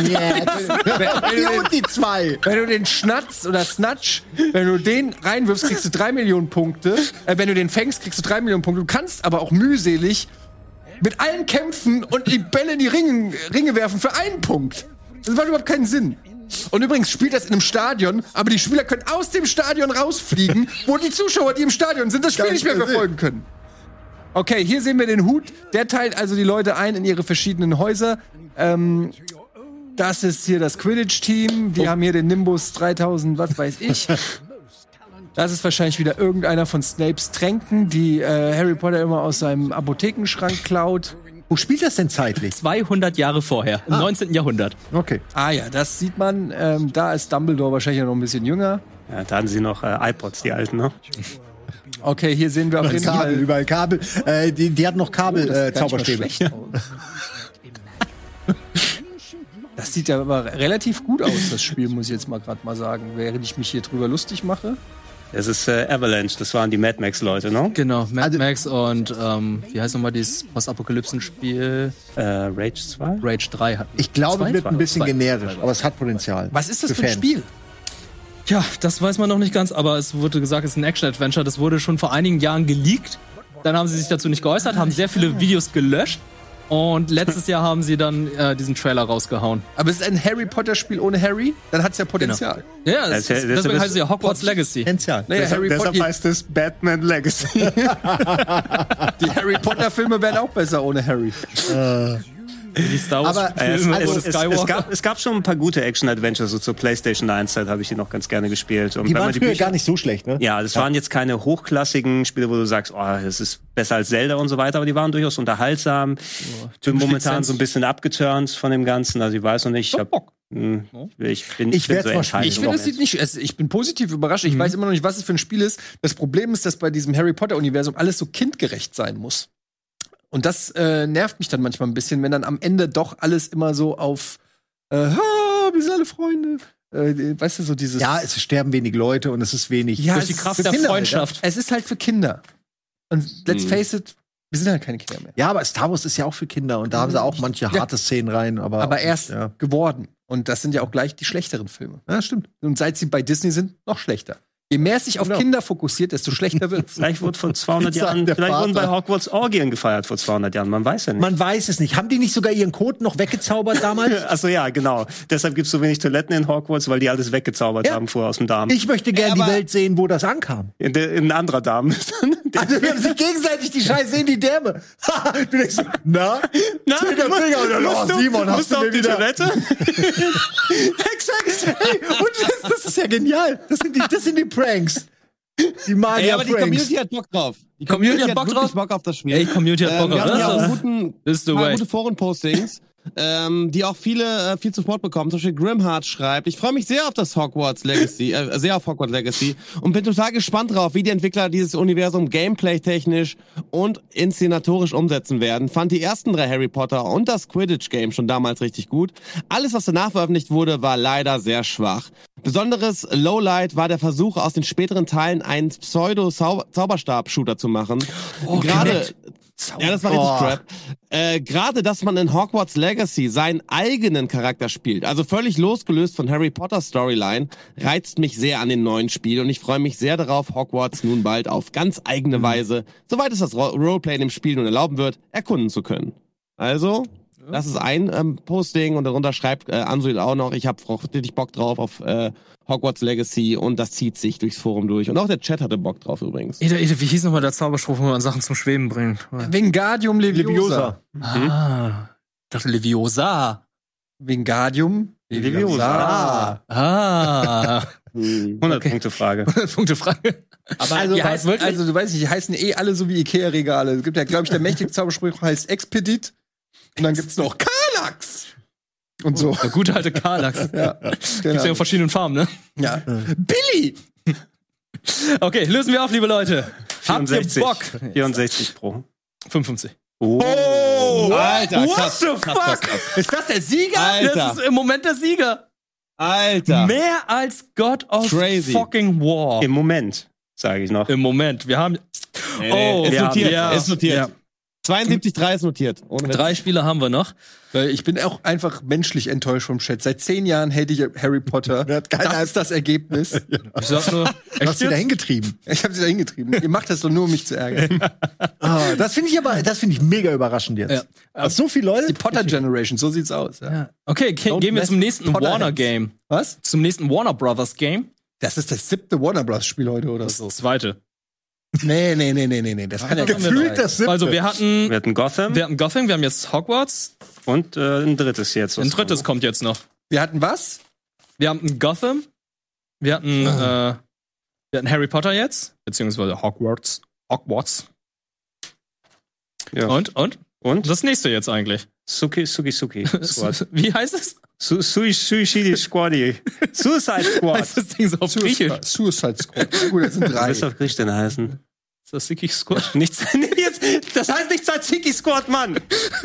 Ja, und die zwei. wenn du den Schnatz oder Snatch, wenn du den reinwirfst, kriegst du drei Millionen Punkte. Äh, wenn du den fängst, kriegst du drei Millionen Punkte. Du kannst aber auch mühselig mit allen kämpfen und die Bälle in die Ringe, Ringe werfen für einen Punkt. Das macht überhaupt keinen Sinn. Und übrigens spielt das in einem Stadion, aber die Spieler können aus dem Stadion rausfliegen, wo die Zuschauer, die im Stadion sind, das Spiel nicht mehr verfolgen können. Okay, hier sehen wir den Hut. Der teilt also die Leute ein in ihre verschiedenen Häuser. Ähm, das ist hier das Quidditch-Team. Die haben hier den Nimbus dreitausend, was weiß ich. Das ist wahrscheinlich wieder irgendeiner von Snapes Tränken, die äh, Harry Potter immer aus seinem Apothekenschrank klaut. Wo spielt das denn zeitlich? zweihundert Jahre vorher, im neunzehnten Jahrhundert. Okay. Ah ja, das sieht man. Ähm, da ist Dumbledore wahrscheinlich noch ein bisschen jünger. Ja, da hatten sie noch äh, iPods, die alten, ne? Okay, hier sehen wir auf jeden Kabel, Fall. überall Kabel. Äh, die, die hat noch Kabel, Das äh, sieht gar nicht mal Zauberstäbe. schlecht aus. Das sieht ja aber relativ gut aus, das Spiel, muss ich jetzt mal gerade mal sagen. Während ich mich hier drüber lustig mache. Das ist äh, Avalanche, das waren die Mad Max-Leute, ne? Genau, Mad Also- Max und ähm, wie heißt nochmal dieses Postapokalypsen-Spiel? Äh, Rage zwei? Rage drei hatten. Ich glaube, Zwei? es wird ein bisschen Zwei. generisch, aber es hat Potenzial. Was ist das Für für ein Fans. Spiel? Ja, das weiß man noch nicht ganz, aber es wurde gesagt, es ist ein Action-Adventure. Das wurde schon vor einigen Jahren geleakt. Dann haben sie sich dazu nicht geäußert, haben sehr viele Videos gelöscht. Und letztes Jahr haben sie dann äh, diesen Trailer rausgehauen. Aber es ist ein Harry Potter-Spiel ohne Harry? Dann hat es ja Potenzial. Ja, Das es, ist ja- ist, das deswegen ist- heißt es ja Hogwarts Legacy. Potenzial. Naja, Harry Potter, heißt es Batman Legacy. die Harry Potter-Filme wären auch besser ohne Harry. Die Star Wars Aber, Äh, es, Filme es, ohne es, es, Skywalker. gab, es gab schon ein paar gute Action-Adventures, so zur PlayStation eins Zeit habe ich die noch ganz gerne gespielt. Und Die wenn waren man die früher Bücher- gar nicht so schlecht, ne? Ja, das waren jetzt keine hochklassigen Spiele, wo du sagst, oh, das ist besser als Zelda und so weiter, aber die waren durchaus unterhaltsam. Bin momentan so ein bisschen abgeturnt von dem Ganzen, also ich weiß noch nicht. Ich, hab, mh, ich bin, Ich bin werd's mal spielen. Ich finde, es sieht nicht. Es, ich bin positiv überrascht. Ich weiß immer noch nicht, was es für ein Spiel ist. Das Problem ist, dass bei diesem Harry Potter-Universum alles so kindgerecht sein muss. Und das äh, nervt mich dann manchmal ein bisschen, wenn dann am Ende doch alles immer so auf äh, ah, wir sind alle Freunde. Äh, weißt du, so dieses. Ja, es sterben wenig Leute und es ist wenig. Ja, Durch es die ist Kraft für der Kinder, Freundschaft. Alter. Es ist halt für Kinder. Und let's face it, wir sind halt keine Kinder mehr. Ja, aber Star Wars ist ja auch für Kinder und da haben sie auch manche harte Szenen rein, aber. Aber erst Ja, geworden. Und das sind ja auch gleich die schlechteren Filme. ja stimmt. Und seit sie bei Disney sind, noch schlechter. Je mehr es sich auf Genau. Kinder fokussiert, desto schlechter wird es. Vielleicht wurde vor zweihundert Sagt Jahren, der vielleicht wurden bei Vater. Hogwarts Orgien gefeiert vor zweihundert Jahren, man weiß ja nicht. Man weiß es nicht. Haben die nicht sogar ihren Code noch weggezaubert damals? Achso, ja, genau. Deshalb gibt es so wenig Toiletten in Hogwarts, weil die alles weggezaubert Ja. haben vorher aus dem Darm. Ich möchte gerne Ja, die aber- Welt sehen, wo das ankam. In, der, in ein anderer Darm. Also wir haben sich gegenseitig die Scheiße in die Därme. du denkst so, na? Na, Finger, Finger, oder musst oh, du- Simon, musst hast du du auf mir die wieder... Toilette? Exakt. Hey, und das, das ist ja genial. Das sind die, das sind die Pranks. Die Magier Ey, aber die Pranks. Community hat Bock drauf. Die Community hat Bock wirklich drauf? Bock auf das Spiel. Ey, Community hat Bock wir auf haben ja auch das. einen guten, Das ist the paar way. gute Foren-Postings. ähm, die auch viele äh, viel Support bekommen. Zum Beispiel Grimheart schreibt, ich freue mich sehr auf das Hogwarts Legacy, äh, sehr auf Hogwarts Legacy und bin total gespannt drauf, wie die Entwickler dieses Universum gameplay-technisch und inszenatorisch umsetzen werden. Fand die ersten drei Harry Potter und das Quidditch-Game schon damals richtig gut. Alles, was danach veröffentlicht wurde, war leider sehr schwach. Besonderes Lowlight war der Versuch, aus den späteren Teilen einen Pseudo-Zauberstab-Shooter zu machen. Oh, Gerade... Ja, das war richtig Oh. crap. Äh, gerade, dass man in Hogwarts Legacy seinen eigenen Charakter spielt, also völlig losgelöst von Harry Potter Storyline, reizt mich sehr an den neuen Spiel und ich freue mich sehr darauf, Hogwarts nun bald auf ganz eigene Weise, soweit es das Ro- Roleplay im Spiel nun erlauben wird, erkunden zu können. Also, das ist ein ähm, Posting und darunter schreibt äh, Ansuil auch noch, ich habe richtig Bock drauf auf äh, Hogwarts Legacy und das zieht sich durchs Forum durch. Und auch der Chat hatte Bock drauf übrigens. Ede, Ede, wie hieß nochmal der Zauberspruch, wo man Sachen zum Schweben bringt? Wingardium Leviosa. Ah, ich dachte Leviosa. Wingardium Leviosa. Ah. hundert Punkte Frage. Punkte Frage. Aber Also, die heißt wirklich? also, du weißt nicht, die heißen eh alle so wie Ikea-Regale. Es gibt ja, glaube ich, der mächtige Zauberspruch heißt Expedit. Und dann gibt's noch Karlax. Und so. der gute alte Karlax. Ja, Gibt's ja genau. in verschiedenen Farben, ne? Ja. Billy! Okay, lösen wir auf, liebe Leute. Habt ihr vierundsechzig. Bock? vierundsechzig Pro. fünfundfünfzig. Oh. Alter, What krass, the krass, fuck? krass, krass. Ist das der Sieger? Alter. Das ist im Moment der Sieger. Alter. Mehr als God of Crazy. fucking War. Im Moment, sage ich noch. Im Moment. Wir haben Nee, Oh, nee, ist wir notiert, haben- ja. ist notiert. Ja. zweiundsiebzig Komma drei ist notiert. Ohne Witz. drei Spiele haben wir noch. Weil ich bin auch einfach menschlich enttäuscht vom Chat. Seit zehn Jahren hate ich Harry Potter. Hat keiner- Das ist das Ergebnis. Ich sag nur, Du hast sie da hingetrieben. Ich habe sie da hingetrieben. Ihr macht das doch nur, um mich zu ärgern. Ah, das finde ich aber, das finde ich mega überraschend jetzt. Ja. Dass so viele Leute. Die Potter Generation, so sieht's aus. Ja. Ja. Okay, ge- Don't gehen wir mess zum nächsten Potterheads. Warner Game. Was? Zum nächsten Warner Brothers Game. Das ist das siebte Warner Bros. Spiel heute oder so. Das zweite. Nee, nee, nee, nee, nee, nee. Das kann ja Gefühlt das siebte. Also wir hatten, Wir hatten Gotham wir hatten Gotham, wir haben jetzt Hogwarts. und äh, ein drittes jetzt. Ein drittes kommt jetzt noch. Wir hatten was? Wir hatten Gotham. Wir hatten, äh, wir hatten Harry Potter jetzt. Beziehungsweise Hogwarts. Hogwarts. Ja. Und, und? Und? Das nächste jetzt eigentlich. Suki, Suki, Suki. Squad. Wie heißt es? Su Sui Suicide Squadi. Suicide Squad. Heißt das Ding so auf Griechisch? Suicide Squad. Gut, das sind Was drei. ist auf Griechisch denn heißen? Ist das wirklich Squad? Nichts, nee, jetzt, das heißt nicht Tzatziki Squad, Mann!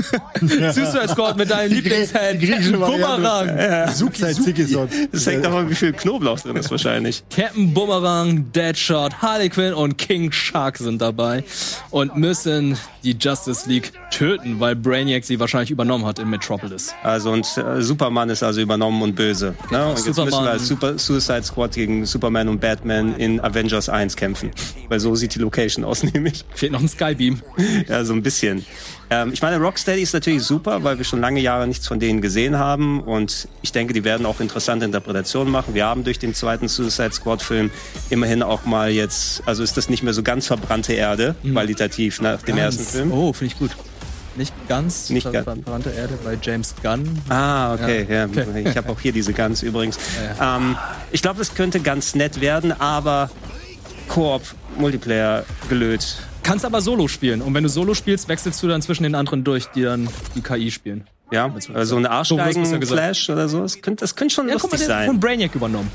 Suicide Squad mit deinem Lieblingshand. griechische Captain Variante. Bumerang. Suki, Suki, Das hängt davon, wie viel Knoblauch drin ist wahrscheinlich. Captain Bumerang, Deadshot, Harley Quinn und King Shark sind dabei und müssen die Justice League töten, weil Brainiac sie wahrscheinlich übernommen hat in Metropolis. Also und äh, Superman ist also übernommen und böse. Ne? Und jetzt müssen Superman. wir als Super Suicide Squad gegen Superman und Batman in Avengers eins kämpfen. Weil so sieht die Location aus, nämlich. Fehlt noch ein Skybeam. Ja, so ein bisschen. Ähm, ich meine, Rocksteady ist natürlich super, weil wir schon lange Jahre nichts von denen gesehen haben. Und ich denke, die werden auch interessante Interpretationen machen. Wir haben durch den zweiten Suicide Squad-Film immerhin auch mal jetzt, also ist das nicht mehr so ganz verbrannte Erde, qualitativ nach dem ersten Film. Oh, finde ich gut. Nicht ganz Nicht ver- ganz. verbrannte Erde bei James Gunn. Ah, okay, ja. okay. Ich habe auch hier diese Guns übrigens. Ähm, ich glaube, das könnte ganz nett werden, aber Koop, Multiplayer, gelöt. Kannst aber Solo spielen. Und wenn du Solo spielst, wechselst du dann zwischen den anderen durch, die dann die K I spielen. Ja, also eine So, du hast ja gesagt. Arschgeigen-Flash oder so. Das könnte, das könnte schon Ja, guck mal, lustig der ist sein. von Brainiac übernommen.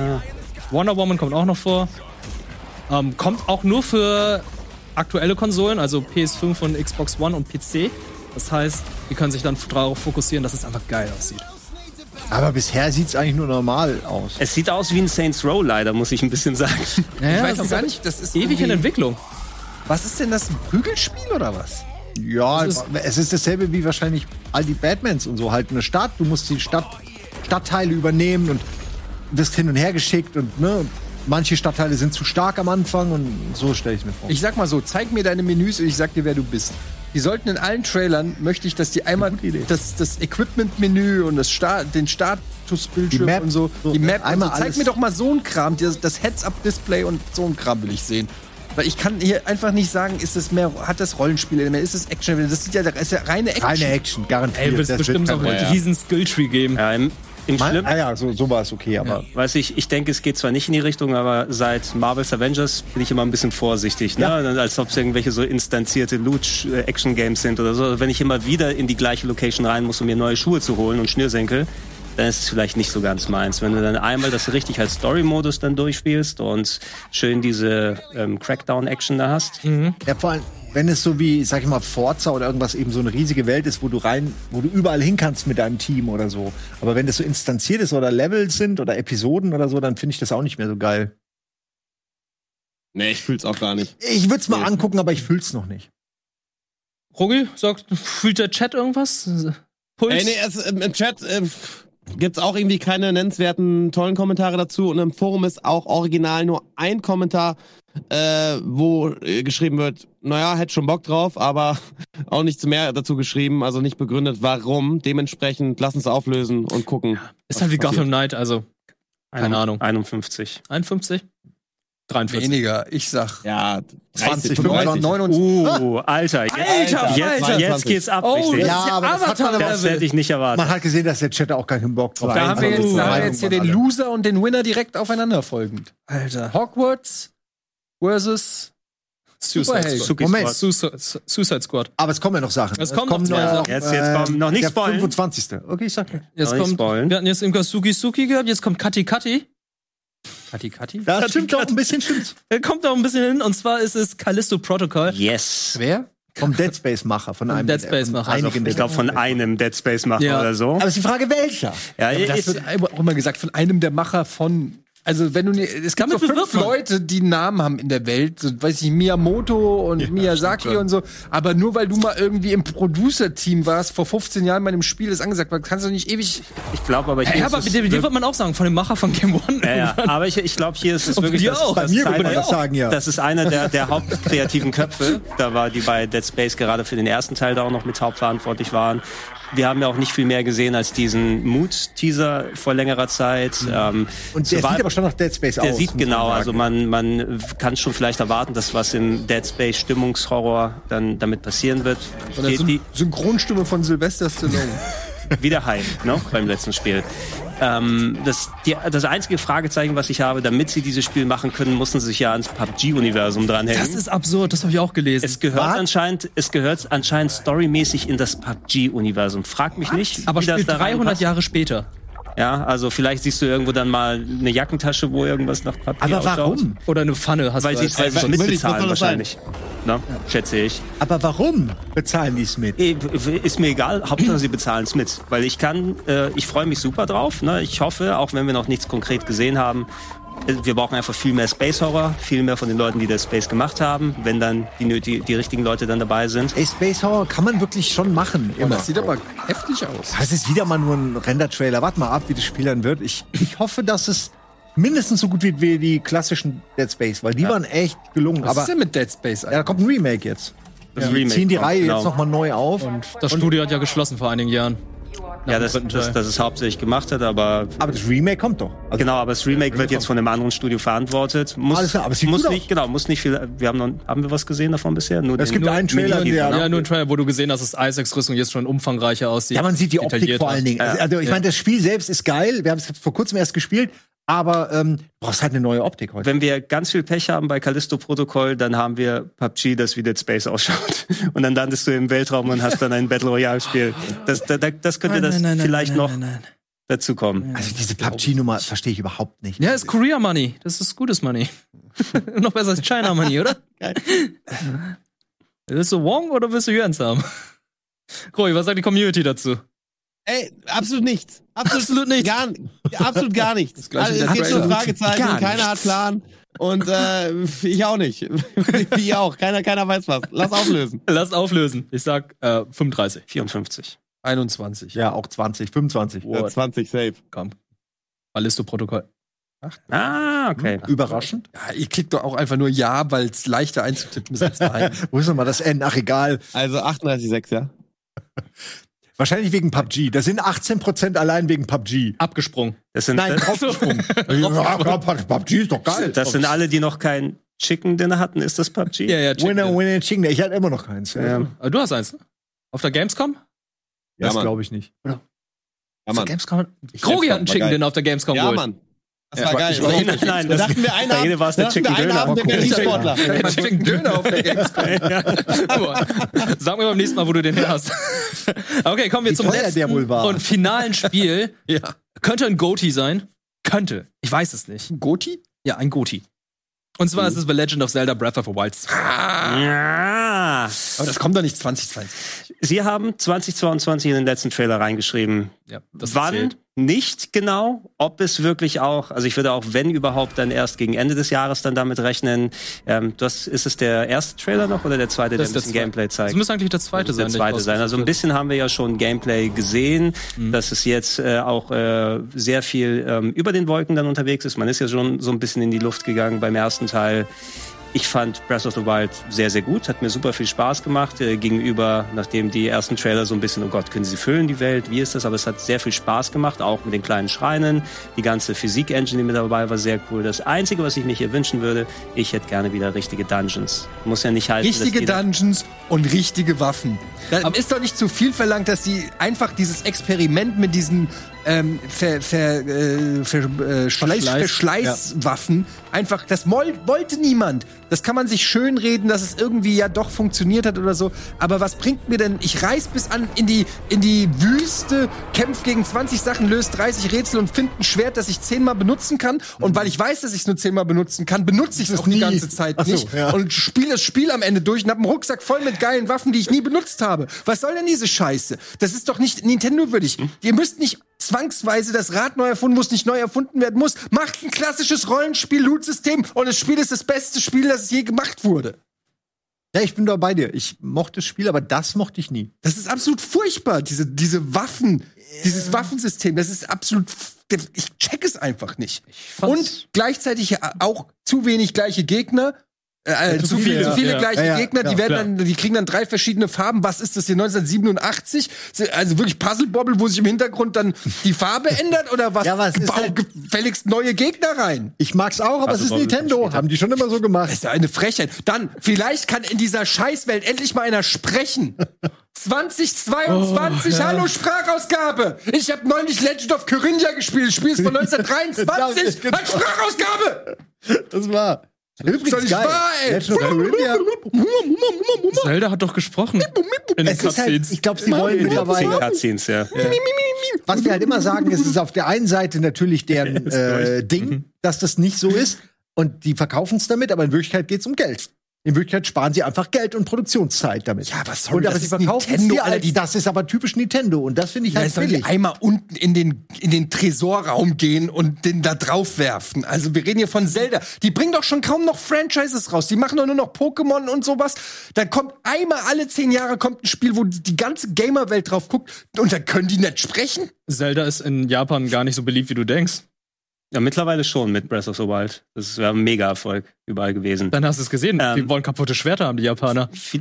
Wonder Woman kommt auch noch vor. Ähm, kommt auch nur für aktuelle Konsolen, also P S fünf und Xbox One und P C. Das heißt, die können sich dann darauf fokussieren, dass es einfach geil aussieht. Aber bisher sieht es eigentlich nur normal aus. Es sieht aus wie ein Saints Row, leider, muss ich ein bisschen sagen. Ja, Ich weiß das auch ist gar halt nicht, das ist ewig in irgendwie- Entwicklung. Was ist denn das, ein Prügelspiel oder was? Ja, Es ist- es ist dasselbe wie wahrscheinlich all die Batmans und so. Halt eine Stadt, du musst die Stadt, Stadtteile übernehmen und wirst hin und her geschickt und ne, manche Stadtteile sind zu stark am Anfang und so stelle ich es mir vor. Ich sag mal so, zeig mir deine Menüs und ich sag dir, wer du bist. Die sollten in allen Trailern, möchte ich, dass die einmal das, das Equipment-Menü und das Start, den Statusbildschirm Die Map, und so, so, die Map, einmal und so. Zeig alles. mir doch mal so ein Kram, das, das Heads-Up-Display und so ein Kram will ich sehen. Weil ich kann hier einfach nicht sagen, ist es mehr, hat das Rollenspiel-Element, ist es Action? Das sieht ja, das ist ja reine Action. Keine Action, garantiert. Ey, wird Das bestimmt kein noch einen Problem. riesen Skilltree geben. Ja, im, Im Mal, Schlimm, ah ja, so, so war es okay, aber weiß ich, ich denke, es geht zwar nicht in die Richtung, aber seit Marvel's Avengers bin ich immer ein bisschen vorsichtig, ne? Ja. Als ob es irgendwelche so instanzierte Loot-Action-Games sind oder so. Wenn ich immer wieder in die gleiche Location rein muss, um mir neue Schuhe zu holen und Schnürsenkel, dann ist es vielleicht nicht so ganz meins. Wenn du dann einmal das richtig als Story-Modus dann durchspielst und schön diese ähm, Crackdown-Action da hast. ja, vor allem, wenn es so wie, sag ich mal, Forza oder irgendwas eben so eine riesige Welt ist, wo du rein, wo du überall hin kannst mit deinem Team oder so. Aber wenn das so instanziert ist oder Levels sind oder Episoden oder so, dann finde ich das auch nicht mehr so geil. Nee, ich fühl's auch gar nicht. Ich würde es mal angucken, aber ich fühl's noch nicht. Rogi, sagt, fühlt der Chat irgendwas? Puls? Ey, nee, es, im, im Chat äh, gibt's auch irgendwie keine nennenswerten, tollen Kommentare dazu. Und im Forum ist auch original nur ein Kommentar, äh, wo äh, geschrieben wird, naja, hätte schon Bock drauf, aber auch nichts mehr dazu geschrieben, also nicht begründet, warum. Dementsprechend lass uns auflösen und gucken. Ist halt wie Gotham Knight, also keine Ahnung. einundfünfzig. einundfünfzig? dreiundvierzig. Weniger. Ich sag Ja, zwanzig, fünfunddreißig. neunundzwanzig. Uh, Alter, jetzt, Alter, jetzt, Alter. jetzt geht's ab, Oh, richtig. das Ja, ist ja aber das hat man Avatar-Level. Das hätte ich nicht erwartet. Man hat gesehen, dass der Chat auch gar keinen Bock drauf hat. Da haben wir jetzt, da haben wir jetzt hier den Alle. Loser und den Winner direkt aufeinander folgend. Alter. Hogwarts versus Suicide Superhelden. Squad. Moment. Suicide, Suicide Squad. Aber es kommen ja noch Sachen. Es kommen noch zwei noch, Sachen. Jetzt- jetzt kommen noch nicht der spoilen. fünfundzwanzigste Okay, ich sag nicht. Jetzt Noch nicht kommt, spoilen. wir hatten jetzt eben Suki Suki gehabt, jetzt kommt Kati Kati. Kati Kati. Das stimmt doch ein bisschen, stimmt's. Er kommt auch ein bisschen hin, und zwar ist es Callisto Protocol. Yes. Wer? Vom Dead Space-Macher. Von einem Dead Space-Macher. von Also, einigen ich glaube, von einem Dead Space-Macher Ja. oder so. Aber es ist die Frage, welcher? Ja, Aber das ist, wird auch immer gesagt von einem der Macher von. Also wenn du ne- es gibt Damit so fünf bewirbt man. Leute, die einen Namen haben in der Welt, so, weiß ich, Miyamoto und Miyazaki und so, aber nur weil du mal irgendwie im Producer-Team warst, vor fünfzehn Jahren bei einem Spiel das angesagt war, kannst du nicht ewig. ich glaube aber hier Ja, ist aber es mit dem, die wirklich- wird man auch sagen, von dem Macher von Game One. ja, ja. irgendwann. Aber ich, ich glaube, hier ist es Und wirklich dir das, auch. das Bei mir ist würde man einer- das sagen, ja. Das ist einer der, der hauptkreativen Köpfe. Da war die bei Dead Space gerade für den ersten Teil da auch noch mit hauptverantwortlich waren. Wir haben ja auch nicht viel mehr gesehen als diesen Mood-Teaser vor längerer Zeit. Ähm, Und der so war- sieht aber schon nach Dead Space aus. Der sieht muss man genau, sagen. also man, man kann schon vielleicht erwarten, dass was im Dead Space Stimmungshorror dann damit passieren wird. Oder Geht Syn die, Synchronstimme von Sylvester Stallone. wie der Hai, ne, beim letzten Spiel. Ähm, das, die, das einzige Fragezeichen, was ich habe, damit sie dieses Spiel machen können, mussten sie sich ja ans P U B G-Universum dranhängen. Das ist absurd, das habe ich auch gelesen. Es gehört Was? anscheinend, es gehört anscheinend storymäßig in das P U B G-Universum. Frag mich nicht, aber wie das spielt da dreihundert reinpasst. Jahre später. Ja, also vielleicht siehst du irgendwo dann mal eine Jackentasche, wo irgendwas nach P U B G Aber ausschaut. warum? Oder eine Pfanne hast Weil du sie als- weil sie es Willi, was mitbezahlen soll das sein? wahrscheinlich. Na, schätze ich. Aber warum bezahlen die es mit? Eh, Ist mir egal, Hauptsache sie bezahlen es mit. Weil ich kann, äh, ich freue mich super drauf. Ne? Ich hoffe, auch wenn wir noch nichts konkret gesehen haben, äh, wir brauchen einfach viel mehr Space Horror, viel mehr von den Leuten, die das Space gemacht haben, wenn dann die, nötig- die richtigen Leute dann dabei sind. Ey, Space Horror kann man wirklich schon machen. Und Immer. das sieht aber heftig aus. Das ist wieder mal nur ein Render-Trailer. Warte mal ab, wie das Spiel dann wird. Ich, ich hoffe, dass es mindestens so gut wird wie die klassischen Dead Space, weil die waren echt gelungen. Was Aber ist denn mit Dead Space ja, eigentlich? da kommt ein Remake jetzt. Das Die Remake ziehen die kommt, Reihe genau. jetzt nochmal neu auf. Das Studio hat ja geschlossen vor einigen Jahren. Ja, dem das, dritten das, Teil. das es hauptsächlich gemacht hat, aber Aber das Remake kommt doch. Also, genau, aber das Remake wird jetzt von einem anderen Studio verantwortet. Muss, Alles klar, aber es sieht muss gut nicht, aus. genau, muss nicht viel. Wir haben noch, haben wir was gesehen davon bisher? Nur Es den- gibt nur einen Trailer, Mini-Teaser, der- ne? Ja, nur ein Trailer, wo du gesehen hast, dass Isaacs Rüstung jetzt schon umfangreicher aussieht. Ja, man sieht die Optik detaillierter. vor allen Dingen. Ja. Also ich Ja. meine, das Spiel selbst ist geil. Wir haben es vor kurzem erst gespielt. Aber ähm, du brauchst halt eine neue Optik heute. Wenn wir ganz viel Pech haben bei Callisto Protocol, dann haben wir P U B G, das wie Dead Space ausschaut. Und dann landest du im Weltraum und hast dann ein Battle Royale Spiel. Das, das, das könnte das vielleicht noch dazu kommen. Also diese P U B G-Nummer verstehe ich überhaupt nicht. Ja, ist Korea Money. Das ist gutes Money. Noch besser als China Money, oder? Willst du Wong oder willst du Yuans haben? Kroi, was sagt die Community dazu? Ey, absolut nichts. Absolut, Absolut nichts. Gar, absolut gar nichts. gleiche Also, es Dead gibt nur Trailer. Fragezeichen, Gar keiner nichts. hat Plan. Und äh, ich auch nicht. Wie ihr auch. Keiner, keiner weiß was. Lass auflösen. Lass auflösen. Ich sag äh, fünfunddreißig. vierundfünfzig. einundzwanzig. Ja, auch zwanzig, fünfundzwanzig. Ja, zwanzig safe. Komm. Ballisto-Protokoll. Ah, okay. Überraschend. Ja, ihr klickt doch auch einfach nur Ja, weil es leichter einzutippen ist als Nein. Wo ist denn mal das N? Ach, egal. Also achtunddreißig Komma sechs, ja? Wahrscheinlich wegen P U B G. Das sind achtzehn Prozent allein wegen P U B G. Abgesprungen. Das sind, Nein, das, draufgesprungen. ja, ja, P U B G ist doch geil. das sind alle, die noch kein Chicken Dinner hatten. Ist das P U B G? Ja, ja, check Winner, it. winner, chicken. Ich hatte immer noch keins. Ja. Ja. Äh, Du hast eins, ne? Auf der Gamescom? Ja, Das Mann. glaube ich nicht. Ja, Mann. Gamescom? Krogi hat einen Chicken Dinner auf der Gamescom Ja, wohl. Mann. Das Ja, war geil. ich war- Nein, nein, nein, da das- dachten wir einen bei Abend, jeder war es der da dachten wir Chicken einen Döner, Abend, aber der cool. Berlin-Sportler. Ja, man Chicken Döner auf der Gamescom. Aber sag mir beim nächsten Mal, wo du den her hast. Okay, kommen wir Wie zum teuer letzten der wohl war. und finalen Spiel. Ja. Könnte ein Goatee sein. Könnte. Ich weiß es nicht. Goti? Ja, ein Goatee. Und zwar ist es The Legend of Zelda Breath of the Wild. Ja. Aber das kommt doch nicht zwanzig zwanzig. Sie haben zwanzig zweiundzwanzig in den letzten Trailer reingeschrieben. Ja, das Wann? zählt. Nicht genau, ob es wirklich auch, also ich würde auch, wenn überhaupt, dann erst gegen Ende des Jahres dann damit rechnen. Ähm, das, ist es der erste Trailer noch oder der zweite, der Das ein ist bisschen der Gameplay zeigt? Das müsste eigentlich der zweite Das sein. der der zweite ich sein. Also ein bisschen haben wir ja schon Gameplay gesehen, Mhm. dass es jetzt äh, auch äh, sehr viel ähm, über den Wolken dann unterwegs ist. Man ist ja schon so ein bisschen in die Luft gegangen beim ersten Teil. Ich fand Breath of the Wild sehr, sehr gut. Hat mir super viel Spaß gemacht. Äh, gegenüber, nachdem die ersten Trailer so ein bisschen, oh Gott, können sie füllen die Welt? Wie ist das? Aber es hat sehr viel Spaß gemacht, auch mit den kleinen Schreinen. Die ganze Physik-Engine, die mit dabei war, sehr cool. Das Einzige, was ich mir hier wünschen würde, ich hätte gerne wieder richtige Dungeons. Muss ja nicht heißen, Richtige dass jeder Dungeons und richtige Waffen. Da ist doch nicht zu viel verlangt, dass die einfach dieses Experiment mit diesen ähm, Ver, Ver, äh, Ver, äh, Verschleiß, Verschleiß. Verschleißwaffen einfach, das moll, wollte niemand. Das kann man sich schönreden, dass es irgendwie ja doch funktioniert hat oder so. Aber was bringt mir denn, ich reis bis an in die, in die Wüste, kämpf gegen zwanzig Sachen, löse dreißig Rätsel und finde ein Schwert, das ich zehnmal benutzen kann. Und weil ich weiß, dass ich es nur zehnmal benutzen kann, benutze ich es auch die nie. ganze Zeit Ach so, nicht. ja. Und spiele das Spiel am Ende durch und hab einen Rucksack voll mit geilen Waffen, die ich nie benutzt habe. Was soll denn diese Scheiße? Das ist doch nicht Nintendo-würdig. Ihr müsst nicht zwangsweise das Rad neu erfunden, muss nicht neu erfunden werden muss. Macht ein klassisches Rollenspiel-Loot-System und das Spiel ist das beste Spiel, das je gemacht wurde. Ja, ich bin da bei dir. Ich mochte das Spiel, aber das mochte ich nie. Das ist absolut furchtbar, diese, diese Waffen, dieses Waffensystem. Das ist absolut, ich check es einfach nicht. Und gleichzeitig auch zu wenig gleiche Gegner. Äh, zu, zu viele, viele, zu viele ja. gleiche Ja, ja, Gegner, die ja, werden klar. dann, die kriegen dann drei verschiedene Farben. Was ist das hier, neunzehnhundertsiebenundachtzig? Also wirklich Puzzle-Bobble, wo sich im Hintergrund dann die Farbe ändert oder was? Ja, aber es ist Bau halt- gefälligst neue Gegner rein. Ich mag's auch, aber Also, es ist warum Nintendo. später? Haben die schon immer so gemacht. Das ist ja eine Frechheit. Dann, vielleicht kann in dieser Scheißwelt endlich mal einer sprechen. zwanzig zweiundzwanzig, Oh, ja. hallo, Sprachausgabe. Ich habe neulich Legend of Corinthia gespielt. Spiel's von neunzehnhundertdreiundzwanzig. Genau. Hat Sprachausgabe. Das war. Übrigens doch nicht geil. wahr, ey. Legend of Corinthia. Zelda hat doch gesprochen. In den Es ist halt, Cutscenes. ich glaube, sie wollen mittlerweile. Cutscenes, ja. Was wir halt immer sagen, ist, es ist auf der einen Seite natürlich deren äh, Ding, dass das nicht so ist. Und die verkaufen es damit, aber in Wirklichkeit geht es um Geld. In Wirklichkeit sparen sie einfach Geld und Produktionszeit damit. Ja, aber sorry, und aber das sie ist verkaufen Nintendo, es dir Alter, als, die- das ist aber typisch Nintendo. Und das finde ich Ja, halt jetzt sollen die billig. einmal unten in den, in den Tresorraum gehen und den da drauf werfen. Also wir reden hier von Zelda. Die bringen doch schon kaum noch Franchises raus. Die machen doch nur noch Pokémon und sowas. Da kommt einmal alle zehn Jahre kommt ein Spiel, wo die ganze Gamerwelt drauf guckt und da können die nicht sprechen. Zelda ist in Japan gar nicht so beliebt, wie du denkst. Ja, mittlerweile schon mit Breath of the Wild. Das wäre ein Mega-Erfolg überall gewesen. Dann hast du es gesehen. Ähm. die wollen kaputte Schwerter haben, die Japaner. Vi-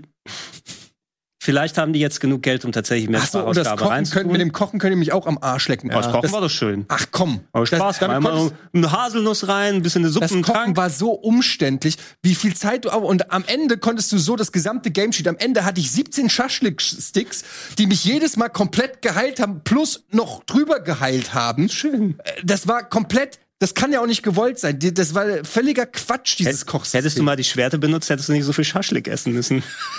Vielleicht haben die jetzt genug Geld, um tatsächlich mehr Ach so, und das Sprachausgabe Kochen können, mit reinzutun. dem Kochen können die mich auch am Arsch lecken. Aber das Kochen das, war doch schön. ach komm. Aber Spaß Das- gemacht. damit Einmal konntest- eine Haselnuss rein, ein bisschen eine Suppe, Das einen Kochen Trank. war so umständlich, wie viel Zeit du auch, und am Ende konntest du so das gesamte Game Sheet, am Ende hatte ich siebzehn Schaschlik-Sticks, die mich jedes Mal komplett geheilt haben, plus noch drüber geheilt haben. Schön. Äh, Das war komplett, das kann ja auch nicht gewollt sein. Die- Das war völliger Quatsch, dieses Hätt- Kochsystem. Hättest du mal die Schwerte benutzt, hättest du nicht so viel Schaschlik essen müssen.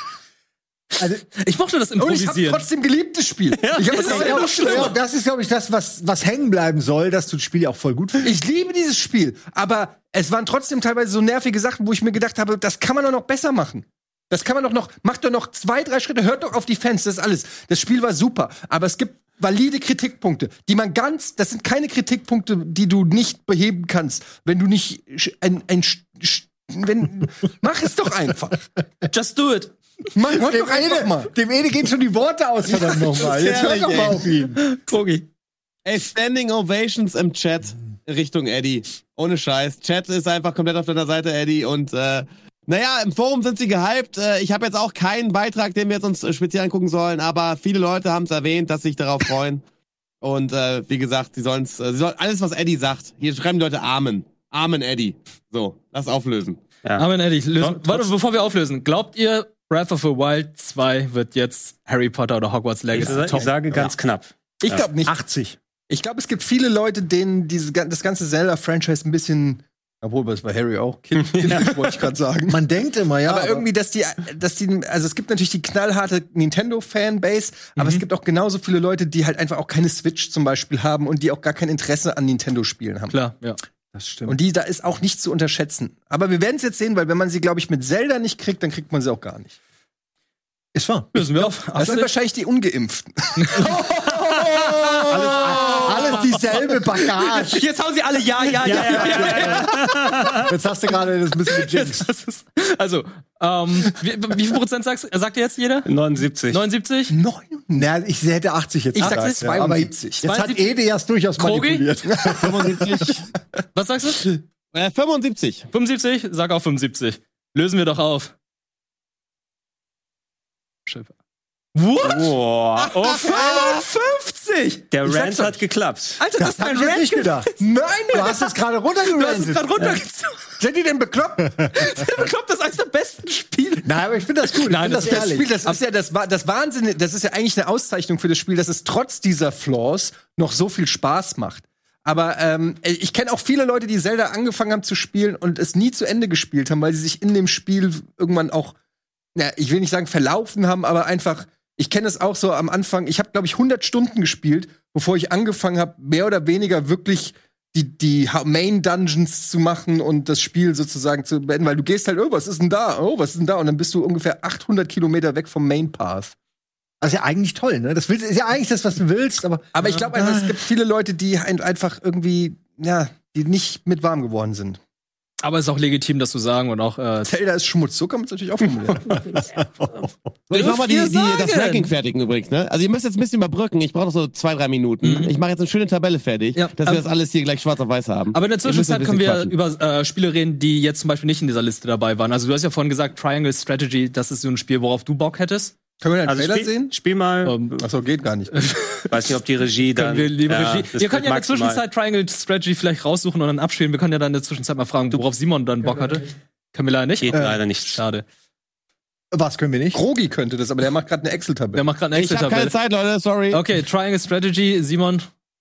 Also, Ich mochte das und ich habe Improvisieren. trotzdem geliebt, das Spiel. Ich hab das, es ist, immer noch ja, ja, schlimmer. das ist, glaube ich, das, was, was hängen bleiben soll, dass du das Spiel auch voll gut findest. Ich liebe dieses Spiel, aber es waren trotzdem teilweise so nervige Sachen, wo ich mir gedacht habe, das kann man doch noch besser machen. Das kann man doch noch, macht doch noch zwei, drei Schritte, hört doch auf die Fans, das ist alles. Das Spiel war super, aber es gibt valide Kritikpunkte, die man ganz, das sind keine Kritikpunkte, die du nicht beheben kannst, wenn du nicht sch- ein, ein sch- sch- wenn, mach es doch einfach. Just do it. Mach, hör Dem doch einfach Ede, mal. dem Ede gehen schon die Worte aus, verdammt nochmal. Jetzt hör herrlich, doch mal ey. auf ihn. Krogi. Ey, Standing Ovations im Chat Richtung Eddie. Ohne Scheiß. Chat ist einfach komplett auf deiner Seite, Eddie. Und äh, naja, im Forum sind sie gehypt. Äh, ich habe jetzt auch keinen Beitrag, den wir jetzt uns äh, speziell angucken sollen, aber viele Leute haben es erwähnt, dass sie sich darauf freuen. Und äh, wie gesagt, sie sollen's, äh, sie sollen alles, was Eddie sagt. Hier schreiben die Leute Amen. Amen, Eddie. So, lass auflösen. Ja. Aber ehrlich, lösen. Trotz- Warte, bevor wir auflösen. Glaubt ihr, Breath of the Wild zwei wird jetzt Harry Potter oder Hogwarts Ich, Legacy sa- ich toppen? sage ganz knapp. Ich glaube nicht. achtzig. Ich glaube, es gibt viele Leute, denen diese, das ganze Zelda-Franchise ein bisschen, obwohl das bei Harry auch, kind, kind wollte ich gerade sagen. Man denkt immer, ja. aber, Aber irgendwie, dass die, dass die, also es gibt natürlich die knallharte Nintendo-Fanbase, aber es gibt auch genauso viele Leute, die halt einfach auch keine Switch zum Beispiel haben und die auch gar kein Interesse an Nintendo-Spielen haben. Klar, ja. das stimmt. Und die, da ist auch nicht zu unterschätzen. Aber wir werden es jetzt sehen, weil wenn man sie, glaube ich, mit Zelda nicht kriegt, dann kriegt man sie auch gar nicht. ist wahr. Lösen wir auf. Das sind wahrscheinlich die Ungeimpften. Alles dieselbe Bagage. Jetzt hauen sie alle ja, ja, ja, ja, ja. ja. Jetzt hast du gerade das ein bisschen gejinxt. Das ist, also, ähm, wie, wie viel Prozent sagst, sagt jetzt jeder? neunundsiebzig. neunundsiebzig? Neun? Na, ich hätte achtzig jetzt Ich sag gesagt. jetzt ja. Aber zweiundsiebzig. jetzt hat Ede ja durchaus Krogi? manipuliert. fünfundsiebzig. Was sagst du? Äh, fünfundsiebzig. fünfundsiebzig? Sag auch fünfundsiebzig. Lösen wir doch auf. Schiffe. What? Boah. fünfundfünfzig! Der Ich sag's Rant doch. hat geklappt. Alter, das, Das ist hab ein ich jetzt Rant. nicht gedacht. Nein, Du hast es gerade du hast es runtergerantet. gerade runtergezogen. Sind die denn bekloppt? bekloppt, das ist eines der besten Spiele. Nein, aber ich finde das gut. Nein, ich das find ist das Das ehrlich. Spiel, das ist ja das, Wa- das Wahnsinn, das ist ja eigentlich eine Auszeichnung für das Spiel, dass es trotz dieser Flaws noch so viel Spaß macht. Aber ähm, ich kenne auch viele Leute, die Zelda angefangen haben zu spielen und es nie zu Ende gespielt haben, weil sie sich in dem Spiel irgendwann auch, na, ich will nicht sagen verlaufen haben, aber einfach, ich kenne es auch so am Anfang, ich habe, glaube ich, hundert Stunden gespielt, bevor ich angefangen habe, mehr oder weniger wirklich die, die Ha- Main-Dungeons zu machen und das Spiel sozusagen zu beenden, weil du gehst halt, oh, was ist denn da? Oh, was ist denn da? Und dann bist du ungefähr achthundert Kilometer weg vom Main-Path. Das ist ja eigentlich toll, ne? Das willst, ist ja eigentlich das, was du willst, aber. Aber ich glaube einfach, es gibt viele Leute, die ein- einfach irgendwie, ja, die nicht mit warm geworden sind. Aber es ist auch legitim, das zu sagen und auch, äh, Zelda ist Schmutz, so kann man es natürlich auch formulieren. So, ich mach mal die, ihr die, das sagen? Ranking fertig übrigens, ne? Also ihr müsst jetzt ein bisschen überbrücken. Ich brauche noch so zwei, drei Minuten. Mhm. Ich mache jetzt eine schöne Tabelle fertig, Ja, dass aber- wir das alles hier gleich schwarz auf weiß haben. aber in der Ihr müsst ein Zwischenzeit können bisschen wir quatschen. über äh, Spiele reden, die jetzt zum Beispiel nicht in dieser Liste dabei waren. Also du hast ja vorhin gesagt, Triangle Strategy, das ist so ein Spiel, worauf du Bock hättest. Können wir den Also Trailer spiel, sehen? spiel mal. Ähm, Achso, geht gar nicht. Weiß nicht, ob die Regie dann. können wir liebe ja, Regie. das Wir können wird ja in der maximal- Zwischenzeit Triangle Strategy vielleicht raussuchen und dann abspielen. Wir können ja dann in der Zwischenzeit mal fragen, worauf Simon dann Bock hatte. Können wir leider nicht. Geht leider nicht. Schade. Was können wir nicht? Krogi könnte das, aber der macht gerade eine Excel-Tabelle. Der macht gerade eine Ich habe keine Excel-Tabelle. Zeit, Leute, sorry. Okay, Triangle Strategy, Simon.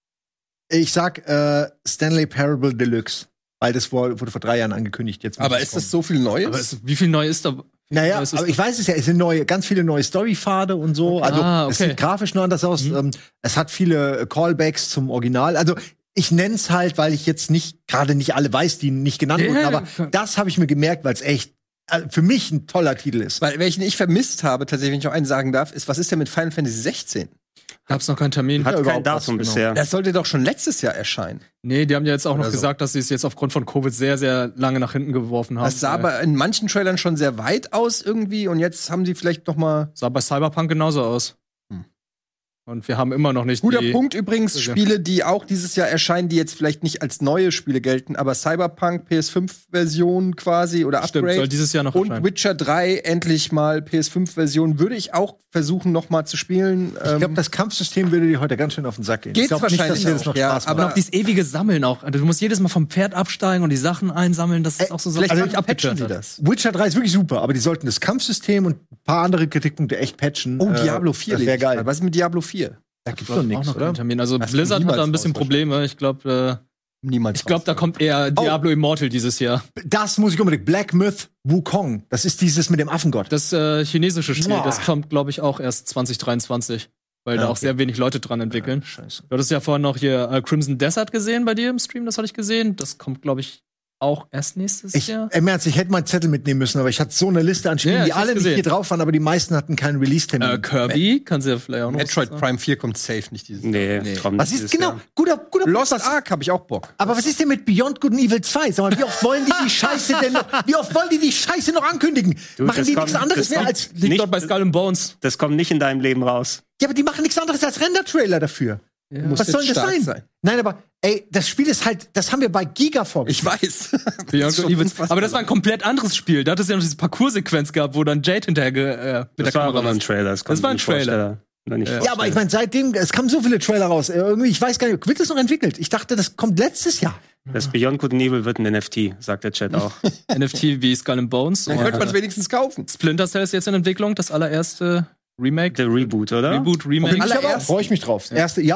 Ich sag äh, Stanley Parable Deluxe. Weil das wurde, wurde vor drei Jahren angekündigt. Jetzt muss Aber es ist kommen. das so viel Neues? Aber es, wie viel neu ist da? Naja, Neues ist aber ich weiß es ja, es sind neue, ganz viele neue Storypfade und so. Also Ah, es okay. sieht grafisch nur anders aus. Mhm. Ähm, es hat viele äh, Callbacks zum Original. Also ich nenn's halt, weil ich jetzt nicht gerade nicht alle weiß, die nicht genannt Ja, wurden. ja, Aber klar. das habe ich mir gemerkt, weil es echt äh, für mich ein toller Titel ist. Weil, welchen ich vermisst habe, tatsächlich, wenn ich noch einen sagen darf, ist, was ist denn mit Final Fantasy sechzehn? Gab's noch keinen Termin? Hat Ja, kein überhaupt was, Datum genau. bisher. Das sollte doch schon letztes Jahr erscheinen. Nee, die haben ja jetzt auch noch Oder so. gesagt, dass sie es jetzt aufgrund von Covid sehr, sehr lange nach hinten geworfen haben. Das sah aber in manchen Trailern schon sehr weit aus irgendwie und jetzt haben sie vielleicht noch mal sah bei Cyberpunk genauso aus. Hm. Und wir haben immer noch nicht Guter die Punkt übrigens, Okay. Spiele, die auch dieses Jahr erscheinen, die jetzt vielleicht nicht als neue Spiele gelten, aber Cyberpunk P S fünf Version quasi oder Stimmt, Upgrade soll dieses Jahr noch und erscheinen. Witcher drei endlich mal P S fünf Version würde ich auch versuchen noch mal zu spielen. Ich glaube, das Kampfsystem würde dir heute ganz schön auf den Sack gehen. Geht's ich glaube nicht, dass wahrscheinlich dir das auch, noch ja, Spaß macht. aber- Aber auch dieses ewige Sammeln auch. Also du musst jedes Mal vom Pferd absteigen und die Sachen einsammeln. Das ist Äh, auch so vielleicht also patchen abgechurrt sie hat. das. Witcher drei ist wirklich super, aber die sollten das Kampfsystem und ein paar andere Kritikpunkte echt patchen. Oh, Äh, Diablo vier. Das lese wäre ich geil. gerade. Was ist mit Diablo vier? Da gibt's Auch doch noch nichts, keinen oder? Termin. Also Das Blizzard kommt hat da ein niemals bisschen raus, Probleme. Ich glaube, äh, Niemals. ich glaube, da kommt eher Oh. Diablo Immortal dieses Jahr. Das muss ich unbedingt. Black Myth Wukong. Das ist dieses mit dem Affengott. Das äh, chinesische Spiel, Boah. das kommt, glaube ich, auch erst zwanzig dreiundzwanzig. Weil Ja, da auch okay. sehr wenig Leute dran entwickeln. Scheiße. Du hattest ja vorhin noch hier äh, Crimson Desert gesehen bei dir im Stream, das hatte ich gesehen. Das kommt, glaube ich, auch erst nächstes Ich, Jahr. im Ernst, ich hätte mal einen Zettel mitnehmen müssen, aber ich hatte so eine Liste an Spielen, Ja, die ich hab's alle nicht gesehen. hier drauf waren, aber die meisten hatten keinen Release-Termin. Äh, Kirby, kannst du ja vielleicht auch noch Metroid was sagen? Prime vier kommt safe nicht dieses Nee, Jahr. kommt was nicht ist dieses genau? Jahr. Guter, guter Lost was, Ark habe ich auch Bock. Aber was ist denn mit Beyond Good and Evil zwei? Sag mal, wie oft wollen die die Scheiße denn noch, wie oft wollen die die Scheiße noch ankündigen? Du, machen das die kommt- nichts anderes das mehr kommt- als, Liegt Nicht- doch bei Skull and Bones. Das kommt nicht in deinem Leben raus. ja, aber die machen nichts anderes als Render-Trailer dafür. Muss Was jetzt soll denn das stark sein? Nein, aber, ey, das Spiel ist halt, das haben wir bei Giga vorgestellt. Ich weiß. Beyond Good and Evil. unfassbar. Aber das war ein komplett anderes Spiel. Da hat es ja noch diese Parcours-Sequenz gehabt, wo dann Jade hinterher ge, äh, mit Das der war Kamera aber ein war. Trailer. Das, kommt Das war ein nicht Trailer. Vorsteller. Noch nicht Ja. Ja, aber ich meine, seitdem, es kamen so viele Trailer raus. Äh, Irgendwie, ich weiß gar nicht, wird das noch entwickelt? Ich dachte, das kommt letztes Jahr. Das Beyond Good and Evil wird ein N F T, sagt der Chat auch. N F T wie Skull and Bones. Dann Und, könnte man es äh, wenigstens kaufen. Splinter Cell ist jetzt in Entwicklung, das allererste Remake. Der Reboot, oder? Reboot, Bin Remake. ich aber, Allererst- freue ich mich drauf. Das erste, ja.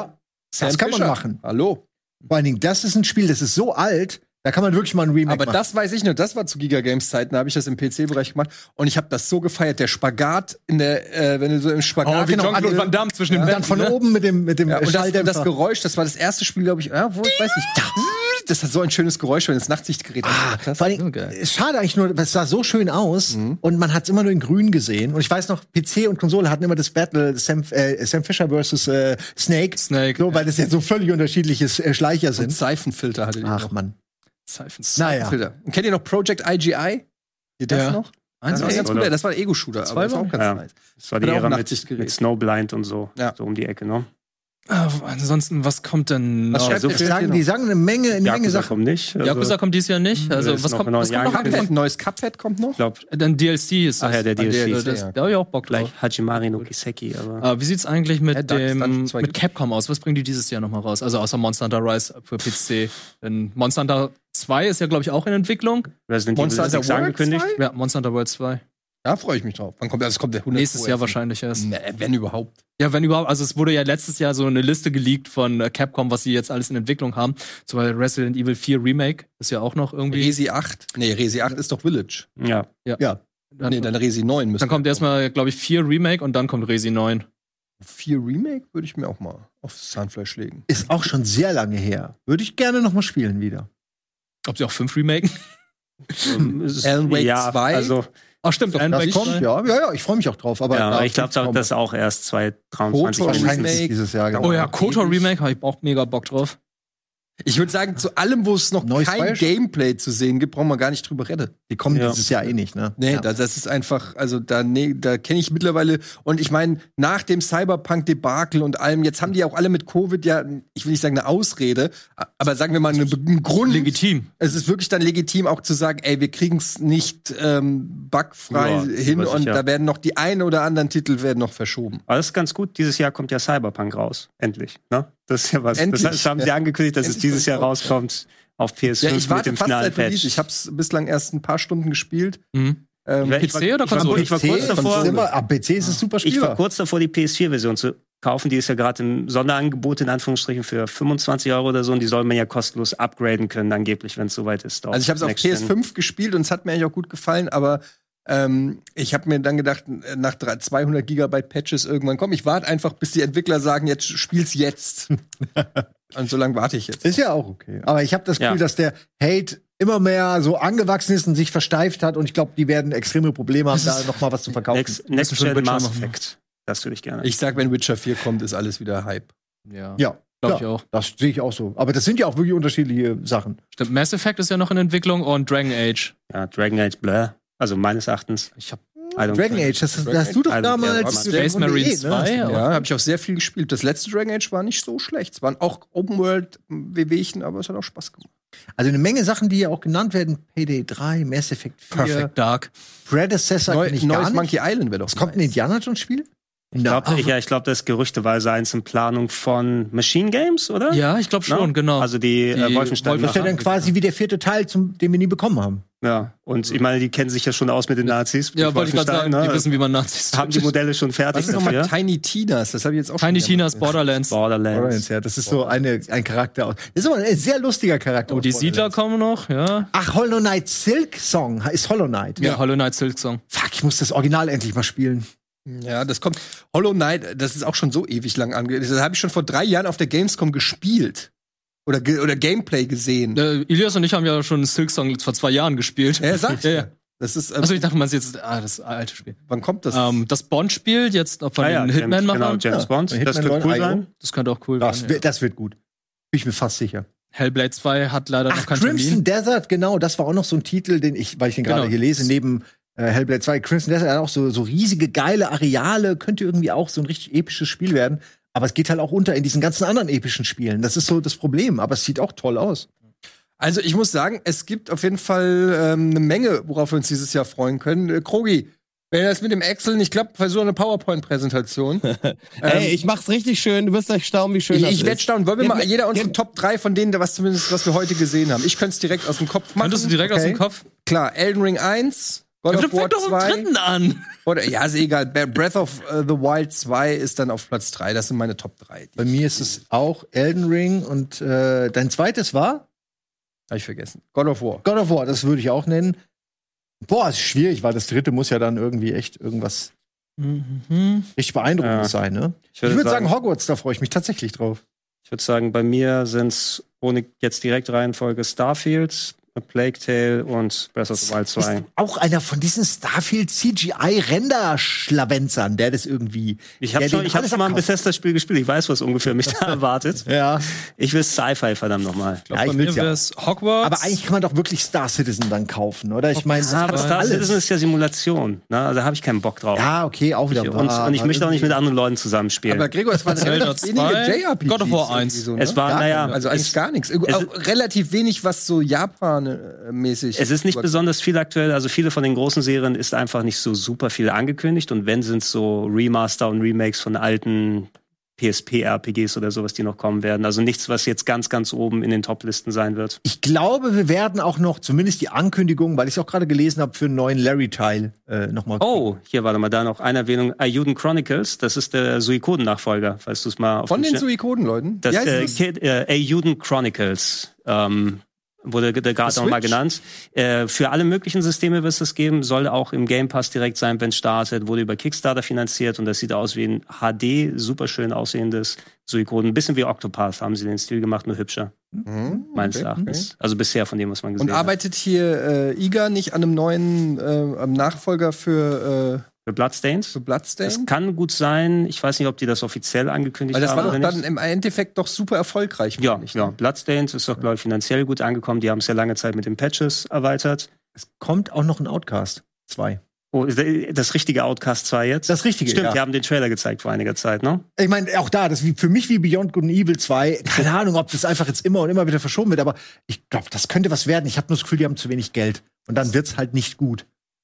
Das kann man Fisher. machen. Hallo. Vor allen Dingen, das ist ein Spiel, das ist so alt, da kann man wirklich mal ein Remake Aber machen. das weiß ich nur, das war zu Giga Games Zeiten, da habe ich das im P C-Bereich gemacht und ich habe das so gefeiert, der Spagat in der, äh, wenn du so im Spagat Oh, wie Jean-Claude Van Damme zwischen den Und dann Wänden, von ne? oben mit dem, mit dem ja, und, das, und Schalldämpfer. das Geräusch, das war das erste Spiel, glaube ich, ja, wo, ich weiß nicht. Das hat so ein schönes Geräusch, wenn das Nachtsichtgerät Ah, vor allen Dingen, geil. ist schade eigentlich nur, es sah so schön aus und man hat es immer nur in grün gesehen. Und ich weiß noch, P C und Konsole hatten immer das Battle Sam, äh, Sam Fisher versus äh, Snake. Snake, So, weil das ja so völlig unterschiedliches äh, Schleicher Und sind. Seifenfilter hatte die Ach noch. Mann. Seifens. Naja. Filter. Und kennt ihr noch Project I G I? Ihr das Ja. noch? Eins Das war war ganz oder? gut, das war ein Ego-Shooter, aber das war auch ganz Ja. nice. Das war die Hat auch Ära mit, Nachtsichtgerät. mit Snowblind und so. Ja. So um die Ecke, ne? Ah, ansonsten, was kommt denn Was noch? schreibt so ihr viel- denn Sagen, noch? die sagen eine Menge, eine Menge Yakuza Sachen. kommt nicht. Also, Yakuza kommt dieses Jahr nicht. Also, ist was noch kommt, genau was ein kommt noch Jahr aktuell? Cuphead, ein neues Cuphead kommt noch. Ich glaube, Dann D L C ist das. ach ja, der D L C. D L C, Das, ja. da habe ich auch Bock drauf. gleich Hajimari no Kiseki, aber Aber wie sieht's eigentlich mit Ja, Darkest dem Dungeon zwei mit gibt's. Capcom aus? Was bringen die dieses Jahr nochmal raus? Also außer Monster Hunter Rise für P C. Denn Monster Hunter zwei ist ja, glaube ich, auch in Entwicklung. Resident Monster Evil Hunter sechs World angekündigt. zwei? Ja, Monster Hunter World zwei. Da freue ich mich drauf. Wann kommt das? Kommt der hundert Nächstes Jahr wahrscheinlich erst. Nee, wenn überhaupt. Ja, wenn überhaupt. Also es wurde ja letztes Jahr so eine Liste geleakt von äh, Capcom, was sie jetzt alles in Entwicklung haben. Zum Beispiel Resident Evil vier Remake ist ja auch noch irgendwie. Resi acht. Nee, Resi acht ist doch Village. Ja. Ja. Dann, Nee, dann Resi neun müsste. dann kommt erstmal, glaube ich, vier Remake und dann kommt Resi neun. vier Remake würde ich mir auch mal aufs Zahnfleisch legen. Ist auch schon sehr lange her. Würde ich gerne noch mal spielen wieder. Ob sie auch fünf remaken? Alan Wake ja, zwei? Also, Ach stimmt, Das Alan Wake kommt, zwei. ja, ja, ja, ich freue mich auch drauf. Aber ja, da aber ich glaube, kommt das auch erst zwanzig dreiundzwanzig. Kotor wahrscheinlich Remake. dieses Jahr. Genau. Oh ja, Ewig. KOTOR Remake habe ich auch mega Bock drauf. Ich würde sagen, zu allem, wo es noch Neues kein Fleisch? Gameplay zu sehen gibt, brauchen wir gar nicht drüber reden. Die kommen Ja. dieses Jahr eh nicht, ne? Nee, ja. da, das ist einfach, also da, nee, da kenne ich mittlerweile, und ich meine, nach dem Cyberpunk-Debakel und allem, jetzt haben die auch alle mit Covid ja, ich will nicht sagen eine Ausrede, aber sagen wir mal eine, einen Grund. Legitim. Es ist wirklich dann legitim auch zu sagen, ey, wir kriegen es nicht ähm, bugfrei Ja, hin aber und sicher. da werden noch die ein oder anderen Titel werden noch verschoben. Aber das ist ganz gut. Dieses Jahr kommt ja Cyberpunk raus. Endlich. Ne? Das ist ja was. Endlich. Das, das haben sie Ja. angekündigt, dass es Endlich dieses Jahr kommt's rauskommt auf P S fünf Ja, ich mit warte dem fast finalen seit Release. Patch. Ich habe es bislang erst ein paar Stunden gespielt. Mhm. Ähm, Ich P C oder ich war, Konsole? ich war kurz P C, davor. Konsole. Immer, am P C ist es super Ich war spielbar. kurz davor, die P S vier Version zu kaufen. Die ist ja gerade im Sonderangebot in Anführungsstrichen für fünfundzwanzig Euro oder so. Und die soll man ja kostenlos upgraden können, angeblich, wenn es soweit ist. Also ich habe es auf Next P S Gen. fünf gespielt und es hat mir eigentlich auch gut gefallen, aber ähm, ich habe mir dann gedacht, nach drei- zweihundert Gigabyte Patches irgendwann, komm, ich warte einfach, bis die Entwickler sagen, jetzt spiel's jetzt. Und so lange warte ich jetzt. Ist ja auch okay. Aber ich habe das Gefühl, Ja. dass der Hate immer mehr so angewachsen ist und sich versteift hat. Und ich glaube, die werden extreme Probleme haben, da noch mal was zu verkaufen. Next, Next schon Gen Witcher Mass machen. Effect. Das würde ich gerne. Ich sag, wenn Witcher vier kommt, ist alles wieder Hype. Ja. Ja, Glaub ja, ich auch. Das sehe ich auch so. Aber das sind ja auch wirklich unterschiedliche Sachen. Stimmt, Mass Effect ist ja noch in Entwicklung und Dragon Age. ja, Dragon Age, bläh. Also meines Erachtens. Ich hab I don't Dragon care. Age, das, das Dragon hast du doch Age, damals. also, Space Dragon Marine Age, ne? zwei, Ja. aber- Ja, habe ich auch sehr viel gespielt. Das letzte Dragon Age war nicht so schlecht. Es waren auch Open-World-Wehwehchen, aber es hat auch Spaß gemacht. Also eine Menge Sachen, die hier auch genannt werden. Payday drei, Mass Effect vier, Perfect Dark. Predecessor Neu, kenn ich gar neues nicht. Monkey Island wäre doch Es kommt ein nice. Indiana Jones Spiel? Ich glaube, ja, ich glaub, das ist gerüchteweise eins in Planung von Machine Games, oder? Ja, ich glaube schon, Ne? genau. Also die, Die äh, Wolfenstein. Das ist ja Aha. dann quasi wie der vierte Teil, zum, den wir nie bekommen haben. Ja, und ich meine, die kennen sich ja schon aus mit den Nazis. ja, wollte ich gerade sagen, Wolfenstein, die ne? wissen, wie man Nazis Haben die Modelle schon fertig Was ist nochmal dafür? Tiny Tinas? Das habe ich jetzt auch Tiny schon Tina's Borderlands. Borderlands. Ja, das ist so eine, ein Charakter aus. Das ist aber ein sehr lustiger Charakter. Oh, die aus Siedler Borderlands. kommen noch, ja. Ach, Hollow Knight Silk Song ist Hollow Knight. Ja, Hollow Knight Silk Song. Fuck, ich muss das Original endlich mal spielen. Ja, das kommt. Hollow Knight, das ist auch schon so ewig lang ange. Das habe ich schon vor drei Jahren auf der Gamescom gespielt. Oder, ge oder Gameplay gesehen. Äh, Ilias und ich haben ja schon Silk Song vor zwei Jahren gespielt. Ja, sagt ja, ja. ja. Das ist. Ähm, Also ich dachte, man ist jetzt, ah, das alte Spiel. wann kommt das? Ähm, das Bond-Spiel jetzt von Ah ja, den James- Hitman-Machern. Genau, James Bond. Hitman Das könnte cool neun, sein. Das könnte auch cool Das, sein. wird- Ja. das wird gut. Bin ich mir fast sicher. Hellblade zwei hat leider noch Ach, keinen Crimson Termin. Desert, genau, das war auch noch so ein Titel, den ich, weil ich den gerade Genau. hier lese, neben äh, Hellblade zwei. Crimson Desert hat auch so, so riesige, geile Areale, könnte irgendwie auch so ein richtig episches Spiel werden. Aber es geht halt auch unter in diesen ganzen anderen epischen Spielen. Das ist so das Problem, aber es sieht auch toll aus. Also ich muss sagen, es gibt auf jeden Fall ähm, eine Menge, worauf wir uns dieses Jahr freuen können. Äh, Krogi, wenn das mit dem Excel nicht klappt, versuch eine PowerPoint-Präsentation. Ey, ich mach's richtig schön. Du wirst euch staunen, wie schön ich das ich ist. werde staunen. Wollen wir Gib mal mir- jeder unsere gib- Top drei von denen, was zumindest was wir heute gesehen haben. Ich könnte es direkt aus dem Kopf machen. Könntest du direkt aus Okay. dem Kopf? Klar, Elden Ring eins, God Ja, of aber War fängt doch im zwei. dritten an. Oder, ja, ist egal. Breath of äh, the Wild zwei ist dann auf Platz drei. Das sind meine Top drei. Bei mir ist es auch Elden Ring und äh, dein zweites war? Hab ich vergessen. God of War. God of War, das würde ich auch nennen. Boah, ist schwierig, weil das dritte muss ja dann irgendwie echt irgendwas Mhm. richtig Beeindruckendes Ja. sein, ne? Ich Ich würde würde sagen, sagen, Hogwarts, da freue ich mich tatsächlich drauf. ich würde sagen, bei mir sind es ohne jetzt direkt Reihenfolge Starfield, A Plague Tale und Breath of the Wild zwei. Ist auch einer von diesen Starfield C G I-Render-Schlawenzern, der das irgendwie. Ich habe der schon, den ich hab alles schon mal ein abkauft. Bethesda-Spiel gespielt. Ich weiß, was ungefähr mich da erwartet. Ja. Ich will Sci-Fi, verdammt nochmal. Ja, Bei ich mir will's ja. wäre es Hogwarts. Aber eigentlich kann man doch wirklich Star Citizen dann kaufen, oder? Ich meine, das Ja, hat aber doch Star alles. Citizen ist ja Simulation. Ne? Also da habe ich keinen Bock drauf. Ja, okay, auch wieder. Ich, und, und ich möchte auch nicht mit anderen Leuten zusammenspielen. Aber Gregor, es waren Zelda relativ zwei, wenige J R P Gs. God of War irgendwie eins. So, ne? es war, Ja, naja, Also eigentlich es, gar nichts. Auch relativ wenig, was so Japan-mäßig. es ist nicht besonders viel aktuell. Also viele von den großen Serien ist einfach nicht so super viel angekündigt. Und wenn, sind es so Remaster und Remakes von alten P S P-R P Gs oder sowas, die noch kommen werden. Also nichts, was jetzt ganz, ganz oben in den Top-Listen sein wird. Ich glaube, wir werden auch noch zumindest die Ankündigung, weil ich es auch gerade gelesen habe, für einen neuen Larry-Teil äh, nochmal. Oh, hier warte mal, da noch eine Erwähnung. Ayuden Chronicles, das ist der Suikoden-Nachfolger, falls du es mal auf Von dem den Schirm- Suikoden-Leuten? Das Wie heißt äh, das? Kid, äh, Ayuden Chronicles ähm, wurde gerade Für noch mal Switch? genannt. Äh, für alle möglichen Systeme wird es das geben, soll auch im Game Pass direkt sein, wenn es startet, wurde über Kickstarter finanziert und das sieht aus wie ein H D, super schön aussehendes Suikoden. Ein bisschen wie Octopath haben sie den Stil gemacht, nur hübscher, Mhm. meines Okay, Erachtens. Also bisher von dem, was man gesehen Und hat. arbeitet hier äh, Iga nicht an einem neuen äh, am Nachfolger für, äh, Für Bloodstains? für Bloodstained? Das kann gut sein. Ich weiß nicht, ob die das offiziell angekündigt Weil das haben war doch oder dann nicht. im Endeffekt doch super erfolgreich. Ja, meine ich, ja. ne? Bloodstains ist doch, glaube ich, finanziell gut angekommen. Die haben es ja lange Zeit mit den Patches erweitert. Es kommt auch noch ein Outcast zwei. Oh, ist das richtige Outcast zwei jetzt? Das Richtige, Stimmt, ja. die haben den Trailer gezeigt vor einiger Zeit, ne? Ich meine, auch da, das wie für mich wie Beyond Good and Evil zwei, keine Ahnung, ob das einfach jetzt immer und immer wieder verschoben wird, aber ich glaube, das könnte was werden. Ich habe nur das Gefühl, die haben zu wenig Geld. Und dann wird's halt nicht gut.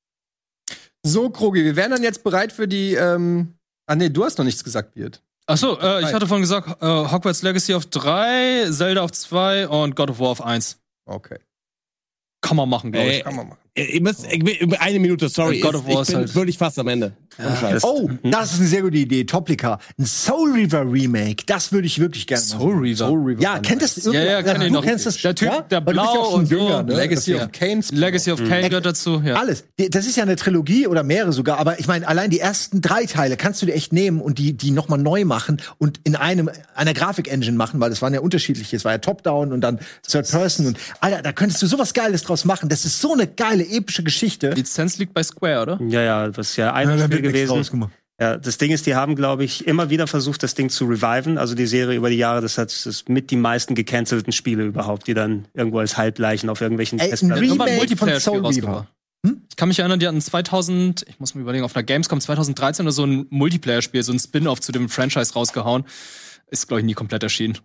So, Krogi, wir wären dann jetzt bereit für die. Ähm ah, nee, du hast noch nichts gesagt, Beard. Achso, äh, ich hatte vorhin gesagt, äh, Hogwarts Legacy auf drei, Zelda auf zwei und God of War auf eins. Okay. Kann man machen, glaube ich. Ey, Kann man machen. Ihr müsst, ich bin- eine Minute, sorry. God of War ich ist bin halt- wirklich fast am Ende. Ohne Scheiß. Das- Oh, das ist eine sehr gute Idee. Toplika. Ein Soul Reaver Remake. Das würde ich wirklich gerne machen. Soul Reaver. Soul Reaver. Ja, kennt das Ja, ja, kenn du ich noch. kennst das. Der Typ, ja? der Weil du bist ja blau auch schon und so. jünger, ne? Legacy Ja. of Kane's. Legacy of Kain gehört dazu, ja. Alles. Die- Das ist ja eine Trilogie oder mehrere sogar, aber ich meine, allein die ersten drei Teile kannst du dir echt nehmen und die, die nochmal neu machen und in einem, einer Grafik-Engine machen, weil das waren ja unterschiedliche. Es war ja Top-Down und dann Third Person und, Alter, da könntest du sowas Geiles draus machen. Das ist so eine geile, epische Geschichte. Lizenz liegt bei Square, oder? Ja, ja, das ist ja ein Ja, da Spiel wird nichts gewesen. draus gemacht. Ja, das Ding ist, die haben, glaube ich, immer wieder versucht, das Ding zu reviven. Also die Serie über die Jahre, das hat das ist mit die meisten gecancelten Spiele überhaupt, die dann irgendwo als Halbleichen auf irgendwelchen Ey, ein Testplatten. Remake Irgendwann ein von Multiplayer-Spiel Soul rausgebracht. Reaver. Ich kann mich erinnern, die hatten zweitausend, ich muss mir überlegen, auf einer Gamescom zwanzig dreizehn oder so ein Multiplayer-Spiel, so ein Spin-off zu dem Franchise rausgehauen. Ist, glaube ich, nie komplett erschienen.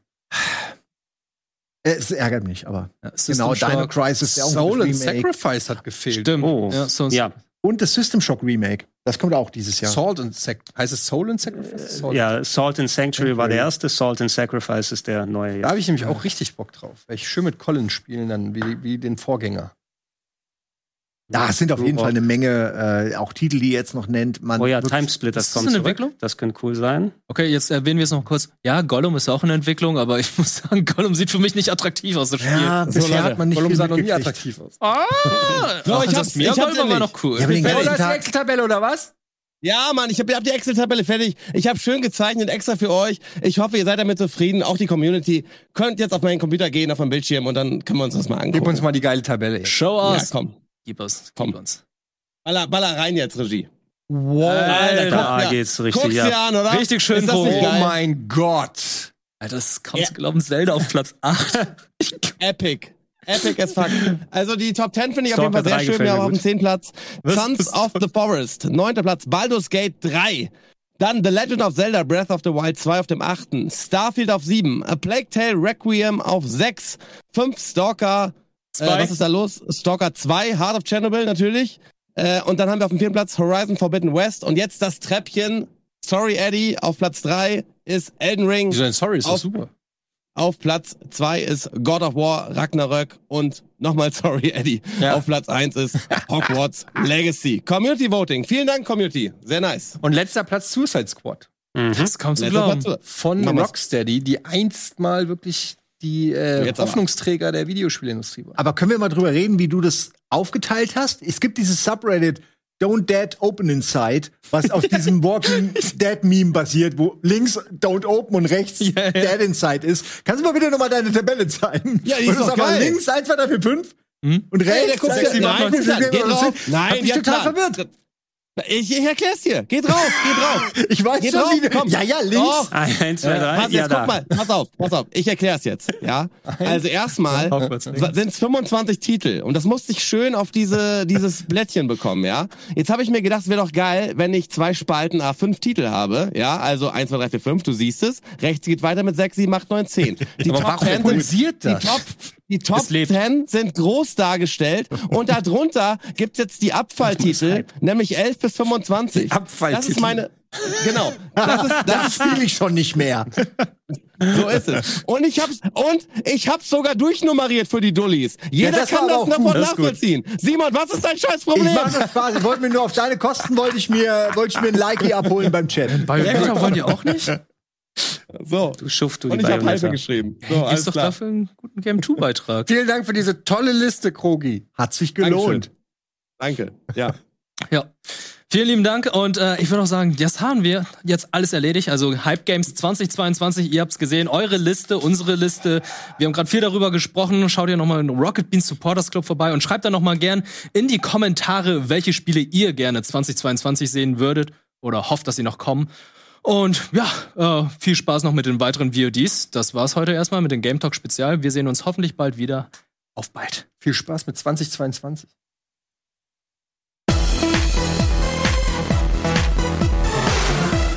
Äh, Es ärgert mich, aber Ja, System genau, Dino Shock. Crisis, der auch ein Soul and gutes Remake. Sacrifice hat gefehlt. Stimmt. Oh, Ja, so, ja. Und das System Shock Remake. Das kommt auch dieses Jahr. Salt and Sac heißt es Soul and Sacrifice? Salt Ja, Salt and Sanctuary war der erste, Salt and Sacrifice ist der neue. Da habe ich nämlich auch richtig Bock drauf. Weil ich schön mit Colin spielen dann, wie, wie den Vorgänger. Da sind auf jeden Fall eine Menge, äh, auch Titel, die ihr jetzt noch nennt. Man Oh ja, wirklich- Timesplitters Ist das kommt eine zurück. Entwicklung? Das könnte cool sein. Okay, jetzt erwähnen wir es noch kurz. Ja, Gollum ist auch in Entwicklung, aber ich muss sagen, Gollum sieht für mich nicht attraktiv aus, das Spiel. Ja, So, bisher Leute. hat man nicht Gollum viel sah noch nie mitgekriegt. attraktiv aus. Ah! So, Ach, ich das hab's- mir ich hab's Gollum war endlich. noch cool. Ja, aber den Oh, ganzen da ist die Tag- Excel-Tabelle, oder was? Ja, Mann, ich habe hab die Excel-Tabelle fertig. Ich habe schön gezeichnet, extra für euch. Ich hoffe, ihr seid damit zufrieden. Auch die Community. Könnt jetzt auf meinen Computer gehen, auf meinen Bildschirm und dann können wir uns das mal angucken. Gib uns mal die geile Tabelle. Show Ja, us. komm. Gib uns. Komm. Gib uns. Baller, baller rein jetzt, Regie. Wow. Alter, Da guck, ja. geht's richtig Guck's dir ab. an, oder? Richtig schön Ist das nicht hoch. Oh geil? mein Gott. Alter, das ist kaum Ja. zu glauben. Zelda auf Platz acht. Epic. Epic as fuck. Also die Top zehn finde ich auf jeden Stalker Fall sehr drei schön. gefällt Wir mir haben auf dem gut. zehnten Platz Was? Sons of the Forest. neunter Platz Baldur's Gate drei. Dann The Legend of Zelda Breath of the Wild zwei auf dem achten. Starfield auf sieben. A Plague Tale Requiem auf sechs. fünf Stalker. Äh, Zwei. was ist da los? Stalker zwei. Heart of Chernobyl natürlich. Äh, und dann haben wir auf dem vierten Platz Horizon Forbidden West. Und jetzt das Treppchen. Sorry, Eddie. Auf Platz drei ist Elden Ring. Wieso denn sorry, ist doch Auf- super. Auf Platz zwei ist God of War Ragnarök und nochmal sorry, Eddie. Ja. Auf Platz eins ist Hogwarts Legacy. Community Voting. Vielen Dank, Community. Sehr nice. Und letzter Platz Suicide Squad. Das kaum zu Letzter glauben. Platz. Von Machen wir's. Rocksteady, die einst mal wirklich die äh, Jetzt aber. Hoffnungsträger der Videospielindustrie waren. Aber können wir mal drüber reden, wie du das aufgeteilt hast? Es gibt dieses Subreddit Don't Dead Open Inside, was auf diesem Walking Dead Meme basiert, wo links Don't Open und rechts Ja, ja. Dead Inside ist. Kannst du mal bitte noch mal deine Tabelle zeigen? Ja, die Und ist das doch aber geil. links eins, zwei, drei, vier, fünf Hm? und rechts Hey, der guckt sechs, ja, sieben, nein, acht, neun, klar, zehn, geh elf, drauf. zwölf. Nein, Hab mich ja, total klar. verwirrt. Ich, ich erklär's dir. Geht drauf, geht drauf. Ich weiß Geh schon, drauf, wie du- komm. Ja, ja, links. Doch. Eins, zwei, drei. Pass Ja, jetzt, da. guck mal, pass auf, pass auf. Ich erklär's jetzt, ja. Also erstmal sind es fünfundzwanzig Titel und das musste ich schön auf diese dieses Blättchen bekommen, ja. Jetzt habe ich mir gedacht, es wäre doch geil, wenn ich zwei Spalten A fünf Titel habe, ja. Also eins, zwei, drei, vier, fünf, du siehst es. Rechts geht weiter mit sechs, sieben, acht, neun, zehn. Die Aber Top warum zehn sind, pulsiert die das? Top, die Top Es lebt. zehn sind groß dargestellt und darunter gibt's jetzt die Abfalltitel, nämlich elf bis fünfundzwanzig. Die Abfalltitel. Das ist meine, genau. Das ist, das Das spiele ich schon nicht mehr. so ist es. Und ich hab's, und ich hab's sogar durchnummeriert für die Dullis. Jeder das war kann aber das auch gut, davon das ist gut. nachvollziehen. Simon, was ist dein Ich Scheißproblem? mach das Spaß. Ich wollte mir nur auf deine Kosten wollte ich mir wollte ich mir ein Like abholen beim Chat. Bayonetta wollen die auch nicht? So. Du Schuft, du Und die ich hab Bayonetta. Hilfe geschrieben. So, Ist alles doch klar. dafür einen guten Game zwei Beitrag. Vielen Dank für diese tolle Liste, Krogi. Hat sich gelohnt. Danke. Ja. Ja. Vielen lieben Dank und äh, ich würde auch sagen, das haben wir jetzt alles erledigt. Also Hype Games zwanzig zweiundzwanzig, ihr habt's gesehen, eure Liste, unsere Liste. Wir haben gerade viel darüber gesprochen. Schaut ihr nochmal in Rocket Beans Supporters Club vorbei und schreibt dann nochmal gern in die Kommentare, welche Spiele ihr gerne zwanzig zweiundzwanzig sehen würdet oder hofft, dass sie noch kommen. Und ja, äh, viel Spaß noch mit den weiteren V O Ds. Das war's heute erstmal mit dem Game Talk Spezial. Wir sehen uns hoffentlich bald wieder. Auf bald. Viel Spaß mit zwanzig zweiundzwanzig.